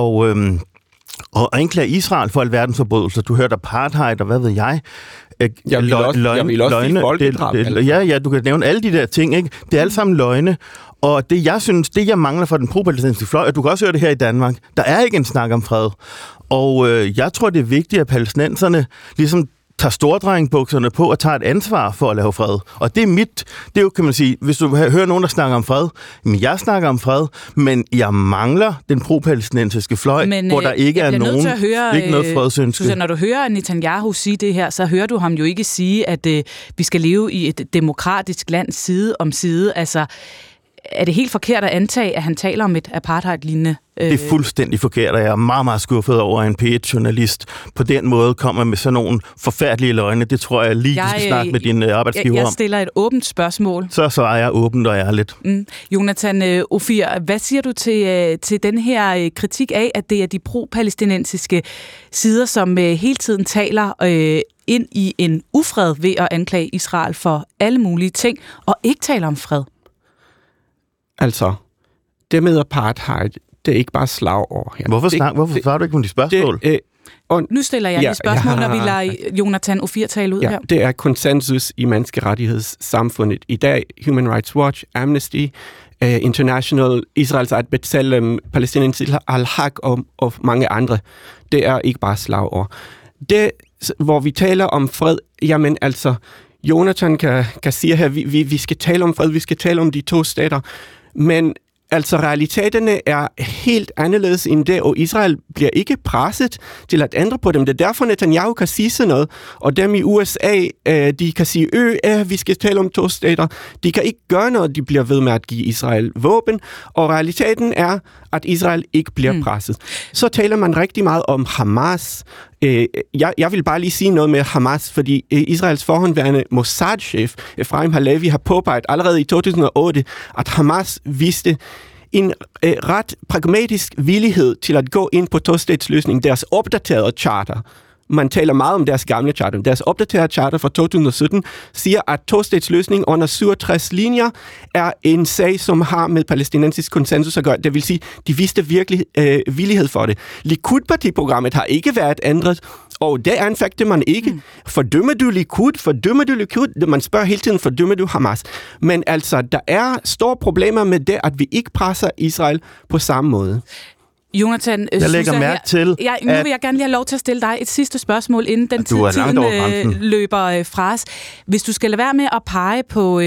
Speaker 20: og anklage Israel for alverdens forbrydelser. Du hørte apartheid, og hvad ved jeg.
Speaker 21: Jeg vil også
Speaker 20: Ja, du kan nævne alle de der ting, ikke? Det er alle sammen løgne. Og det, jeg mangler fra den pro-palæstinensiske fløj, og du kan også høre det her i Danmark, der er ikke en snak om fred. Og jeg tror, det er vigtigt, at palæstinenserne ligesom tager stordrengbukserne på og tager et ansvar for at lave fred. Og det er jo, kan man sige, hvis du hører nogen, der snakker om fred, men jeg snakker om fred, men jeg mangler den pro-palæstinensiske fløj, hvor der ikke er nogen, ikke noget fredsønske.
Speaker 2: Susanne, når du hører Netanyahu sige det her, så hører du ham jo ikke sige, at vi skal leve i et demokratisk land side om side. Altså, er det helt forkert at antage, at han taler om et apartheid-lignende?
Speaker 20: Det er fuldstændig forkert, og jeg er meget, meget skuffet over, at en P1-journalist på den måde kommer med sådan nogle forfærdelige løgne. Det tror jeg lige, du skal snakke med din arbejdsgiver om.
Speaker 2: Jeg stiller et åbent spørgsmål.
Speaker 20: Så svarer jeg åbent og ærligt.
Speaker 2: Jonathan Ofir, hvad siger du til den her kritik af, at det er de pro-palæstinensiske sider, som hele tiden taler ind i en ufred ved at anklage Israel for alle mulige ting, og ikke taler om fred?
Speaker 21: Altså, det med apartheid, det er ikke bare slagord her.
Speaker 20: Hvorfor svarer du ikke på de spørgsmål?
Speaker 2: Nu stiller jeg lige spørgsmål, når vi lader Jonathan Ofir tale ud her.
Speaker 21: Det er konsensus i menneskerettighedssamfundet. I dag, Human Rights Watch, Amnesty, International, Israels eget B'Tselem, Palæstinensis Al-Haq og mange andre. Det er ikke bare slagord. Det, hvor vi taler om fred, jamen altså, Jonathan kan sige her, vi skal tale om fred, vi skal tale om de to stater, men altså realiteterne er helt anderledes end det, og Israel bliver ikke presset til at ændre på dem. Det er derfor Netanyahu kan sige sådan noget, og dem i USA, de kan sige, vi skal tale om to stater. De kan ikke gøre noget, de bliver ved med at give Israel våben, og realiteten er, at Israel ikke bliver presset. Så taler man rigtig meget om Hamas. Jeg vil bare lige sige noget med Hamas, fordi Israels forhåndværende Mossad-chef, Efraim Halevi, har påpeget allerede i 2008, at Hamas viste en ret pragmatisk villighed til at gå ind på tostatsløsning, deres opdaterede charter. Man taler meget om deres gamle charter. Deres opdaterede charter fra 2017 siger, at tostatsløsning under 67 linjer er en sag, som har med palæstinensisk konsensus at gøre. Det vil sige, de viste virkelig villighed for det. Likud-partiprogrammet har ikke været ændret, og det anfægter man ikke. Fordømmer du Likud? Fordømmer du Likud? Man spørger hele tiden, fordømmer du Hamas? Men altså, der er store problemer med det, at vi ikke presser Israel på samme måde.
Speaker 2: Jonathan,
Speaker 20: jeg lægger mærke til,
Speaker 2: nu vil jeg gerne lige have lov til at stille dig et sidste spørgsmål, inden den tiden løber fra os. Hvis du skal lade være med at pege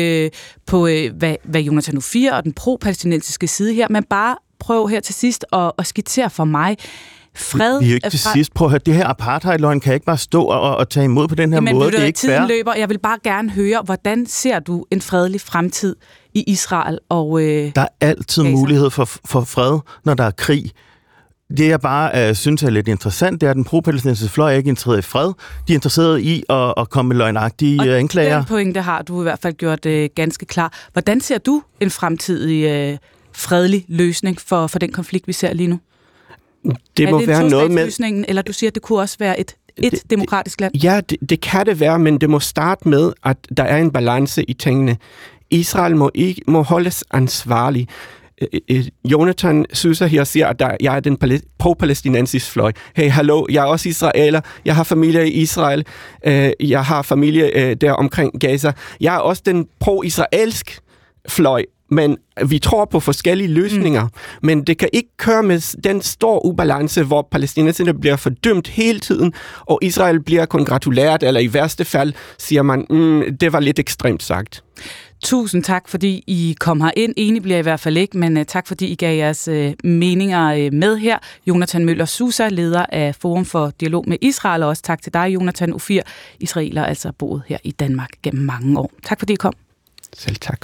Speaker 2: på hvad Jonathan Ofir og den pro-palæstinensiske side her, men bare prøv her til sidst at skitsere for mig fred.
Speaker 20: Vi er ikke til sidst. Prøv at høre, det her apartheid-løgn kan ikke bare stå og tage imod på den her måde. Det er ikke fair.
Speaker 2: Løber. Jeg vil bare gerne høre, hvordan ser du en fredelig fremtid i Israel og
Speaker 20: der er altid mulighed for fred, når der er krig. Det jeg bare synes er lidt interessant, det er, at den pro-palæstinensiske fløj er ikke interesseret i fred. De er interesseret i at komme med løgnagtige anklager.
Speaker 2: Og den pointe har du i hvert fald gjort ganske klar. Hvordan ser du en fremtidig fredelig løsning for den konflikt, vi ser lige nu?
Speaker 21: Det må være noget med
Speaker 2: løsningen, eller du siger, at det kunne også være et demokratisk land?
Speaker 21: Ja, det kan det være, men det må starte med, at der er en balance i tingene. Israel må holdes ansvarlig. Jonathan Susa her siger, at jeg er den pro-palæstinensisk fløj. Hey, hallo, jeg er også israeler. Jeg har familie i Israel. Jeg har familie der omkring Gaza. Jeg er også den pro-israelsk fløj. Men vi tror på forskellige løsninger. Men det kan ikke køre med den store ubalance, hvor palæstinenserne bliver fordømt hele tiden, og Israel bliver kongratuleret, eller i værste fald siger man, det var lidt ekstremt sagt.
Speaker 2: Tusind tak, fordi I kom herind. Enig bliver jeg i hvert fald ikke, men tak, fordi I gav jeres meninger med her. Jonathan Møller Susa, leder af Forum for Dialog med Israel, og også tak til dig, Jonathan Ofir, israeler, altså boet her i Danmark gennem mange år. Tak, fordi I kom.
Speaker 21: Selv tak.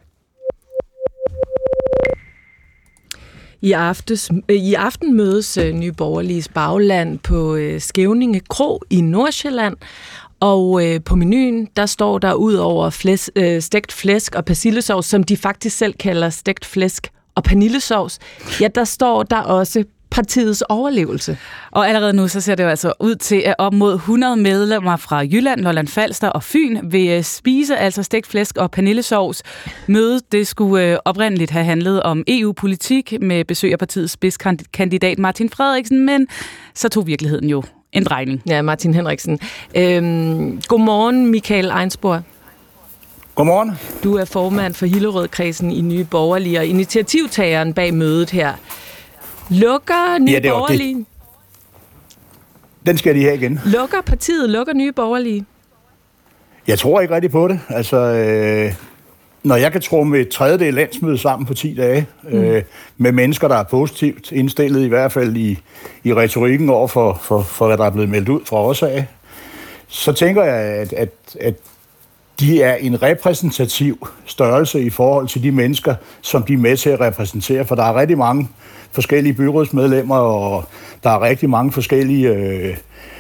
Speaker 3: I aften mødes Nye Borgerliges bagland på Skævninge Kro i Nordsjælland, og på menuen, der står der ud over stegt flæsk og persillesovs, som de faktisk selv kalder stegt flæsk og pernillesovs, ja, der står der også partiets overlevelse.
Speaker 2: Og allerede nu så ser det jo altså ud til, at op mod 100 medlemmer fra Jylland, Lolland Falster og Fyn vil spise altså stegt flæsk og pernillesovs. Mødet, det skulle oprindeligt have handlet om EU-politik med besøg af partiets spidskandidat Martin Frederiksen, men så tog virkeligheden jo en drejning.
Speaker 3: Ja, Martin Henriksen. Godmorgen, Michael Einsborg.
Speaker 7: Godmorgen.
Speaker 3: Du er formand for Hillerød-kredsen i Nye Borgerlige og initiativtageren bag mødet her. Lukker Nye Borgerlige?
Speaker 7: Den skal de have igen.
Speaker 3: Lukker Nye Borgerlige?
Speaker 7: Jeg tror ikke rigtig på det. Altså, når jeg kan tro med et tredjedel landsmøde sammen på 10 dage, med mennesker, der er positivt indstillet, i hvert fald i retorikken over for hvad der er blevet meldt ud fra os af, så tænker jeg, at de er en repræsentativ størrelse i forhold til de mennesker, som de er med til at repræsentere. For der er rigtig mange forskellige byrådsmedlemmer, og der er rigtig mange forskellige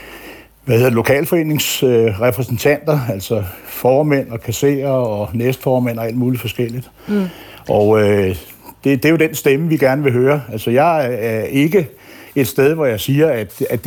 Speaker 7: lokalforeningsrepræsentanter, altså formænd og kasserer og næstformænd og alt muligt forskelligt. Og det er jo den stemme, vi gerne vil høre. Altså jeg er ikke et sted, hvor jeg siger, at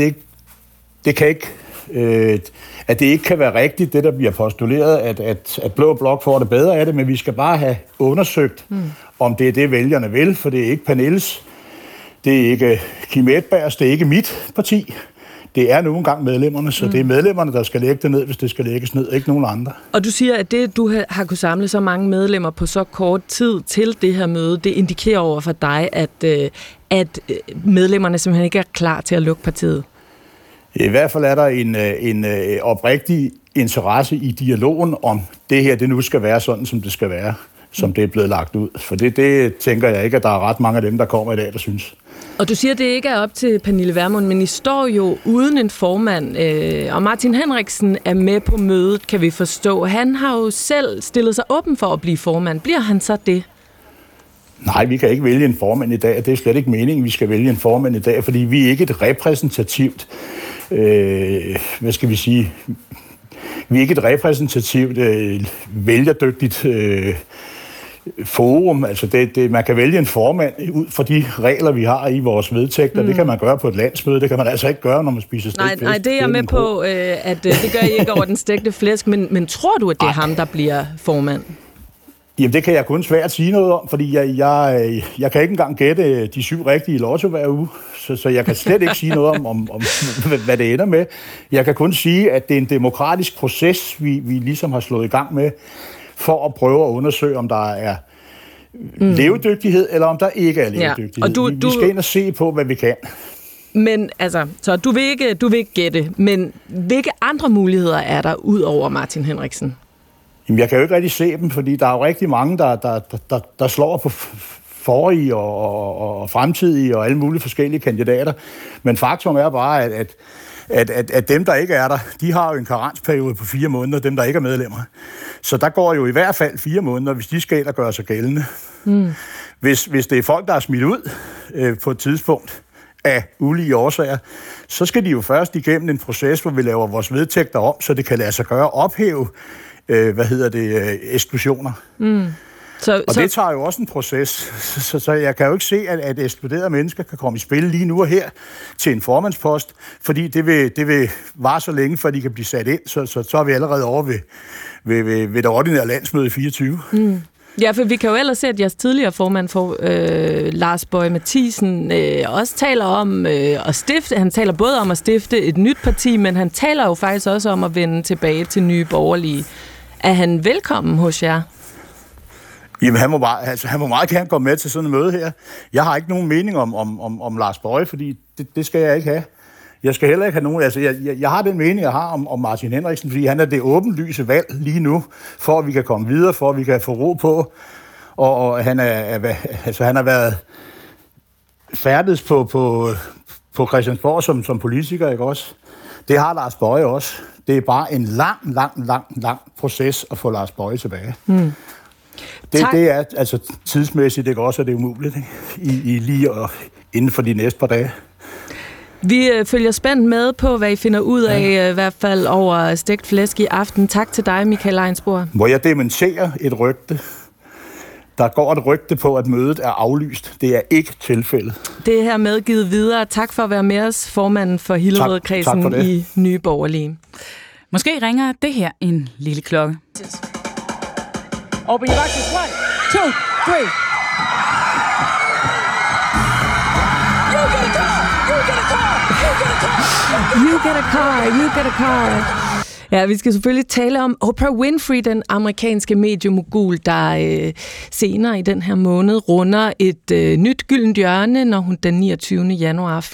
Speaker 7: det ikke kan være rigtigt, det der bliver postuleret, at Blå Blok får det bedre af det, men vi skal bare have undersøgt, om det er det, vælgerne vil, for det er ikke Pernilles, det er ikke Kim Edbergs, det er ikke mit parti. Det er nu engang medlemmerne, så det er medlemmerne, der skal lægge det ned, hvis det skal lægges ned, ikke nogen andre.
Speaker 3: Og du siger, at det, du har kunnet samle så mange medlemmer på så kort tid til det her møde, det indikerer over for dig, at medlemmerne simpelthen ikke er klar til at lukke partiet.
Speaker 7: I hvert fald er der en oprigtig interesse i dialogen om det her, det nu skal være sådan, som det skal være, som det er blevet lagt ud. For det tænker jeg ikke, at der er ret mange af dem, der kommer i dag, der synes.
Speaker 3: Og du siger, at det ikke er op til Pernille Vermund, men I står jo uden en formand, og Martin Henriksen er med på mødet, kan vi forstå. Han har jo selv stillet sig åben for at blive formand. Bliver han så det?
Speaker 7: Nej, vi kan ikke vælge en formand i dag, det er slet ikke meningen, vi skal vælge en formand i dag, fordi vi er ikke et repræsentativt, vi er ikke et repræsentativt, vælgerdygtigt forum. Altså man kan vælge en formand ud fra de regler, vi har i vores vedtægter. Det kan man gøre på et landsmøde, det kan man altså ikke gøre, når man spiser stegt flæsk.
Speaker 3: Nej, det er jeg med på, at det gør I ikke over den stegte flæsk, men tror du, at det er ham, der bliver formand?
Speaker 7: Jamen, det kan jeg kun svært sige noget om, fordi jeg kan ikke engang gætte de 7 rigtige i lotto hver uge, så jeg kan slet ikke sige noget om hvad det ender med. Jeg kan kun sige, at det er en demokratisk proces, vi ligesom har slået i gang med, for at prøve at undersøge, om der er levedygtighed, eller om der ikke er levedygtighed. Ja. Vi skal ind og se på, hvad vi kan.
Speaker 3: Men altså, så du vil ikke gætte, men hvilke andre muligheder er der ud over Martin Henriksen?
Speaker 7: Jamen, jeg kan jo ikke rigtig se dem, fordi der er jo rigtig mange, der slår på forrige og fremtidige og alle mulige forskellige kandidater. Men faktum er bare, at dem, der ikke er der, de har jo en karensperiode på 4 måneder, dem, der ikke er medlemmer. Så der går jo i hvert fald 4 måneder, hvis de skal ind og gøre sig gældende. Hvis det er folk, der er smidt ud på et tidspunkt af ulige årsager, så skal de jo først igennem en proces, hvor vi laver vores vedtægter om, så det kan lade sig gøre at ophæve eksklusioner. Og det tager jo også en proces, så jeg kan jo ikke se, at ekskluderede mennesker kan komme i spil lige nu og her til en formandspost, fordi det vil vare så længe, før de kan blive sat ind, så er vi allerede over ved det ordinære landsmøde i 24.
Speaker 3: Ja, for vi kan jo ellers se, at jeres tidligere formand for Lars Boje Mathiesen også taler om at stifte. Han taler både om at stifte et nyt parti, men han taler jo faktisk også om at vende tilbage til Nye Borgerlige. Er han velkommen hos jer?
Speaker 7: Jamen, han må meget gerne gå med til sådan et møde her. Jeg har ikke nogen mening om Lars Boje, fordi det skal jeg ikke have. Jeg skal heller ikke have nogen... Altså, jeg har den mening, jeg har om Martin Henriksen, fordi han er det åbenlyse valg lige nu, for at vi kan komme videre, for at vi kan få ro på. Og han har været færdes på Christiansborg som politiker, ikke også? Det har Lars Boje også. Det er bare en lang proces at få Lars Boje tilbage. Det er altså tidsmæssigt, det også, at det er umuligt, ikke? Lige inden for de næste par dage.
Speaker 3: Vi følger spændt med på, hvad I finder ud af, i hvert fald over stegt flæsk i aften. Tak til dig, Michael Einsborg.
Speaker 7: Må jeg dementere et rygte? Der går et rygte på, at mødet er aflyst. Det er ikke tilfældet.
Speaker 3: Det er her medgivet videre. Tak for at være med os, formanden for Hillerød-kredsen i Nye Borgerlige.
Speaker 2: Måske ringer det her en lille klokke.
Speaker 1: Open your boxes. 1, 2, 3.
Speaker 3: You get a car. You get a car. Ja, vi skal selvfølgelig tale om Oprah Winfrey, den amerikanske mediemogul, der senere i den her måned runder et nyt gyldent hjørne, når hun den 29. januar fylder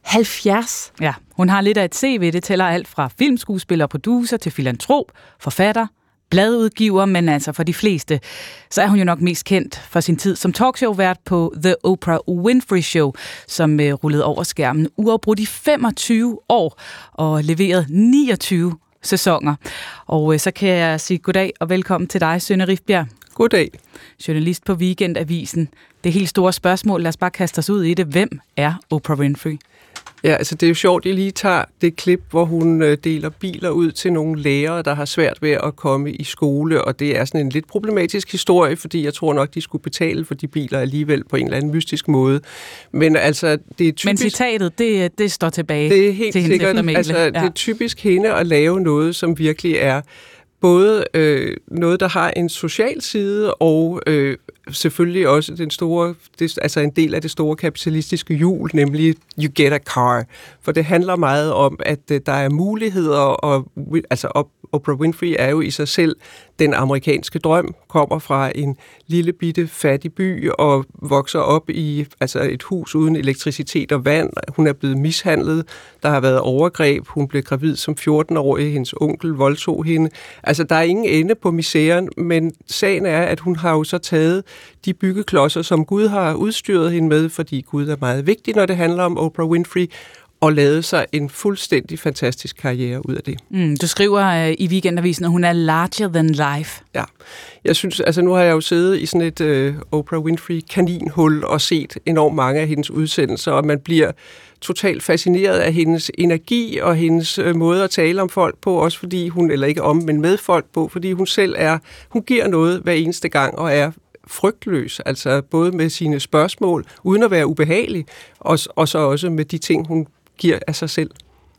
Speaker 3: 70?
Speaker 2: Ja, hun har lidt af et CV. Det tæller alt fra filmskuespiller, producer til filantrop, forfatter, bladudgiver, men altså for de fleste, så er hun jo nok mest kendt for sin tid som talkshow-vært på The Oprah Winfrey Show, som rullede over skærmen uafbrudt i 25 år og leverede 29 sæsoner. Og så kan jeg sige goddag og velkommen til dig, Sønne Rifbjerg.
Speaker 8: Goddag.
Speaker 2: Journalist på Weekendavisen. Det helt store spørgsmål, lad os bare kaste os ud i det. Hvem er Oprah Winfrey?
Speaker 8: Ja, altså det er jo sjovt, at jeg lige tager det klip, hvor hun deler biler ud til nogle lærere, der har svært ved at komme i skole, og det er sådan en lidt problematisk historie, fordi jeg tror nok, de skulle betale for de biler alligevel på en eller anden mystisk måde. Men altså, det er typisk...
Speaker 2: Men citatet, det står tilbage
Speaker 8: det er helt
Speaker 2: til hendes eftermæle.
Speaker 8: Altså, det er typisk hende at lave noget, som virkelig er både noget, der har en social side, og selvfølgelig også altså en del af det store kapitalistiske hjul, nemlig you get a car. For det handler meget om, at der er muligheder, og altså Oprah Winfrey er jo i sig selv den amerikanske drøm, kommer fra en lille bitte fattig by og vokser op i et hus uden elektricitet og vand. Hun er blevet mishandlet, der har været overgreb, hun blev gravid som 14-årig, hendes onkel voldtog hende. Altså, der er ingen ende på misæren, men sagen er, at hun har jo så taget de byggeklodser, som Gud har udstyret hende med, fordi Gud er meget vigtig, når det handler om Oprah Winfrey, og lavede sig en fuldstændig fantastisk karriere ud af det.
Speaker 2: Du skriver i Weekendavisen, at hun er larger than life.
Speaker 8: Ja, jeg synes, altså nu har jeg jo siddet i sådan et Oprah Winfrey kaninhul og set enormt mange af hendes udsendelser, og man bliver totalt fascineret af hendes energi og hendes måde at tale om folk på, også fordi hun, eller ikke om, men med folk på, fordi hun selv hun giver noget hver eneste gang og er frygtløs, altså både med sine spørgsmål, uden at være ubehagelig, og så også med de ting, hun giver af sig selv.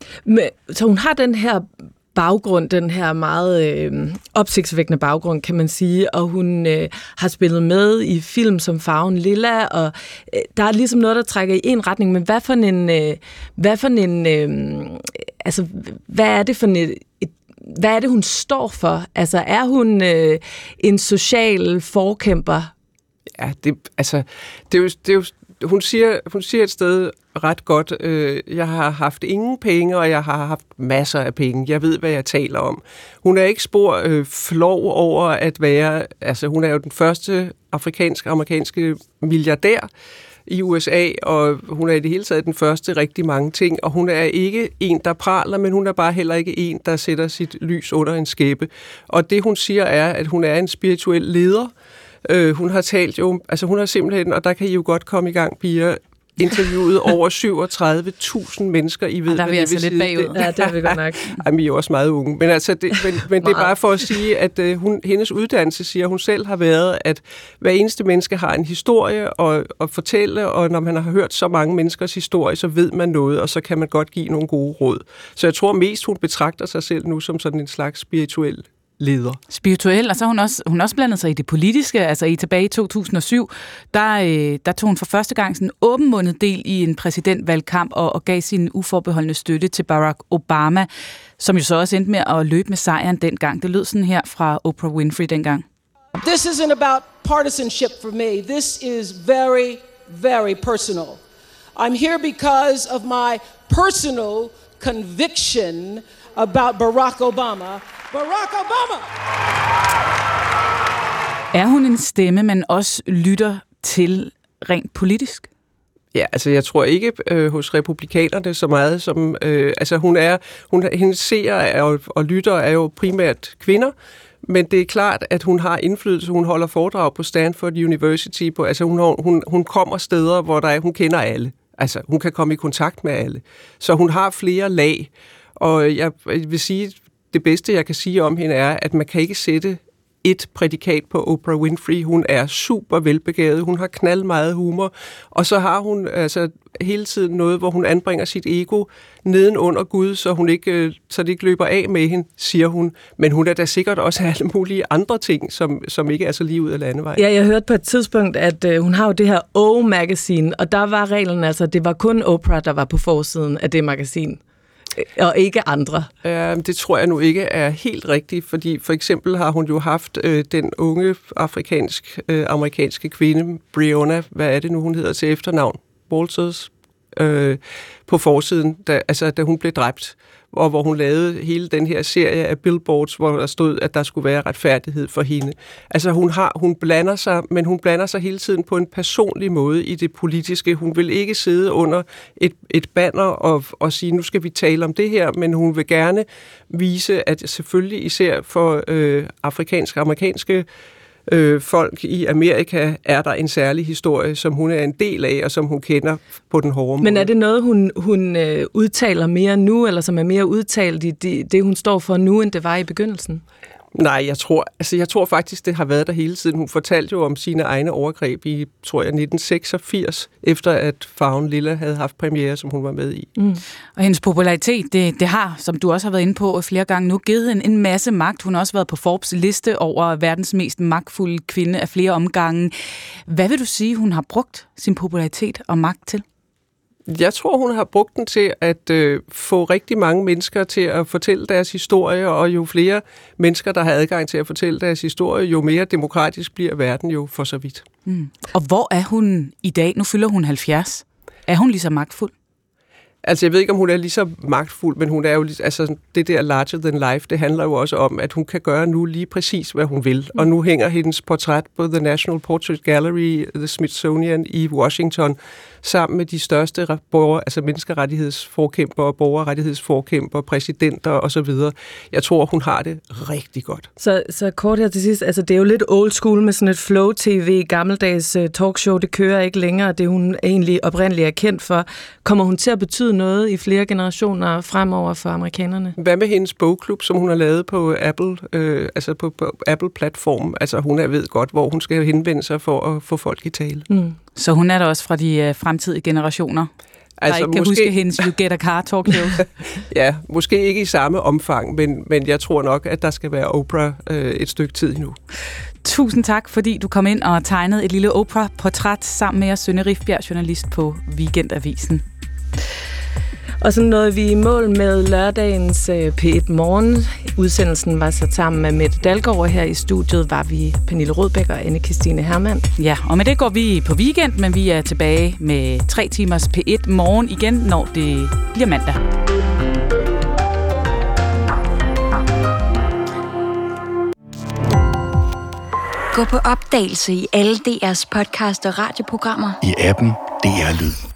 Speaker 3: Så hun har den her baggrund, den her meget opsigtsvækkende baggrund, kan man sige, og hun har spillet med i film som Farven Lilla, og der er ligesom noget, der trækker i en retning, men hvad er det, hun står for? Altså, er hun en social forkæmper?
Speaker 8: Ja, hun siger et sted ret godt, jeg har haft ingen penge, og jeg har haft masser af penge. Jeg ved, hvad jeg taler om. Hun er ikke spor flov over at være, altså hun er jo den første afrikansk-amerikanske milliardær i USA, og hun er i det hele taget den første rigtig mange ting, og hun er ikke en, der praler, men hun er bare heller ikke en, der sætter sit lys under en skæppe. Og det, hun siger, er, at hun er en spirituel leder. Hun har talt jo, altså hun har simpelthen, og der kan I jo godt komme i gang, piger, interviewet over 37.000 mennesker. I ved,
Speaker 2: der er vi altså lidt bagud.
Speaker 3: Ja, det er vi godt nok.
Speaker 8: Jamen, I er jo også meget unge. Men, altså, det er bare for at sige, at hendes uddannelse siger, hun selv har været, at hver eneste menneske har en historie at fortælle, og når man har hørt så mange menneskers historie, så ved man noget, og så kan man godt give nogle gode råd. Så jeg tror mest, hun betragter sig selv nu som sådan en slags spirituel leder.
Speaker 2: Spirituel, og så har hun også blandet sig i det politiske. Altså tilbage i 2007, der tog hun for første gang sådan en åbenmundet del i en præsidentvalgkamp og gav sin uforbeholdne støtte til Barack Obama, som jo så også endte med at løbe med sejren dengang. Det lød sådan her fra Oprah Winfrey dengang.
Speaker 1: This isn't about partisanship for me. This is very, very personal. I'm here because of my personal conviction about Barack Obama. Barack Obama!
Speaker 2: Er hun en stemme, man også lytter til rent politisk?
Speaker 8: Ja, altså jeg tror ikke hos republikanerne så meget som... hendes seere og lyttere er jo primært kvinder, men det er klart, at hun har indflydelse. Hun holder foredrag på Stanford University. Hun kommer steder, hvor hun kender alle. Altså hun kan komme i kontakt med alle. Så hun har flere lag. Og jeg vil sige, det bedste, jeg kan sige om hende, er, at man kan ikke sætte et prædikat på Oprah Winfrey. Hun er super velbegavet, hun har knaldmeget humor, og så har hun altså hele tiden noget, hvor hun anbringer sit ego nedenunder Gud, så det ikke løber af med hende, siger hun. Men hun er da sikkert også alle mulige andre ting, som ikke er så lige ud af landevejen.
Speaker 3: Ja, jeg hørte på et tidspunkt, at hun har jo det her O-magasin, og der var reglen altså, det var kun Oprah, der var på forsiden af det magasin. Og ikke andre.
Speaker 8: Det tror jeg nu ikke er helt rigtigt, fordi for eksempel har hun jo haft den unge amerikanske kvinde, Breonna, hvad er det nu, hun hedder til efternavn? Walters? på forsiden, da hun blev dræbt, og hvor hun lavede hele den her serie af billboards, hvor der stod, at der skulle være retfærdighed for hende. Altså hun blander sig, men hun blander sig hele tiden på en personlig måde i det politiske. Hun vil ikke sidde under et banner og sige, nu skal vi tale om det her, men hun vil gerne vise, at selvfølgelig især for amerikanske folk i Amerika er der en særlig historie, som hun er en del af, og som hun kender på den hårde måde.
Speaker 3: Men er det noget, hun udtaler mere nu, eller som er mere udtalt i det, hun står for nu, end det var i begyndelsen?
Speaker 8: Nej, jeg tror faktisk, det har været der hele tiden. Hun fortalte jo om sine egne overgreb i, tror jeg, 1986, efter at Farven Lilla havde haft premiere, som hun var med i.
Speaker 2: Mm. Og hendes popularitet, det har, som du også har været inde på flere gange nu, givet hende en masse magt. Hun har også været på Forbes liste over verdens mest magtfulde kvinde af flere omgange. Hvad vil du sige, hun har brugt sin popularitet og magt til?
Speaker 8: Jeg tror, hun har brugt den til at få rigtig mange mennesker til at fortælle deres historie, og jo flere mennesker, der har adgang til at fortælle deres historie, jo mere demokratisk bliver verden jo for så vidt.
Speaker 2: Mm. Og hvor er hun i dag? Nu fylder hun 70. Er hun lige så magtfuld?
Speaker 8: Altså, jeg ved ikke, om hun er lige så magtfuld, men hun er jo, altså, det der larger than life, det handler jo også om, at hun kan gøre nu lige præcis, hvad hun vil. Og nu hænger hendes portræt på The National Portrait Gallery, The Smithsonian i Washington, sammen med de største menneskerettighedsforkæmpere, borgerrettighedsforkæmpere, præsidenter osv. Jeg tror, hun har det rigtig godt.
Speaker 3: Så kort her til sidst, altså det er jo lidt old school med sådan et flow-tv, gammeldags talkshow, det kører ikke længere, det hun egentlig oprindeligt er kendt for. Kommer hun til at betyde noget i flere generationer fremover for amerikanerne?
Speaker 8: Hvad med hendes bogklub, som hun har lavet på Apple, på Apple-platformen? Altså hun ved godt, hvor hun skal henvende sig for at få folk i tale.
Speaker 2: Mm. Så hun er der også fra de fremtidige generationer, der ikke kan huske hendes You Get a Car talkshow?
Speaker 8: Ja, måske ikke i samme omfang, men jeg tror nok, at der skal være Oprah et stykke tid endnu.
Speaker 2: Tusind tak, fordi du kom ind og tegnede et lille Oprah-portræt sammen med Sønne Rifbjerg, journalist på Weekendavisen.
Speaker 3: Og så nåede vi i mål med lørdagens P1 Morgen. Udsendelsen var sat sammen med Mette Dalgaard. Her i studiet var vi Pernille Rødbæk og Anne-Kristine Hermann.
Speaker 2: Ja, og med det går vi på weekend, men vi er tilbage med 3 timers P1 Morgen igen, når det bliver mandag.
Speaker 10: Gå på opdagelse i alle DR's podcast og radioprogrammer.
Speaker 22: I appen DR Lyd.